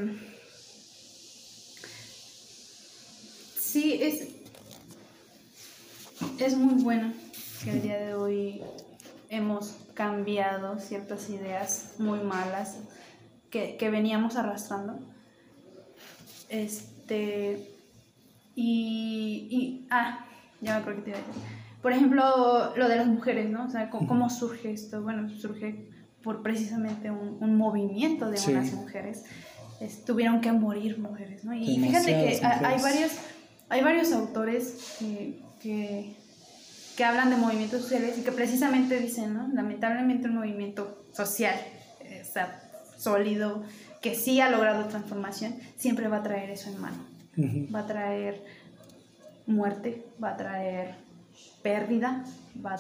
sí, es muy bueno que el día de hoy hemos cambiado ciertas ideas muy malas que veníamos arrastrando. Ya me acuerdo que te iba a decir. Por ejemplo, lo de las mujeres, ¿no? O sea, ¿cómo surge esto? Bueno, surge por precisamente un movimiento de unas mujeres. Tuvieron que morir mujeres, ¿no? Y fíjate que hay varios autores que hablan de movimientos sociales y que precisamente dicen, ¿no? Lamentablemente un movimiento social, sólido, que sí ha logrado transformación, siempre va a traer eso en mano. Va a traer muerte, va a traer pérdida, va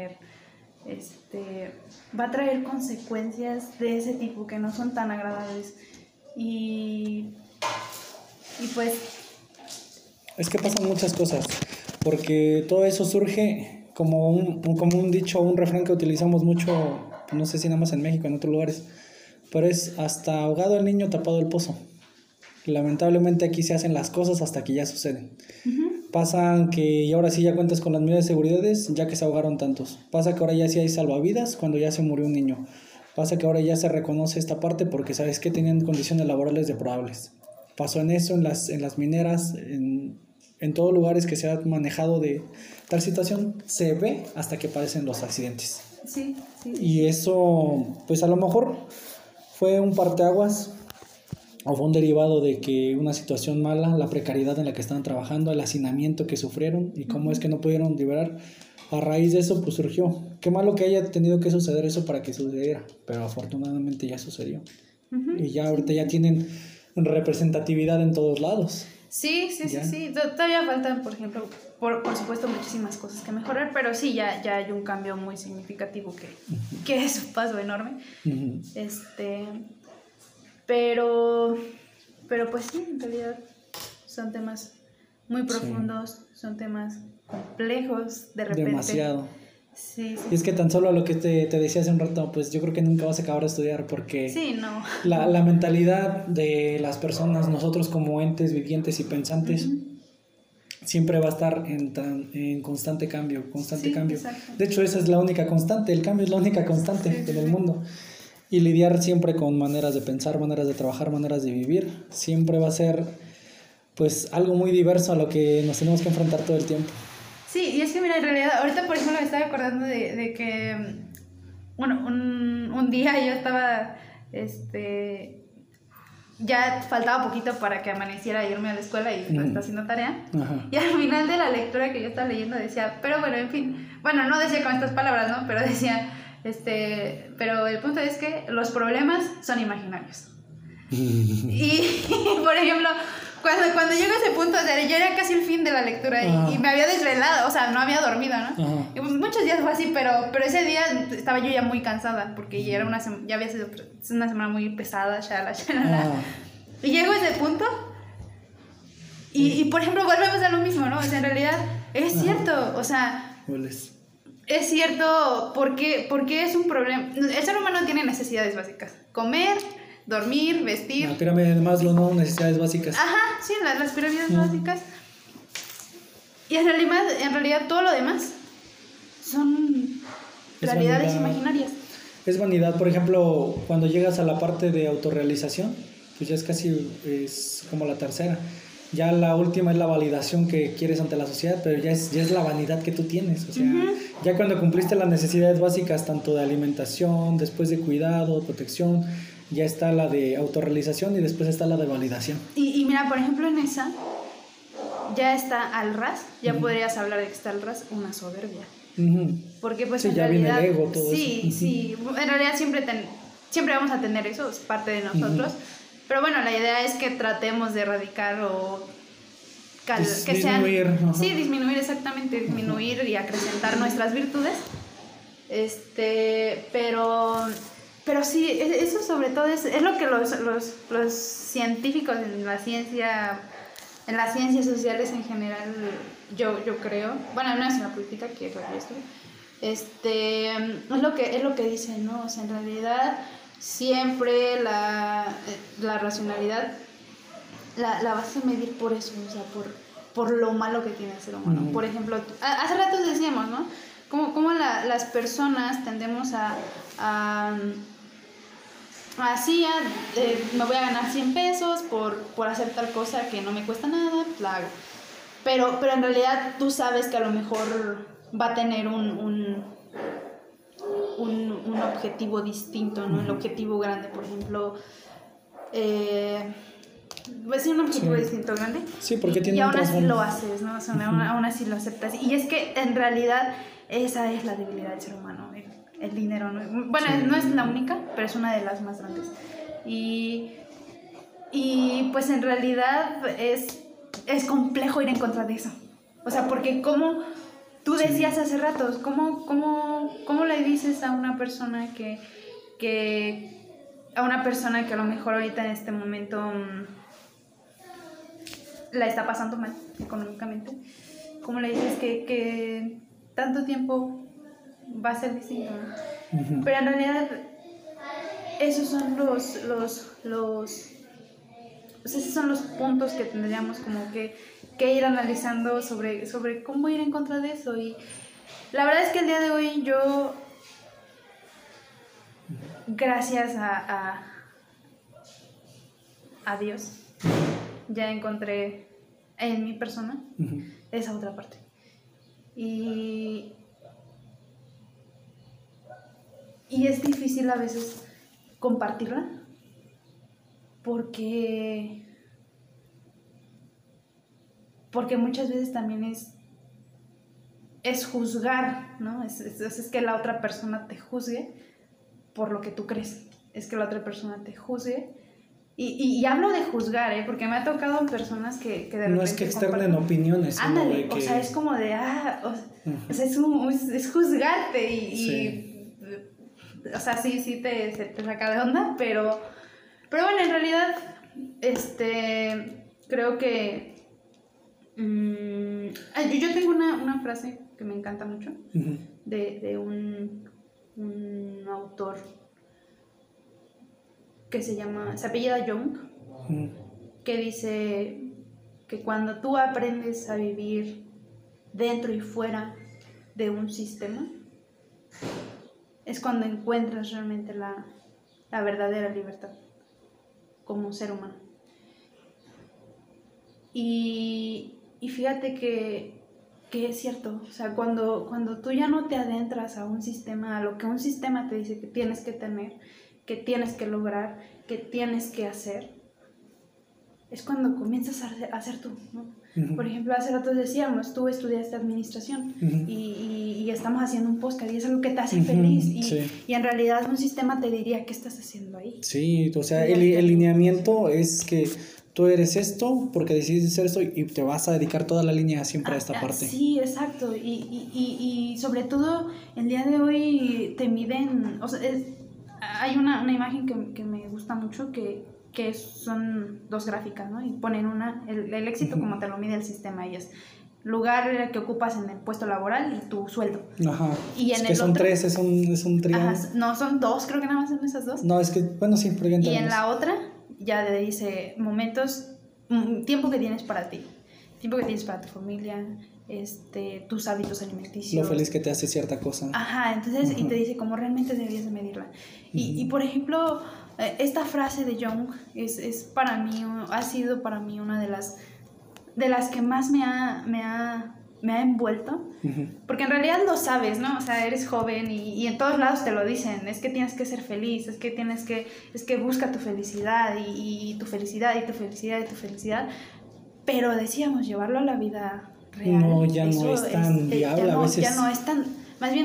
a traer consecuencias de ese tipo que no son tan agradables. Y pues... Es que pasan muchas cosas, porque todo eso surge como un dicho, un refrán que utilizamos mucho, no sé si nada más en México, en otros lugares, pero es hasta ahogado el niño, tapado el pozo. Lamentablemente aquí se hacen las cosas hasta que ya suceden. Pasa que ahora sí ya cuentas con las medidas de seguridad ya que se ahogaron tantos. Pasa que ahora ya sí hay salvavidas cuando ya se murió un niño. Pasa que ahora ya se reconoce esta parte porque sabes que tenían condiciones laborales deplorables. Pasó en eso, en las mineras, en todos lugares que se ha manejado de tal situación, se ve hasta que padecen los accidentes. Sí. Y eso, pues a lo mejor fue un parteaguas o fue un derivado de que una situación mala, la precariedad en la que estaban trabajando, el hacinamiento que sufrieron y cómo es que no pudieron liberar. A raíz de eso, pues surgió. Qué malo que haya tenido que suceder eso para que sucediera, pero afortunadamente ya sucedió. Y ya ahorita ya tienen representatividad en todos lados. Sí. Todavía faltan, por ejemplo, por supuesto, muchísimas cosas que mejorar, pero sí, ya hay un cambio muy significativo que es un paso enorme. Pero pues sí, en realidad son temas muy profundos, son temas complejos, de repente. Demasiado. Sí. Y es que tan solo lo que te decía hace un rato, pues yo creo que nunca vas a acabar de estudiar porque sí, no. la mentalidad de las personas, nosotros como entes vivientes y pensantes, siempre va a estar en constante cambio, cambio. Exacto. De hecho, esa es la única constante, el cambio es la única constante en el mundo. Y lidiar siempre con maneras de pensar, maneras de trabajar, maneras de vivir, siempre va a ser pues algo muy diverso a lo que nos tenemos que enfrentar todo el tiempo. Sí, y es que mira, en realidad, ahorita por ejemplo me estaba acordando de que, bueno, un día yo estaba, ya faltaba poquito para que amaneciera irme a la escuela y estaba haciendo tarea. Ajá. Y al final de la lectura que yo estaba leyendo decía, pero bueno, en fin, bueno, no decía con estas palabras, ¿no? Pero decía, pero el punto es que los problemas son imaginarios. Y, por ejemplo, cuando llego a ese punto, o sea, ya era casi el fin de la lectura y me había desvelado, o sea, no había dormido, ¿no? Y muchos días fue así, pero ese día estaba yo ya muy cansada porque ya había sido una semana muy pesada, y llego a ese punto y por ejemplo, volvemos a lo mismo, ¿no? O sea, en realidad es cierto, o sea... Es cierto, porque es un problema. El ser humano tiene necesidades básicas: comer, dormir, vestir. La pirámide de Maslow, ¿no? Necesidades básicas. Ajá, sí, las pirámides básicas. Y en realidad todo lo demás son realidades imaginarias. Es vanidad. Por ejemplo, cuando llegas a la parte de autorrealización, pues ya es como la tercera. Ya la última es la validación que quieres ante la sociedad, pero ya es la vanidad que tú tienes. O sea, ya cuando cumpliste las necesidades básicas, tanto de alimentación, después de cuidado, de protección, ya está la de autorrealización y después está la de validación. Y mira, por ejemplo, en esa, ya está al ras, ya podrías hablar de que está al ras una soberbia. porque pues sí, en ya realidad... viene el ego, todo sí, eso. Sí, en realidad siempre vamos a tener eso, es parte de nosotros, pero bueno, la idea es que tratemos de erradicar o... disminuir. Sí, disminuir, exactamente, disminuir y acrecentar nuestras virtudes. Pero sí, eso sobre todo es lo que los científicos en las ciencias sociales en general, yo creo, bueno, al menos en la política, que es lo que yo estudio, es lo que dicen, ¿no? O sea, en realidad siempre la racionalidad la vas a medir por eso, o sea, por lo malo que tiene el ser humano. Por ejemplo, hace rato decíamos, ¿no? Cómo las personas tendemos me voy a ganar 100 pesos por hacer tal cosa que no me cuesta nada, pues la hago. Pero en realidad tú sabes que a lo mejor va a tener un objetivo distinto, ¿no? El objetivo grande, por ejemplo, va a ser un objetivo distinto, grande. Sí, porque y aún así lo haces, ¿no? O sea, aún así lo aceptas. Y es que en realidad esa es la debilidad del ser humano, el dinero, ¿no? Bueno, sí. No es la única, pero es una de las más grandes. Y pues en realidad es complejo ir en contra de eso. O sea, porque como tú decías hace rato, ¿cómo le dices a una persona que a lo mejor ahorita en este momento la está pasando mal económicamente? ¿Cómo le dices que tanto tiempo va a ser distinto, ¿no? Pero en realidad esos son esos son los puntos que tendríamos como que ir analizando sobre cómo ir en contra de eso. Y la verdad es que el día de hoy yo, gracias a Dios, ya encontré en mi persona esa otra parte. Y es difícil a veces compartirla porque muchas veces también es juzgar, ¿no? Es que la otra persona te juzgue por lo que tú crees, es que la otra persona te juzgue. Y hablo de juzgar, porque me ha tocado personas que de repente... No es que externen opiniones. Ándale, o sea, es como de... o sea, es juzgarte sí. O sea, sí te saca de onda, pero bueno, en realidad, creo que... yo tengo una frase que me encanta mucho, de un autor que se apellida Jung, que dice que cuando tú aprendes a vivir dentro y fuera de un sistema, es cuando encuentras realmente la verdadera libertad como ser humano. Y fíjate que es cierto, o sea, cuando tú ya no te adentras a un sistema, a lo que un sistema te dice que tienes que tener, que tienes que lograr, que tienes que hacer, es cuando comienzas a hacer tú, ¿no? Por ejemplo, hace rato decíamos, tú estudiaste administración y estamos haciendo un podcast y es algo que te hace feliz y en realidad un sistema te diría, ¿qué estás haciendo ahí? Sí, o sea, el lineamiento es que tú eres esto porque decidiste ser esto y te vas a dedicar toda la línea siempre a esta parte. Sí, exacto, y sobre todo el día de hoy te miden, o sea, hay una imagen que me gusta mucho que son dos gráficas, ¿no? Y ponen el éxito como te lo mide el sistema, y es lugar que ocupas en el puesto laboral y tu sueldo. Ajá. Y en es que son otro, tres, es un triángulo. Ajá, no, son dos, creo que nada más son esas dos. No, es que, bueno, sí, pero y en la otra ya le dice tiempo que tienes para ti, tiempo que tienes para tu familia, tus hábitos alimenticios, lo feliz que te hace cierta cosa. Ajá, entonces, y te dice cómo realmente deberías de medirla. Y por ejemplo, esta frase de Jung es para mí, ha sido para mí una de las que más me ha envuelto, porque en realidad lo sabes, ¿no? O sea, eres joven y en todos lados te lo dicen, es que tienes que ser feliz, es que busca tu felicidad y tu felicidad y tu felicidad y tu felicidad, pero decíamos, llevarlo a la vida real. No, ya no es tan viable a veces. Ya no es tan, más bien,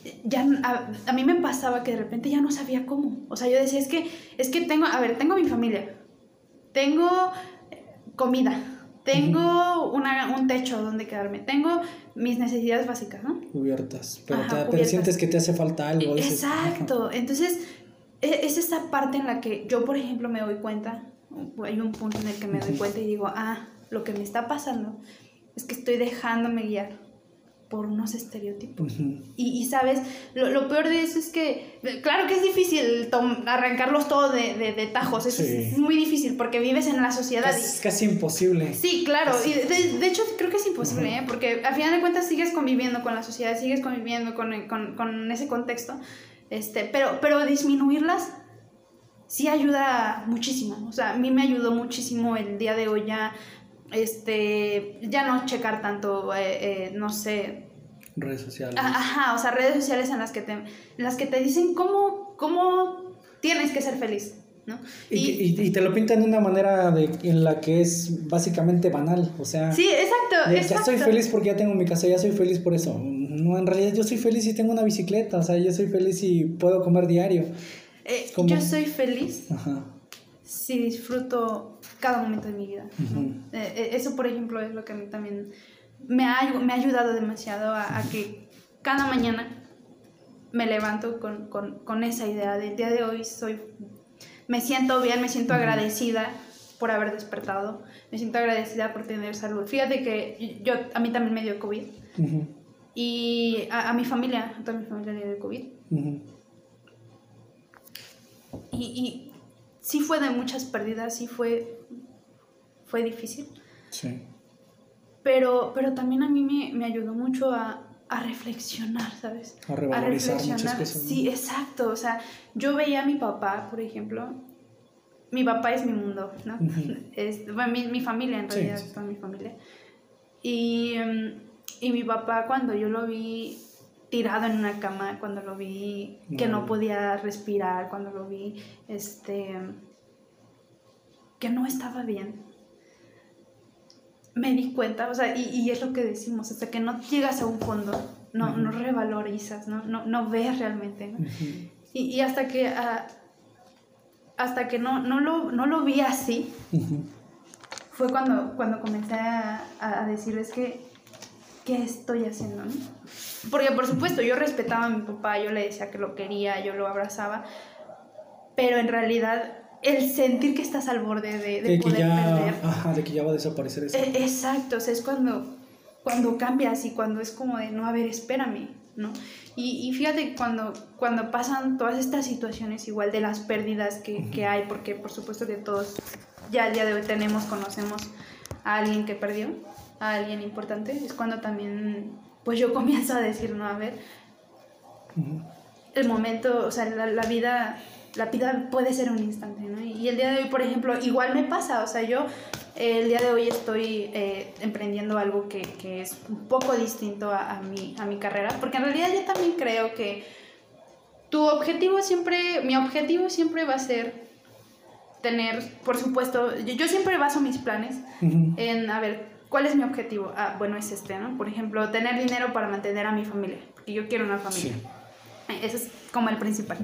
ya a mí me pasaba que de repente ya no sabía cómo. O sea, yo decía, es que tengo mi familia, tengo comida, tengo un techo donde quedarme, tengo mis necesidades básicas, ¿no? Cubiertas, pero sientes que te hace falta algo. Exacto, entonces es esa parte en la que yo, por ejemplo, me doy cuenta, hay un punto en el que me doy cuenta y digo, lo que me está pasando es que estoy dejándome guiar por unos estereotipos. Y sabes, lo peor de eso es que, claro que es difícil arrancarlos todos de tajos, es muy difícil porque vives en la sociedad. Es casi imposible. Sí, claro, y de hecho creo que es imposible, porque al final de cuentas sigues conviviendo con la sociedad, sigues conviviendo con ese contexto, pero disminuirlas sí ayuda muchísimo. O sea, a mí me ayudó muchísimo el día de hoy ya no checar tanto, no sé, redes sociales. O sea, redes sociales en las que te dicen cómo tienes que ser feliz, ¿no? Y te lo pintan de una manera en la que es básicamente banal, o sea... Sí, exacto. Ya soy feliz porque ya tengo mi casa, ya soy feliz por eso. No, en realidad yo soy feliz si tengo una bicicleta, o sea, yo soy feliz si puedo comer diario. Yo soy feliz si disfruto cada momento de mi vida, ¿no? Eso, por ejemplo, es lo que a mí también me ha ayudado demasiado a que cada mañana me levanto con esa idea del día de hoy. Me siento bien, me siento agradecida por haber despertado, me siento agradecida por tener salud. Fíjate que a mí también me dio COVID, y a mi familia, a toda mi familia le dio COVID. Y sí fue de muchas pérdidas, sí fue difícil. Sí. Pero también a mí me ayudó mucho a reflexionar, ¿sabes? A revalorizar muchas cosas, ¿no? Sí, exacto. O sea, yo veía a mi papá, por ejemplo. Mi papá es mi mundo, ¿no? Mi familia, en realidad, sí. Toda mi familia. Y mi papá, cuando yo lo vi tirado en una cama, cuando lo vi que no podía respirar, cuando lo vi que no estaba bien, me di cuenta, o sea, y es lo que decimos, hasta que no llegas a un fondo, no revalorizas, no ves realmente, ¿no? Y hasta que no lo vi así, fue cuando comencé a decirles ¿qué estoy haciendo, no? Porque por supuesto yo respetaba a mi papá, yo le decía que lo quería, yo lo abrazaba, pero en realidad el sentir que estás al borde de poder perder, de que ya va a desaparecer eso. Exacto, o sea, es cuando cambias y cuando es como de no, a ver, espérame, ¿no? Y fíjate que cuando pasan todas estas situaciones igual de las pérdidas que hay, porque por supuesto que todos ya al día de hoy conocemos a alguien que perdió, a alguien importante, es cuando también pues yo comienzo a decir, no, a ver, el momento, o sea, la vida puede ser un instante, ¿no? Y el día de hoy, por ejemplo, igual me pasa, o sea, yo el día de hoy estoy emprendiendo algo que es un poco distinto a mi carrera, porque en realidad yo también creo que mi objetivo siempre va a ser tener, por supuesto, yo siempre baso mis planes en, a ver, ¿cuál es mi objetivo? Bueno, es ¿no? Por ejemplo, tener dinero para mantener a mi familia, porque yo quiero una familia. Sí. Ese es como el principal.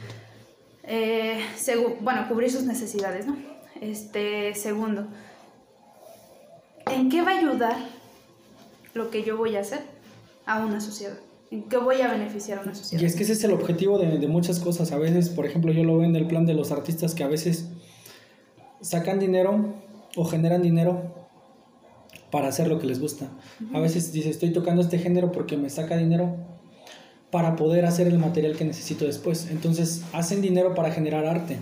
Cubrir sus necesidades, ¿no? Segundo, ¿en qué va a ayudar lo que yo voy a hacer a una sociedad? ¿En qué voy a beneficiar a una sociedad? Y es que ese es el objetivo de muchas cosas. A veces, por ejemplo, yo lo veo en el plan de los artistas que a veces sacan dinero o generan dinero para hacer lo que les gusta. A veces dice, estoy tocando este género porque me saca dinero para poder hacer el material que necesito después. Entonces, hacen dinero para generar arte,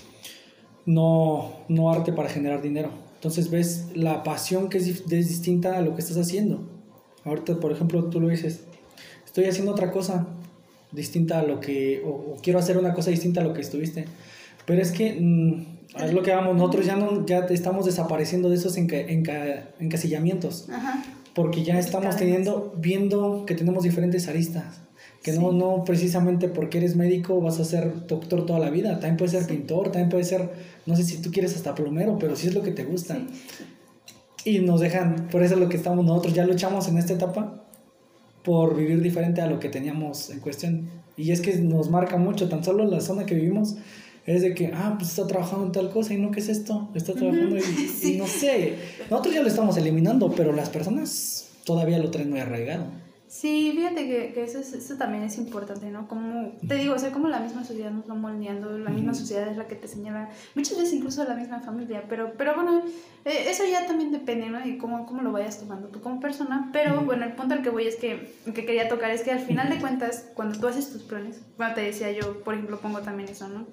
no arte para generar dinero. Entonces, ves la pasión que es distinta a lo que estás haciendo. Ahorita, por ejemplo, tú lo dices, estoy haciendo otra cosa distinta a lo que... o quiero hacer una cosa distinta a lo que estuviste. Pero es que... es lo que vamos, nosotros ya estamos desapareciendo de esos encasillamientos. Porque ya estamos viendo que tenemos diferentes aristas. Que no precisamente porque eres médico vas a ser doctor toda la vida. También puedes ser pintor, también puedes ser, no sé si tú quieres hasta plomero, pero si es lo que te gusta. Y nos dejan, por eso es lo que estamos nosotros, ya luchamos en esta etapa por vivir diferente a lo que teníamos en cuestión. Y es que nos marca mucho, tan solo la zona que vivimos es de que, pues está trabajando en tal cosa y no, ¿qué es esto? Está trabajando y no sé, nosotros ya lo estamos eliminando, pero las personas todavía lo traen muy arraigado. Sí, fíjate que eso también es importante, ¿no? Como te digo, o sea, como la misma sociedad nos va moldeando, la misma sociedad es la que te señala, muchas veces incluso la misma familia, pero bueno, eso ya también depende, ¿no? Y cómo lo vayas tomando tú como persona, pero bueno, el punto al que voy es que quería tocar es que al final de cuentas, cuando tú haces tus planes, bueno, te decía yo, por ejemplo, pongo también eso, ¿no?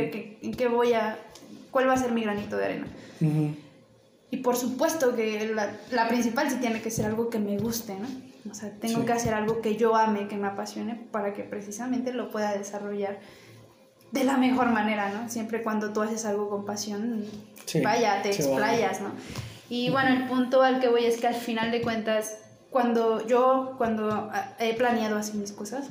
¿Cuál va a ser mi granito de arena? Y por supuesto que la principal sí tiene que ser algo que me guste, ¿no? O sea, tengo que hacer algo que yo ame, que me apasione, para que precisamente lo pueda desarrollar de la mejor manera, ¿no? Siempre cuando tú haces algo con pasión, vaya, te explayas, ¿no? Y bueno, el punto al que voy es que al final de cuentas, cuando he planeado así mis cosas,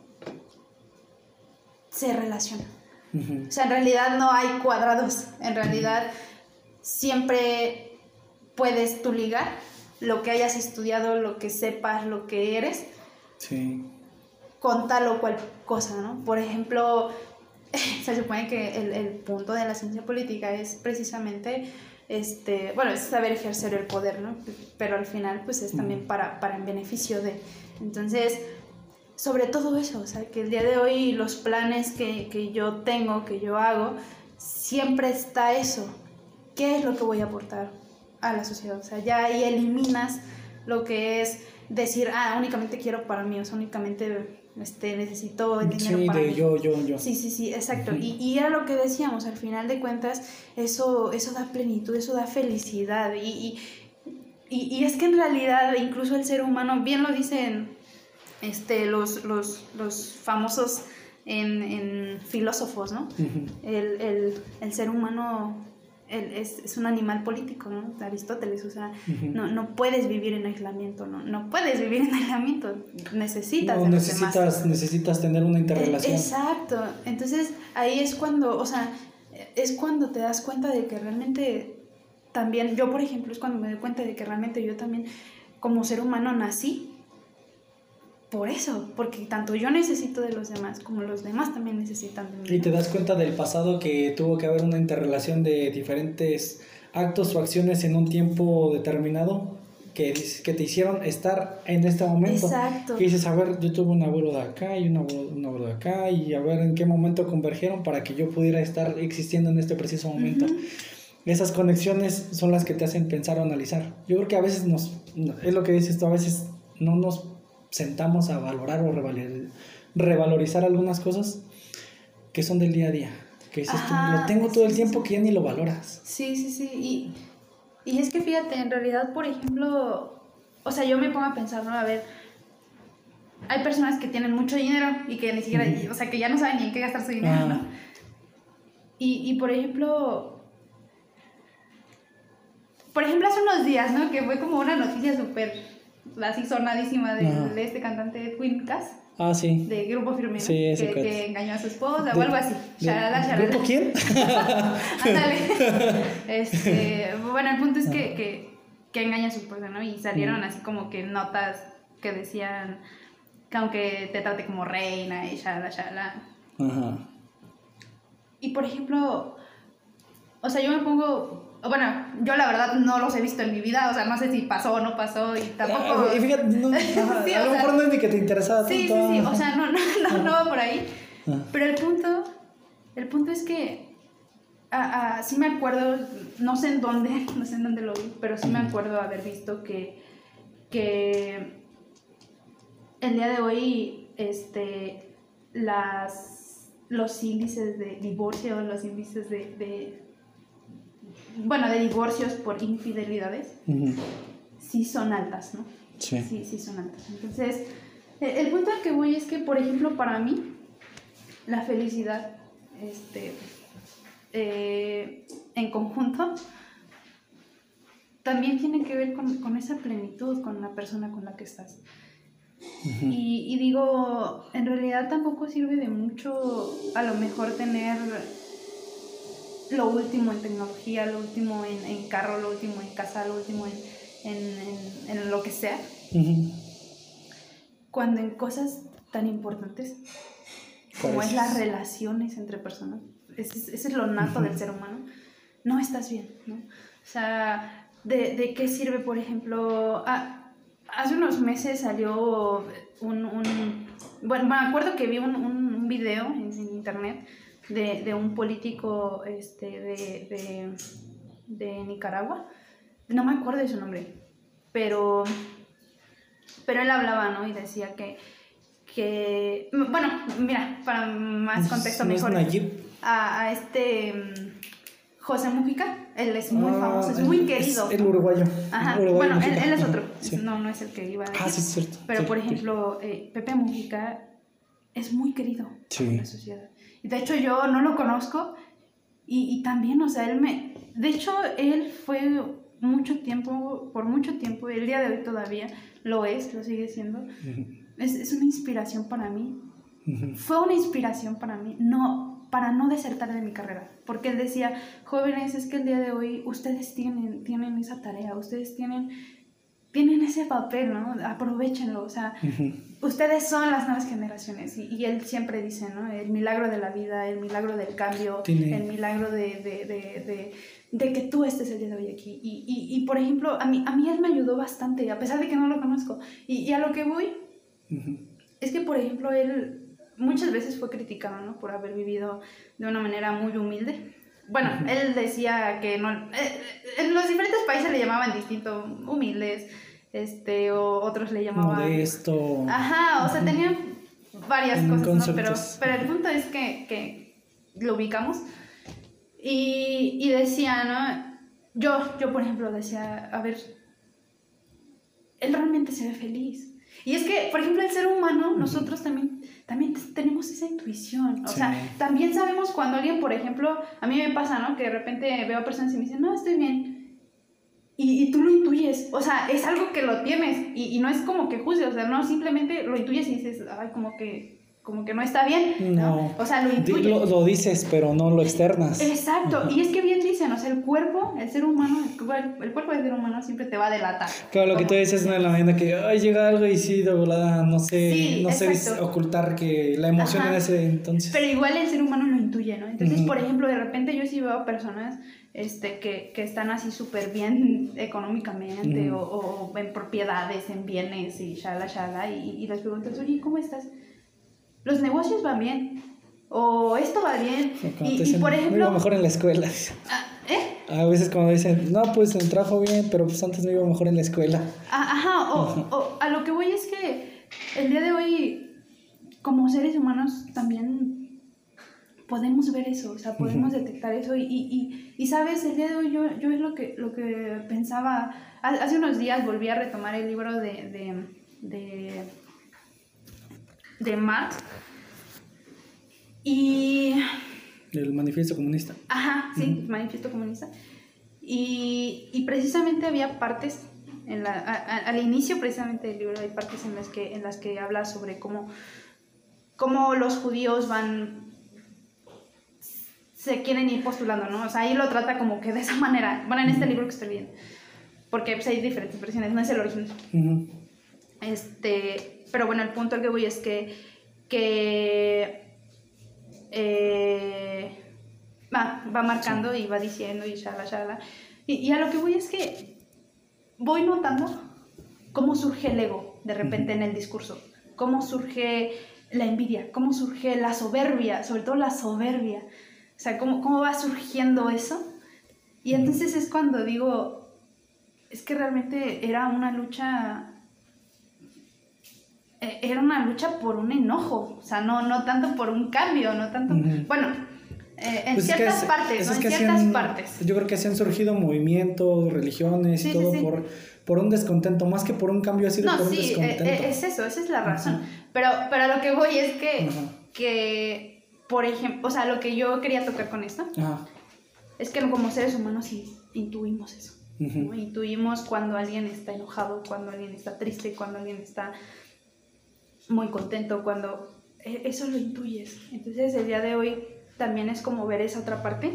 se relaciona. O sea, en realidad no hay cuadrados, en realidad siempre puedes tú ligar lo que hayas estudiado, lo que sepas, lo que eres, con tal o cual cosa, ¿no? Por ejemplo, se supone que el punto de la ciencia política es precisamente, es saber ejercer el poder, ¿no? Pero al final, pues es también para en beneficio de... Entonces, sobre todo eso, o sea, que el día de hoy los planes que yo tengo, que yo hago, siempre está eso. ¿Qué es lo que voy a aportar a la sociedad? O sea, ya ahí eliminas lo que es decir, únicamente quiero para mí, o sea, únicamente necesito el dinero para mí. Yo. Sí, exacto. Y era lo que decíamos, al final de cuentas, eso da plenitud, eso da felicidad. Y es que en realidad, incluso el ser humano, bien lo dicen los famosos en filósofos, ¿no? El ser humano es un animal político, ¿no? Aristóteles, o sea, no puedes vivir en aislamiento, no puedes vivir en aislamiento, necesitas de los demás. Necesitas tener una interrelación. Exacto, entonces ahí es cuando, o sea, es cuando te das cuenta de que realmente también, yo por ejemplo, es cuando me doy cuenta de que realmente yo también como ser humano nací por eso, porque tanto yo necesito de los demás como los demás también necesitan de mí. Y te das cuenta del pasado, que tuvo que haber una interrelación de diferentes actos o acciones en un tiempo determinado que te hicieron estar en este momento. Exacto. Y dices, a ver, yo tuve un abuelo de acá y un abuelo de acá, y a ver en qué momento convergieron para que yo pudiera estar existiendo en este preciso momento. Esas conexiones son las que te hacen pensar o analizar. Yo creo que a veces es lo que dices tú, a veces no nos sentamos a valorar o revalorizar algunas cosas que son del día a día, que dices tú, lo tengo todo el tiempo que ya ni lo valoras. Sí, y es que fíjate, en realidad, por ejemplo, o sea, yo me pongo a pensar, ¿no? A ver, hay personas que tienen mucho dinero y que ni siquiera, o sea, que ya no saben ni en qué gastar su dinero, ¿no? Y por ejemplo, hace unos días, ¿no? Que fue como una noticia súper así sonadísima de este cantante Edwin Cass. Sí. De Grupo Firme, ¿no? Sí, que engañó a su esposa o algo así. ¿Grupo quién? Ándale. Bueno, el punto es que engaña a su esposa, ¿no? Y salieron así como que notas que decían que aunque te trate como reina y shalala. Y por ejemplo, o sea, yo me pongo... Bueno, yo la verdad no los he visto en mi vida, o sea, no sé si pasó o no pasó y tampoco... Y fíjate, sí, a lo mejor no es ni que te interesaba tanto. Sí, o sea, no va por ahí. Pero el punto es que sí me acuerdo, no sé en dónde lo vi, pero sí me acuerdo haber visto que el día de hoy los índices de divorcio, los índices de divorcios por infidelidades, sí son altas, ¿no? Sí son altas. Entonces, el punto al que voy es que, por ejemplo, para mí, la felicidad, en conjunto, también tiene que ver con esa plenitud, con la persona con la que estás. Y digo, en realidad tampoco sirve de mucho, a lo mejor, tener lo último en tecnología, lo último en carro, lo último en casa, lo último en lo que sea. cuando en cosas tan importantes como es las relaciones entre personas, ese es lo nato del ser humano, no estás bien, ¿no? O sea, ¿de qué sirve, por ejemplo? Hace unos meses salió bueno, me acuerdo que vi un video en internet de un político de Nicaragua, no me acuerdo de su nombre, pero él hablaba, ¿no? Y decía que bueno, mira, para más contexto mejor, a José Mujica, él es muy famoso, es muy querido. Es el uruguayo. Ajá. Uruguayo bueno, Mujica. él es otro, Sí. no es el que iba a decir. Sí, es cierto. Pero, sí, por ejemplo, Pepe Mujica es muy querido en la sociedad. Y de hecho, yo no lo conozco y también, o sea, de hecho, él fue por mucho tiempo, el día de hoy todavía lo sigue siendo. Es una inspiración para mí. Fue una inspiración para mí, para no desertar de mi carrera, porque él decía, jóvenes, es que el día de hoy ustedes tienen esa tarea, ustedes tienen ese papel, ¿no? Aprovechenlo, o sea, ustedes son las nuevas generaciones, y él siempre dice, ¿no? El milagro de la vida, el milagro del cambio, el milagro de que tú estés el día de hoy aquí, y por ejemplo, a mí él me ayudó bastante, a pesar de que no lo conozco, y a lo que voy, es que, por ejemplo, él muchas veces fue criticado, ¿no? Por haber vivido de una manera muy humilde. Bueno, él decía que no... en los diferentes países le llamaban distinto, humildes, o otros le llamaban... modesto. Ajá, o sea, tenían varias cosas, ¿no? Pero el punto es que lo ubicamos. Y decía, ¿no? Yo, por ejemplo, decía, a ver, él realmente se ve feliz. Y es que, por ejemplo, el ser humano, nosotros también tenemos esa intuición. O sea, también sabemos cuando alguien, por ejemplo, a mí me pasa, ¿no? Que de repente veo a personas y me dicen, no, estoy bien. Y tú lo intuyes. O sea, es algo que lo tienes. Y no es como que juzgues, o sea, no, simplemente lo intuyes y dices, ay, como que no está bien, ¿no? O sea, lo intuyes. Lo dices, pero no lo externas. Exacto. Y es que bien dicen, o sea, el cuerpo del ser humano siempre te va a delatar. Claro, lo que tú dices en la mañana, que ay, llega algo y sí, de volada, no sé ocultar que la emoción en ese entonces. Pero igual el ser humano lo intuye, ¿no? Entonces, por ejemplo, de repente yo sí veo personas que están así súper bien económicamente, o en propiedades, en bienes y shala, y les preguntas, oye, ¿cómo estás? Los negocios van bien, o esto va bien, y por ejemplo... Me iba mejor en la escuela. A veces cuando dicen, no, pues el trabajo bien, pero pues antes me iba mejor en la escuela. O a lo que voy es que el día de hoy, como seres humanos, también podemos ver eso, o sea, podemos detectar eso, y sabes, el día de hoy yo es lo que pensaba, hace unos días volví a retomar el libro de Marx, y... El manifiesto comunista. Ajá, sí, manifiesto comunista. Y precisamente había partes, al inicio precisamente del libro hay partes en las que habla sobre cómo los judíos se quieren ir postulando, ¿no? O sea, ahí lo trata como que de esa manera, bueno, en este libro que estoy viendo, porque pues, hay diferentes versiones, no es el original. Pero bueno, el punto al que voy es que va marcando y va diciendo y shala. Y a lo que voy es que voy notando cómo surge el ego de repente en el discurso, cómo surge la envidia, cómo surge la soberbia, sobre todo la soberbia, o sea, cómo va surgiendo eso. Y entonces es cuando digo, es que realmente era una lucha por un enojo, o sea, no tanto por un cambio, no tanto, bueno, en pues ciertas partes, ¿no? En ciertas partes. Yo creo que se han surgido movimientos, religiones y todo por un descontento, más que por un cambio, ha sido por un descontento. Es eso, esa es la razón. Pero a lo que voy es que, por ejemplo, o sea, lo que yo quería tocar con esto es que como seres humanos sí intuimos eso, ¿no? Intuimos cuando alguien está enojado, cuando alguien está triste, cuando alguien está muy contento, cuando eso lo intuyes. Entonces el día de hoy también es como ver esa otra parte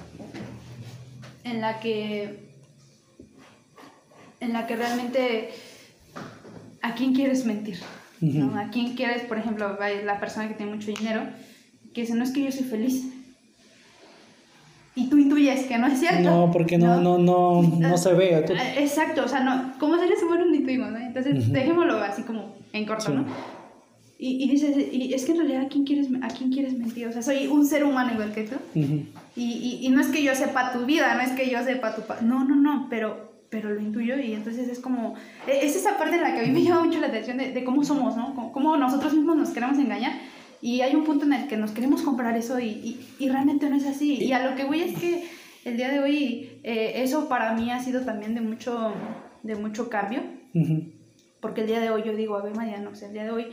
en la que realmente ¿a quién quieres mentir? ¿no? ¿A quién quieres? Por ejemplo, la persona que tiene mucho dinero, que dice, no, es que yo soy feliz. Y tú intuyes que no es cierto. No, porque no se ve. Exacto, o sea, no, como seres humanos no intuimos, ¿no? Entonces, dejémoslo así como en corto, ¿no? Y dices, y es que en realidad, ¿a quién quieres mentir? O sea, soy un ser humano igual que tú. Y no es que yo sepa tu vida, no es que yo sepa tu... No, pero lo intuyo, y entonces es como... Es esa parte en la que a mí me llama mucho la atención de cómo somos, ¿no? Cómo nosotros mismos nos queremos engañar. Y hay un punto en el que nos queremos comprar eso y realmente no es así. Y a lo que voy es que el día de hoy eso para mí ha sido también de mucho cambio. Porque el día de hoy yo digo, a ver, Mariano, o sea, el día de hoy,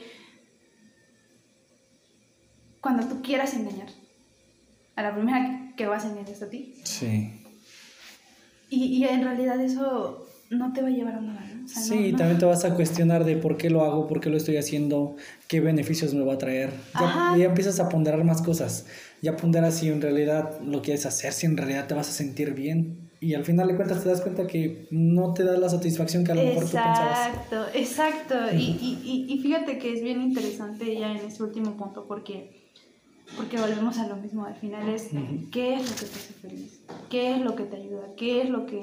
cuando tú quieras engañar, a la primera que vas a engañar es a ti. Sí. Y en realidad eso no te va a llevar a nada, ¿no? O sea, sí, también te vas a cuestionar de por qué lo hago, por qué lo estoy haciendo, qué beneficios me va a traer. Ya empiezas a ponderar más cosas. Ya ponderas si en realidad lo quieres hacer, si en realidad te vas a sentir bien. Y al final de cuentas te das cuenta que no te da la satisfacción que a lo mejor tú pensabas. Exacto. Y fíjate que es bien interesante ya en este último punto porque volvemos a lo mismo. Al final es qué es lo que te hace feliz, qué es lo que te ayuda, qué es lo que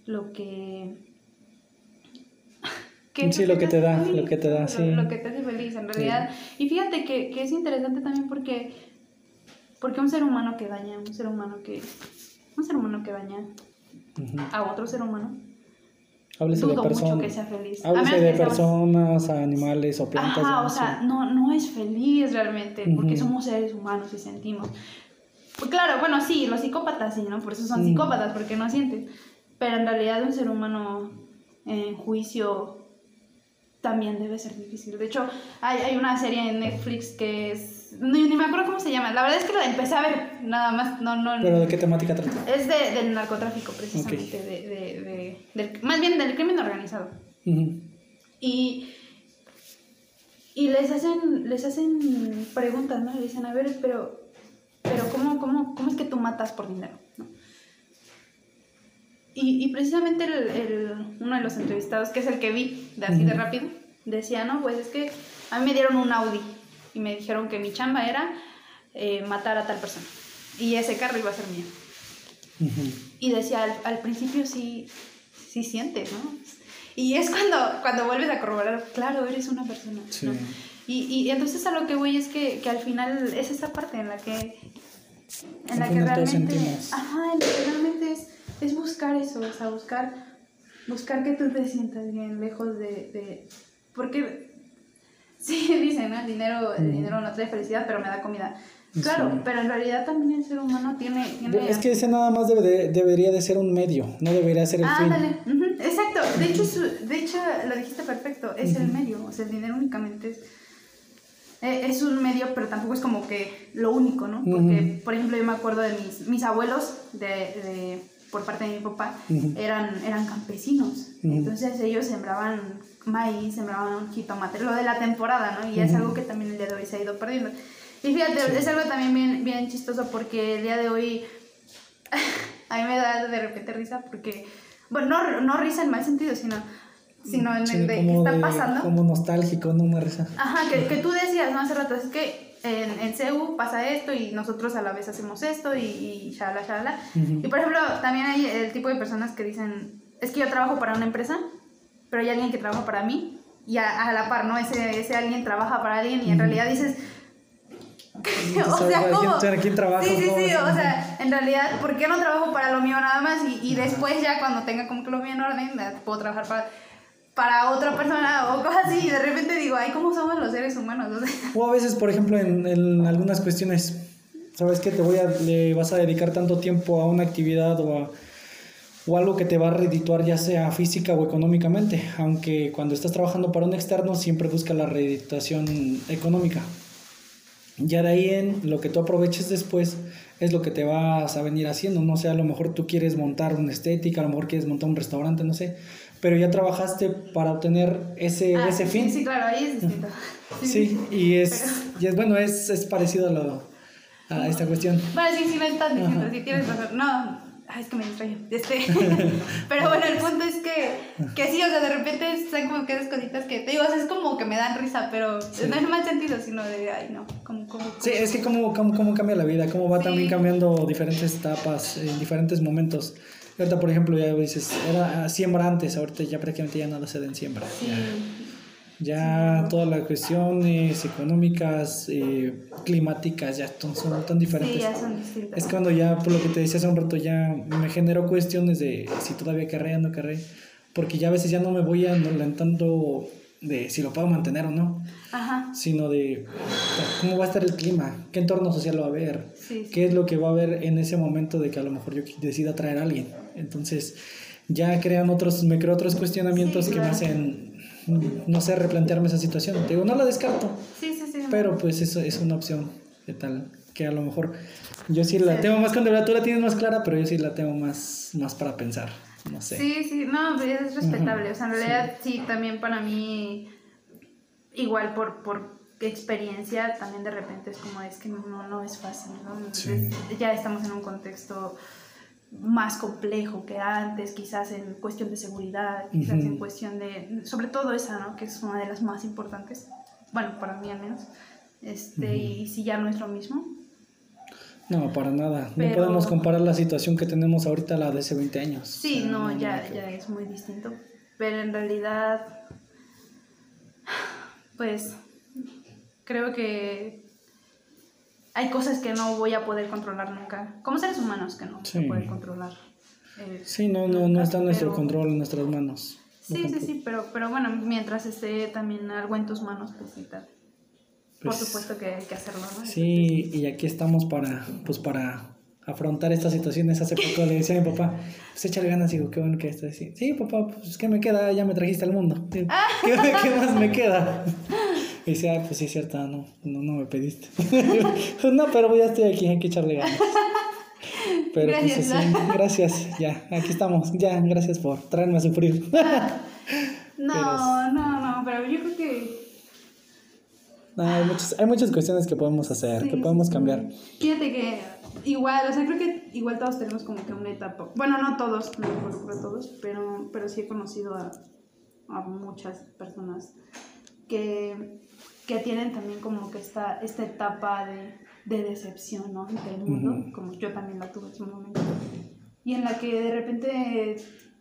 sí, lo que te da, sí. Lo que te hace feliz, en realidad. Sí. Y fíjate que es interesante también porque un ser humano que daña, un ser humano que daña a otro ser humano, háblese dudo de mucho que sea feliz. Háblese de personas, animales o plantas. O sea, no es feliz realmente, porque somos seres humanos y sentimos. Pues claro, bueno, sí, los psicópatas sí, ¿no? Por eso son psicópatas, porque no sienten. Pero en realidad un ser humano en juicio también debe ser difícil. De hecho, hay una serie en Netflix que es... ni me acuerdo cómo se llama. La verdad es que la empecé a ver, nada más. No. ¿Pero de qué temática trata? Es del narcotráfico, precisamente. Más bien del crimen organizado. Y les hacen preguntas, ¿no? Le dicen, a ver, pero ¿cómo es que tú matas por dinero? ¿No? Y precisamente uno de los entrevistados, que es el que vi de así de rápido, decía, no, pues es que a mí me dieron un Audi y me dijeron que mi chamba era matar a tal persona y ese carro iba a ser mío. Y decía, al principio sí sientes, ¿no? Y es cuando vuelves a corroborar, claro, eres una persona, sí. ¿No? Y entonces a lo que voy es que al final es esa parte en la que realmente es buscar eso, o sea, buscar que tú te sientas bien, lejos de porque sí dicen, ¿no? El dinero no trae felicidad, pero me da comida. Claro, sí. Pero en realidad también el ser humano tiene... Es que ese nada más debería de ser un medio, no debería ser el fin. Dale. Exacto, de hecho lo dijiste perfecto, es el medio, o sea, el dinero únicamente es un medio, pero tampoco es como que lo único, ¿no? Porque, por ejemplo, yo me acuerdo de mis abuelos, por parte de mi papá, eran campesinos, entonces ellos sembraban maíz, sembraban jitomate, lo de la temporada, ¿no? Y es algo que también el día de hoy se ha ido perdiendo. Y fíjate, es algo también bien chistoso porque el día de hoy a mí me da de repente risa porque, bueno, no risa en mal sentido, sino en el de que está pasando. Como nostálgico, no una risa. Ajá, que tú decías, ¿no? Hace rato, es que en CEU pasa esto y nosotros a la vez hacemos esto y shalala. Y por ejemplo, también hay el tipo de personas que dicen, es que yo trabajo para una empresa, pero hay alguien que trabaja para mí y a la par, ¿no? Ese alguien trabaja para alguien y en realidad dices... o sea, ¿cómo? ¿Quién trabaja? Sí, o sea, en realidad, ¿por qué no trabajo para lo mío nada más? Y después ya cuando tenga como que lo mío en orden, puedo trabajar para otra persona o cosas así, y de repente digo, ay, ¿cómo somos los seres humanos? O sea, o a veces, por ejemplo, en algunas cuestiones, ¿sabes qué? Le vas a dedicar tanto tiempo a una actividad o algo que te va a redituar, ya sea física o económicamente, aunque cuando estás trabajando para un externo siempre busca la redituación económica. Ya de ahí en lo que tú aproveches después es lo que te vas a venir haciendo, no sé, a lo mejor tú quieres montar una estética, a lo mejor quieres montar un restaurante, no sé, pero ya trabajaste para obtener ese fin. Sí, claro, ahí es distinto. Sí, y es parecido a esta cuestión. Bueno, sí, me estás diciendo, si quieres razón. No, Ay, es que me distraigo. Pero bueno, el punto es que sí, o sea, de repente son como que esas cositas que te digo, o sea, es como que me dan risa, pero no en mal sentido, sino de, ay, no, como. Sí, es que cómo cambia la vida, cómo va también cambiando diferentes etapas, en diferentes momentos. Ahorita, por ejemplo, ya dices, era siembra antes, ahorita ya prácticamente ya nada se da en siembra. Sí. Ya todas las cuestiones económicas, climáticas, ya son tan diferentes. Sí, ya son distintas. Es cuando ya, por lo que te decía hace un rato, ya me generó cuestiones de si todavía querré o no querré, porque ya a veces ya no me voy tanto de si lo puedo mantener o no, Ajá. sino de cómo va a estar el clima, qué entorno social va a haber, sí. qué es lo que va a haber en ese momento de que a lo mejor yo decida traer a alguien. Entonces ya me creo otros cuestionamientos que me hacen, no sé, replantearme esa situación. Te digo, no la descarto, sí. pero pues eso es una opción de tal que a lo mejor yo sí la tengo más cuando tú la tienes más clara, pero yo sí la tengo más para pensar, no sé. Sí, no, es respetable. O sea, en realidad sí, también para mí, igual por experiencia, también de repente es como, es que no es fácil, ¿no? Sí. Ya estamos en un contexto más complejo que antes, quizás en cuestión de seguridad, quizás en cuestión de, sobre todo esa, ¿no? Que es una de las más importantes, bueno, para mí al menos, y si ya no es lo mismo. No, para nada, no podemos comparar la situación que tenemos ahorita a la de hace 20 años. Sí, o sea, ya es muy distinto, pero en realidad, pues, creo que hay cosas que no voy a poder controlar nunca, como seres humanos que no se pueden controlar. Sí, no está en nuestro control, en nuestras manos. Sí, pero bueno, mientras esté también algo en tus manos, pues sí, por supuesto que hay que hacerlo, ¿no? Sí, y aquí estamos para afrontar estas situaciones. Hace poco le decía a mi papá, pues échale ganas, digo, qué bueno que estás así. Sí, papá, pues ¿qué me queda? Ya me trajiste al mundo. ¿Qué más me queda? Y dice, pues sí, es cierto, no me pediste. No, pero ya estoy aquí, hay que echarle ganas. Pero gracias, pues así, gracias, ya, aquí estamos, ya, gracias por traerme a sufrir. Pero yo creo que... No, hay muchas cuestiones que podemos hacer, que podemos cambiar. Fíjate que igual, o sea, creo que igual todos tenemos como que una etapa, bueno, no todos, no involucro a todos, pero sí he conocido a muchas personas que tienen también como que esta etapa de decepción, ¿no? Del mundo, como yo también la tuve en su momento, y en la que de repente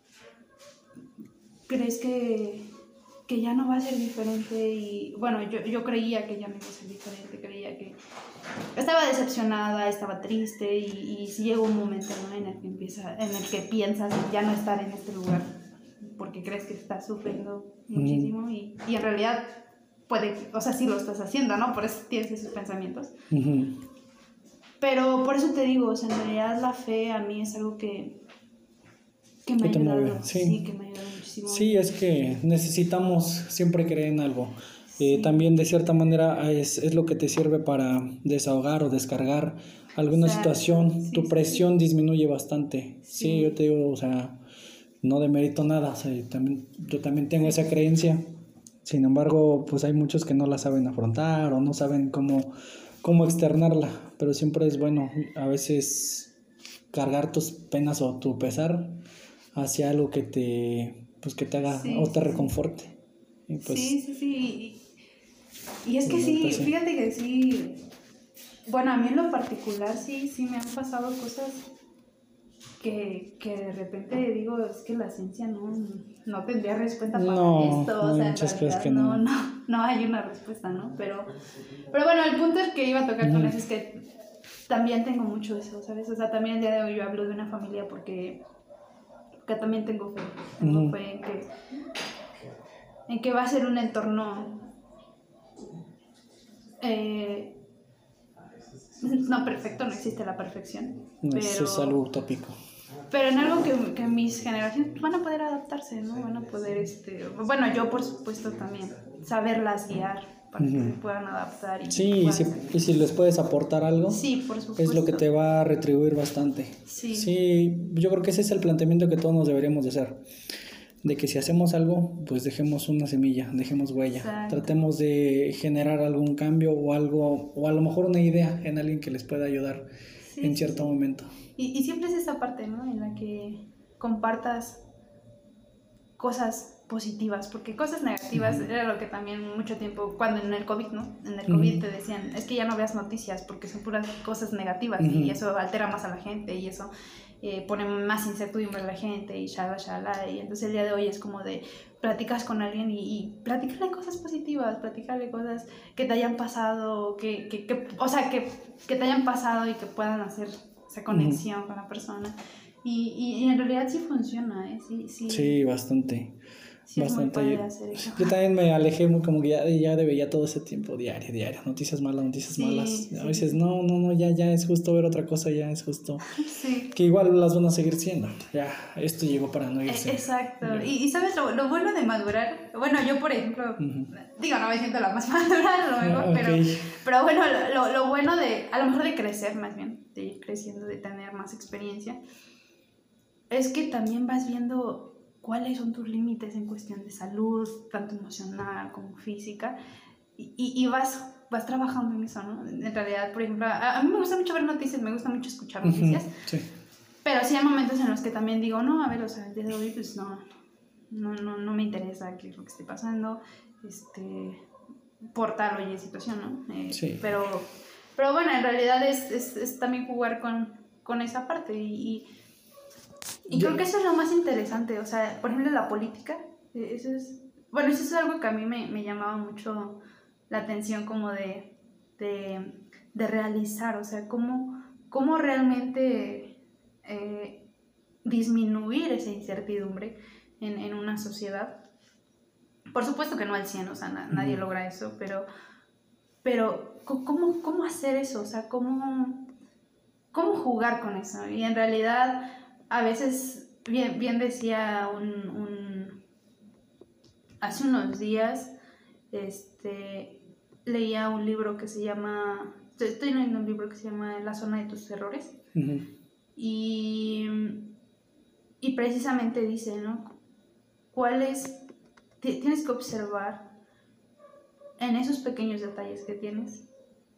crees que ya no va a ser diferente, y bueno, yo creía que ya no iba a ser diferente, creía que estaba decepcionada, estaba triste, y sí llegó un momento, ¿no? en el que piensas ya no estar en este lugar porque crees que estás sufriendo muchísimo, y en realidad o sea, sí lo estás haciendo, ¿no? Por eso tienes esos pensamientos. Pero por eso te digo, o sea, en realidad la fe a mí es algo que me ha ayudado. Sí, que me ha ayudado muchísimo. Sí, es que necesitamos siempre creer en algo. También de cierta manera es lo que te sirve para desahogar o descargar alguna situación. Tu presión disminuye bastante. Sí, yo te digo, o sea, no demerito nada. O sea, yo también tengo esa creencia. Sin embargo, pues hay muchos que no la saben afrontar o no saben cómo externarla, pero siempre es bueno a veces cargar tus penas o tu pesar hacia algo que te haga o te reconforte. Y pues, sí. Y es que sí, fíjate que sí, bueno, a mí en lo particular sí me han pasado cosas que de repente digo, es que la ciencia no tendría respuesta para esto, o sea, muchas cosas que no hay una respuesta, ¿no? Pero bueno, el punto es que iba a tocar con eso es que también tengo mucho eso, ¿sabes? O sea, también el día de hoy yo hablo de una familia porque también tengo fe en que va a ser un entorno no perfecto, no existe la perfección, pero eso es algo utópico. Pero en algo que mis generaciones van a poder adaptarse, ¿no? Van a poder, bueno, yo por supuesto también, saberlas guiar para que se puedan adaptar. Y si les puedes aportar algo, sí, por supuesto, es lo que te va a retribuir bastante. Sí, yo creo que ese es el planteamiento que todos nos deberíamos de hacer. De que si hacemos algo, pues dejemos una semilla, dejemos huella. Exacto. Tratemos de generar algún cambio o algo, o a lo mejor una idea en alguien que les pueda ayudar. en cierto momento. Y siempre es esa parte, ¿no? En la que compartas cosas positivas, porque cosas negativas era lo que también mucho tiempo, cuando en el COVID, ¿no? En el COVID te decían, es que ya no veas noticias porque son puras cosas negativas y eso altera más a la gente y eso pone más incertidumbre a la gente y shala, y entonces el día de hoy es como de platicas con alguien y platícale cosas positivas, platícale cosas que te hayan pasado, o sea, que te hayan pasado y que puedan hacer esa conexión con la persona. Y en realidad sí funciona, ¿eh? Sí, bastante. Sí, bastante. Es muy padre hacer eso. Yo también me alejé muy como que ya veía todo ese tiempo diario, noticias malas. A veces no, ya es justo ver otra cosa, ya es justo. Sí. Que igual las van a seguir siendo. Ya, esto llegó para no irse. Exacto. Y ¿sabes lo bueno de madurar? Bueno, yo por ejemplo, digo, no me siento la más madura luego, pero bueno, lo bueno de, a lo mejor de crecer más bien, de ir creciendo, de tener más experiencia, es que también vas viendo cuáles son tus límites en cuestión de salud, tanto emocional como física, y vas trabajando en eso, ¿no? En realidad, por ejemplo, a mí me gusta mucho ver noticias, me gusta mucho escuchar noticias, sí. Pero sí hay momentos en los que también digo, no, a ver, o sea, el día de hoy pues no me interesa qué es lo que esté pasando, por tal o y situación, ¿no? Sí. Pero bueno, en realidad es también jugar con esa parte y creo que eso es lo más interesante, o sea, por ejemplo, la política, eso es algo que a mí me llamaba mucho la atención como de realizar, o sea, cómo realmente disminuir esa incertidumbre en una sociedad. Por supuesto que no al 100, o sea, nadie logra eso, pero ¿cómo hacer eso? O sea, ¿cómo jugar con eso? Y en realidad, a veces, bien decía hace unos días, leía un libro que se llama, estoy leyendo un libro que se llama La zona de tus errores, y precisamente dice, ¿no? Tienes que observar en esos pequeños detalles que tienes,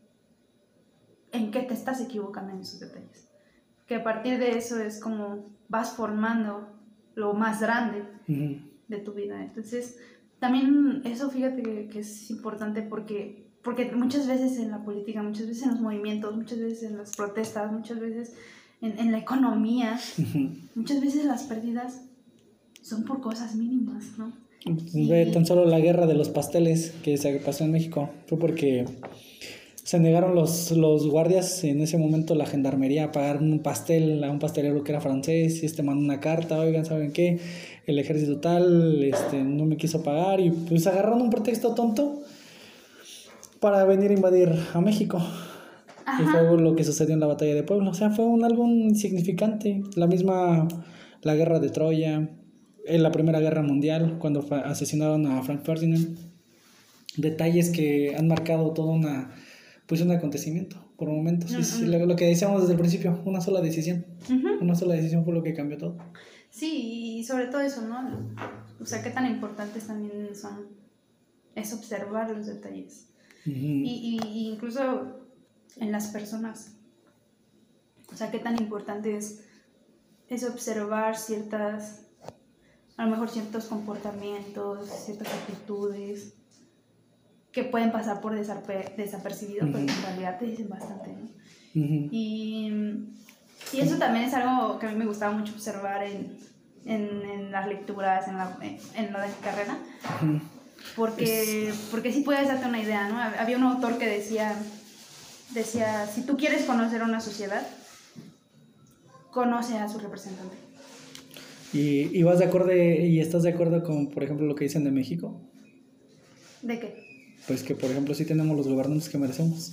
en qué te estás equivocando en esos detalles. Que a partir de eso es como vas formando lo más grande de tu vida. Entonces, también eso fíjate que es importante porque muchas veces en la política, muchas veces en los movimientos, muchas veces en las protestas, muchas veces en la economía, muchas veces las pérdidas son por cosas mínimas, ¿no? Ve tan solo la guerra de los pasteles que se pasó en México. Fue porque se negaron los guardias en ese momento, la gendarmería, a pagar un pastel a un pastelero que era francés, y mandó una carta, oigan, ¿saben qué? El ejército tal no me quiso pagar, y pues agarraron un pretexto tonto para venir a invadir a México. Ajá. Y fue lo que sucedió en la batalla de Puebla. O sea, fue algo insignificante. La guerra de Troya, en la Primera Guerra Mundial, cuando asesinaron a Frank Ferdinand. Detalles que han marcado todo un acontecimiento por momentos. Es lo que decíamos desde el principio, una sola decisión. Una sola decisión fue lo que cambió todo. Sí, y sobre todo eso, ¿no? O sea, qué tan importantes también es observar los detalles. Y incluso en las personas. O sea, qué tan importante es observar a lo mejor ciertos comportamientos, ciertas actitudes que pueden pasar por desapercibidos, pero en realidad te dicen bastante, ¿no? Y eso también es algo que a mí me gustaba mucho observar en las lecturas, en la de mi carrera, porque sí puedes darte una idea, ¿no? Había un autor que decía, si tú quieres conocer una sociedad, conoce a su representante. ¿Y vas de acuerdo y estás de acuerdo con, por ejemplo, lo que dicen de México? ¿De qué? Pues que, por ejemplo, sí tenemos los gobernantes que merecemos.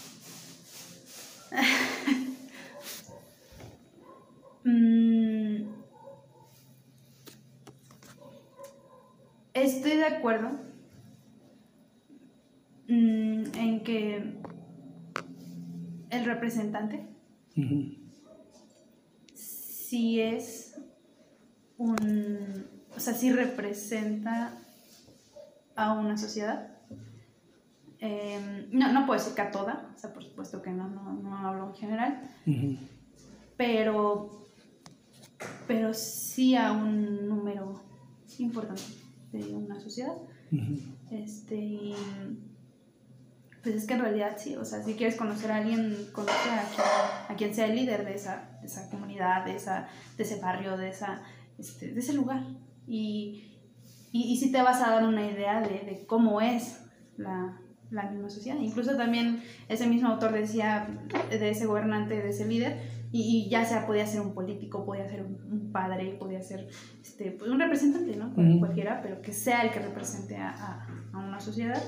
Estoy de acuerdo en que el representante sí es o sea, sí representa a una sociedad. No puedo decir que a toda, o sea, por supuesto que no hablo en general, pero sí a un número importante de una sociedad. Y pues es que en realidad sí, o sea, si quieres conocer a alguien, conoce a quien sea el líder de esa comunidad, de ese barrio, de ese lugar. Y sí te vas a dar una idea de cómo es la misma sociedad. Incluso también ese mismo autor decía de ese gobernante, de ese líder, y ya sea podía ser un político, podía ser un padre, podía ser pues un representante, ¿no? Cualquiera, pero que sea el que represente a una sociedad.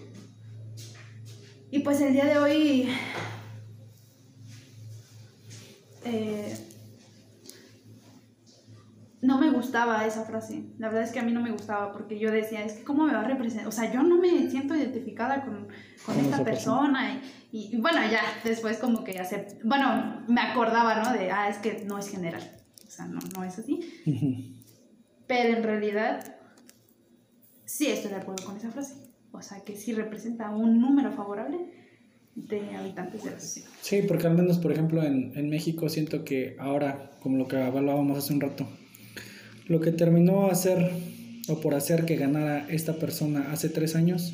Y pues el día de hoy no me gustaba esa frase. La verdad es que a mí no me gustaba, porque yo decía, es que ¿cómo me va a representar? O sea, yo no me siento identificada con esta persona. Y bueno, ya después como que bueno, me acordaba, ¿no? Es que no es general. O sea, no es así. Pero en realidad sí estoy de acuerdo con esa frase. O sea, que sí representa un número favorable de habitantes de la sociedad. Sí, porque al menos, por ejemplo, en México siento que ahora, como lo que hablábamos hace un rato, lo que terminó por hacer que ganara esta persona hace 3 años,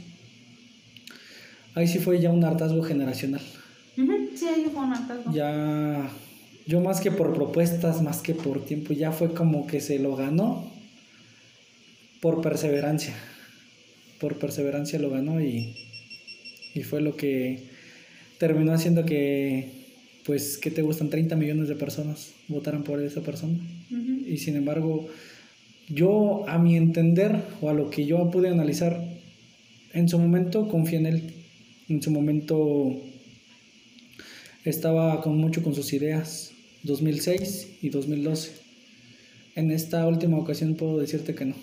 ahí sí fue ya un hartazgo generacional. Sí, ahí fue un hartazgo. Ya, yo más que por propuestas, más que por tiempo, ya fue como que se lo ganó por perseverancia. Por perseverancia lo ganó y fue lo que terminó haciendo que, pues, ¿qué te gustan? 30 millones de personas votaran por esa persona. Y sin embargo, yo, a mi entender, o a lo que yo pude analizar, en su momento confié en él. En su momento estaba mucho con sus ideas, 2006 y 2012. En esta última ocasión puedo decirte que no,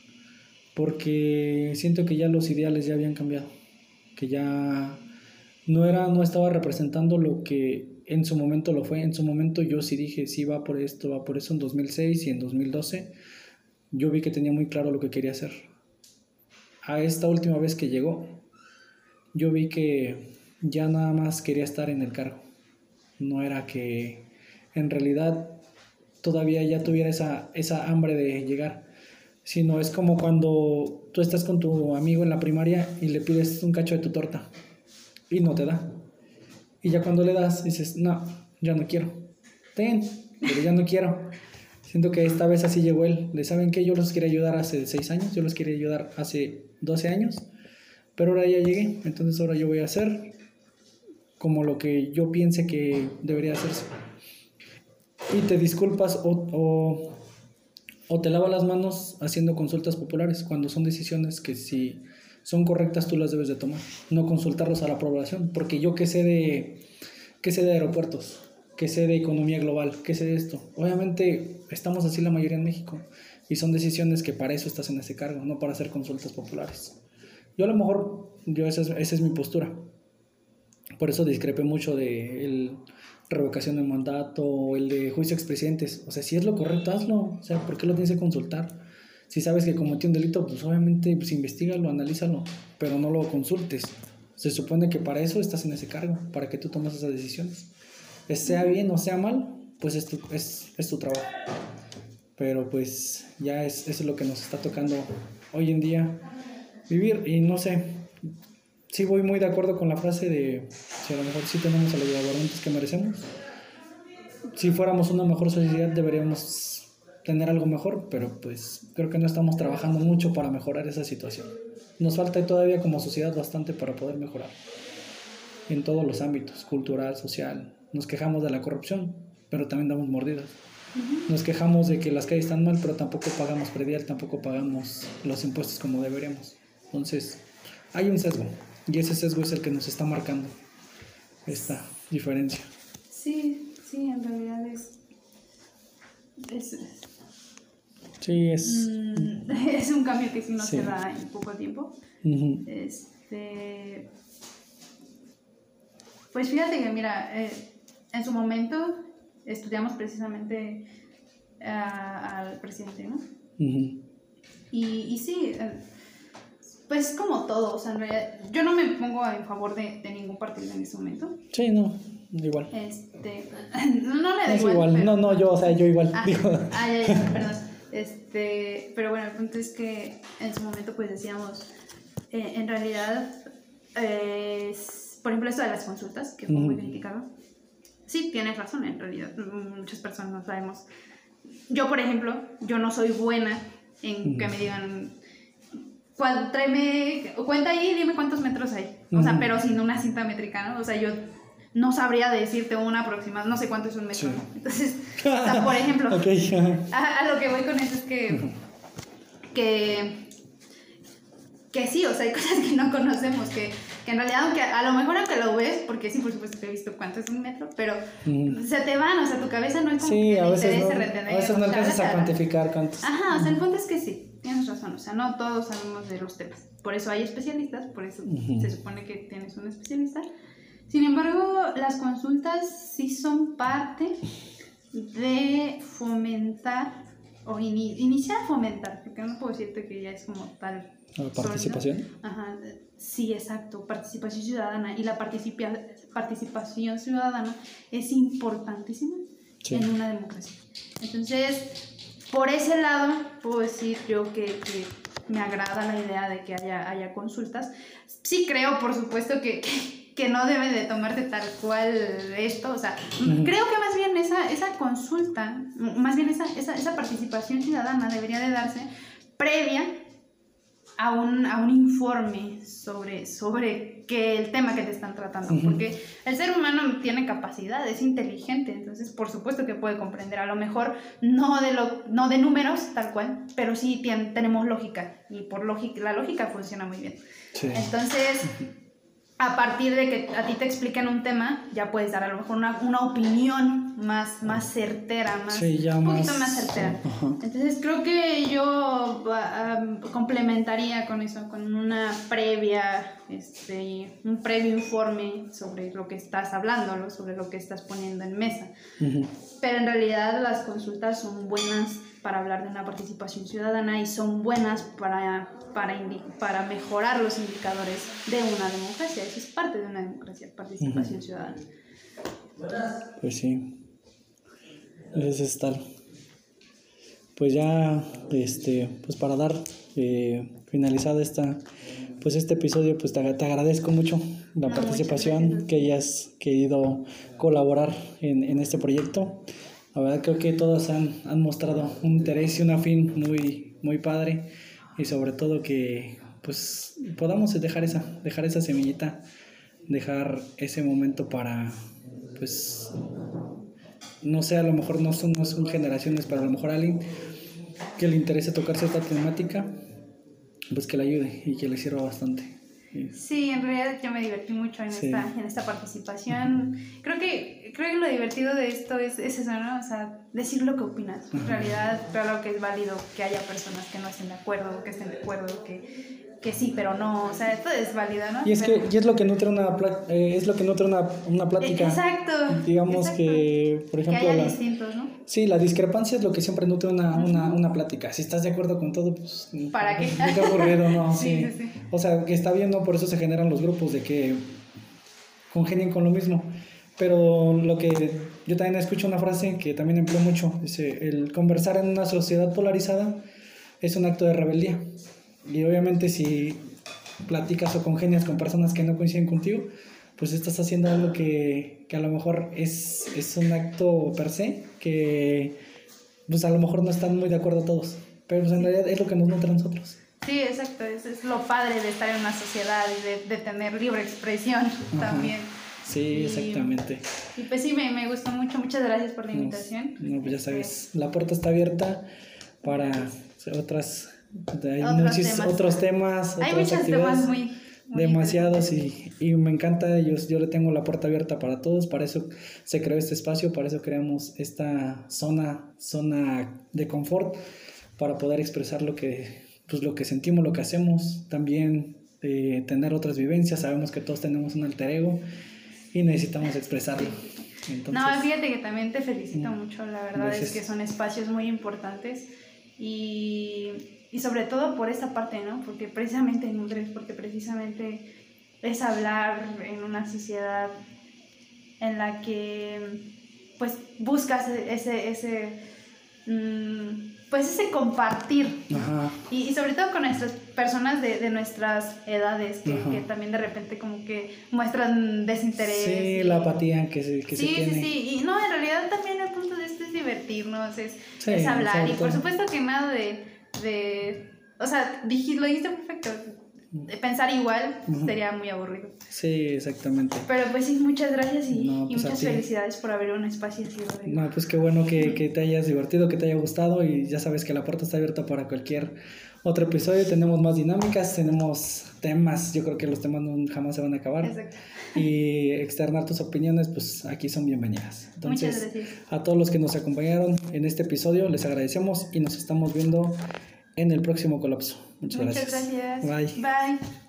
porque siento que ya los ideales ya habían cambiado, que ya no estaba representando lo que en su momento lo fue. En su momento yo sí dije, sí, va por esto, va por eso. En 2006 y en 2012 yo vi que tenía muy claro lo que quería hacer. A esta última vez que llegó, yo vi que ya nada más quería estar en el cargo. No era que en realidad todavía ya tuviera esa hambre de llegar, sino es como cuando tú estás con tu amigo en la primaria y le pides un cacho de tu torta y no te da. Y ya cuando le das, dices, no, ya no quiero. Ten, pero ya no quiero. Siento que esta vez así llegó él. ¿Le saben qué? Yo los quería ayudar hace 6 años, yo los quería ayudar hace 12 años, pero ahora ya llegué, entonces ahora yo voy a hacer como lo que yo piense que debería hacerse. Y te disculpas o te lavas las manos haciendo consultas populares, cuando son decisiones que si son correctas tú las debes de tomar, no consultarlos a la población, porque yo qué sé de aeropuertos, qué sé de economía global, qué sé de esto. Obviamente estamos así la mayoría en México y son decisiones que para eso estás en ese cargo, no para hacer consultas populares. Yo a lo mejor, esa es mi postura. Por eso discrepé mucho de el revocación de mandato o el de juicio a expresidentes. O sea, si es lo correcto, hazlo. O sea, ¿por qué lo tienes que consultar? Si sabes que cometió un delito, pues obviamente pues, investígalo, analízalo, pero no lo consultes. Se supone que para eso estás en ese cargo, para que tú tomes esas decisiones. Sea bien o sea mal, pues es tu trabajo. Pero pues ya eso es lo que nos está tocando hoy en día vivir. Y no sé, sí voy muy de acuerdo con la frase de si a lo mejor sí tenemos a los gobernantes que merecemos. Si fuéramos una mejor sociedad deberíamos tener algo mejor, pero pues creo que no estamos trabajando mucho para mejorar esa situación. Nos falta todavía como sociedad bastante para poder mejorar en todos los ámbitos, cultural, social. Nos quejamos de la corrupción, pero también damos mordidas. Nos quejamos de que las calles están mal, pero tampoco pagamos predial, tampoco pagamos los impuestos como deberíamos. Entonces, hay un sesgo, y ese sesgo es el que nos está marcando esta diferencia. Sí, en realidad sí, es un cambio que sí no se da en poco tiempo. Pues fíjate que, mira, en su momento estudiamos precisamente al presidente, ¿no? Y sí, pues es como todo, o sea, en realidad, yo no me pongo en favor de ningún partido en ese momento. Sí, no. Igual. No le da es igual. Igual. Pero... No, yo igual. Ya, perdón. Pero bueno, el punto es que en su momento pues decíamos, en realidad, por ejemplo, esto de las consultas, que fue muy criticado. Sí, tienes razón, en realidad, muchas personas no sabemos. Yo, por ejemplo, yo no soy buena en que me digan, cuenta ahí y dime cuántos metros hay. O sea, pero sin una cinta métrica, ¿no? O sea, yo no sabría decirte una aproximada, no sé cuánto es un metro, ¿no? Entonces, o sea, por ejemplo, a lo que voy con eso es que sí, o sea, hay cosas que no conocemos, que en realidad, aunque a lo mejor aunque lo ves, porque sí, por supuesto que he visto cuánto es un metro, pero se te van, o sea, tu cabeza no es como que a veces interese no, retener. A veces no alcanzas a cuantificar cuántos. Ajá, o sea, el punto es que sí, tienes razón, o sea, no todos sabemos de los temas. Por eso hay especialistas, por eso se supone que tienes un especialista. Sin embargo, las consultas sí son parte de fomentar o iniciar a fomentar, porque no puedo decirte que ya es como tal. ¿Participación? Sólido. Ajá, sí, exacto, participación ciudadana. Y la participación ciudadana es importantísima en una democracia. Entonces, por ese lado, puedo decir yo que me agrada la idea de que haya consultas. Sí creo, por supuesto, que no debe de tomarse tal cual esto, o sea, creo que más bien esa consulta, más bien esa participación ciudadana debería de darse previa a un informe sobre el tema que te están tratando, porque el ser humano tiene capacidad, es inteligente, entonces por supuesto que puede comprender, a lo mejor no de números tal cual, pero sí tenemos lógica, y por lógica, la lógica funciona muy bien. Sí. Entonces, a partir de que a ti te expliquen un tema, ya puedes dar a lo mejor una opinión más certera, un poquito más certera. Entonces creo que yo complementaría con eso, con una un previo informe sobre lo que estás hablando, sobre lo que estás poniendo en mesa. Pero en realidad las consultas son buenas para hablar de una participación ciudadana y son buenas para mejorar los indicadores de una democracia. Eso es parte de una democracia, participación ciudadana. Pues sí, eso es tal. Pues ya, pues para dar finalizada este episodio, pues te agradezco mucho la participación, que hayas querido colaborar en este proyecto. La verdad creo que todos han mostrado un interés y un afín muy, muy padre, y sobre todo que pues podamos dejar esa semillita, dejar ese momento para, pues, no sé, a lo mejor no son generaciones, pero a lo mejor a alguien que le interese tocar cierta temática, pues que le ayude y que le sirva bastante. Sí, en realidad yo me divertí mucho en esta participación. Creo que lo divertido de esto es eso, ¿no? O sea, decir lo que opinas. En realidad, claro que es válido que haya personas que no estén de acuerdo, que estén de acuerdo, que sí, pero no, o sea, todo es válido, ¿no? Y es lo que nutre una plática. Exacto. Digamos que, por ejemplo, que haya distintos, ¿no? Sí, la discrepancia es lo que siempre nutre una plática. Si estás de acuerdo con todo, pues ¿para qué? Qué aburrido, ¿no? Sí. O sea, que está bien, ¿no? Por eso se generan los grupos, de que congenien con lo mismo. Pero lo que yo también escucho una frase que también empleo mucho, dice: el conversar en una sociedad polarizada es un acto de rebeldía. Y obviamente si platicas o congenias con personas que no coinciden contigo, pues estás haciendo algo que a lo mejor es un acto per se, que pues a lo mejor no están muy de acuerdo todos, pero pues en realidad es lo que nos nutre a nosotros. Sí, exacto, es lo padre de estar en una sociedad y de tener libre expresión también. Sí, exactamente. Y pues sí, me gustó mucho, muchas gracias por la invitación. No, pues ya sabes, la puerta está abierta para otros temas, hay otras muchos actividades. Temas muy Demasiados, y me encanta. Yo le tengo la puerta abierta para todos. Para eso se creó este espacio, para eso creamos esta zona de confort, para poder expresar lo que sentimos, lo que hacemos, también tener otras vivencias. Sabemos que todos tenemos un alter ego y necesitamos expresarlo. Entonces, no, fíjate que también te felicito mucho, la verdad. Gracias. Es que son espacios muy importantes y sobre todo por esta parte, ¿no? Porque precisamente es hablar en una sociedad en la que pues buscas pues ese compartir, ¿no? Y sobre todo con nuestras personas de nuestras edades que también de repente como que muestran desinterés. Sí, la apatía que se tiene. Sí, y no, en realidad también el punto de esto es divertirnos, es hablar, y por supuesto que nada o sea, lo dijiste perfecto. Pensar igual sería muy aburrido. Sí, exactamente. Pero pues sí, muchas gracias y pues muchas felicidades por abrir un espacio así, Rodrigo. No, pues qué bueno que te hayas divertido, que te haya gustado, y ya sabes que la puerta está abierta para cualquier otro episodio. Tenemos más dinámicas, tenemos temas, yo creo que los temas jamás se van a acabar. Exacto. Y externar tus opiniones, pues aquí son bienvenidas. Entonces, muchas gracias. A todos los que nos acompañaron en este episodio, les agradecemos y nos estamos viendo en el próximo colapso. Muchas gracias. Bye.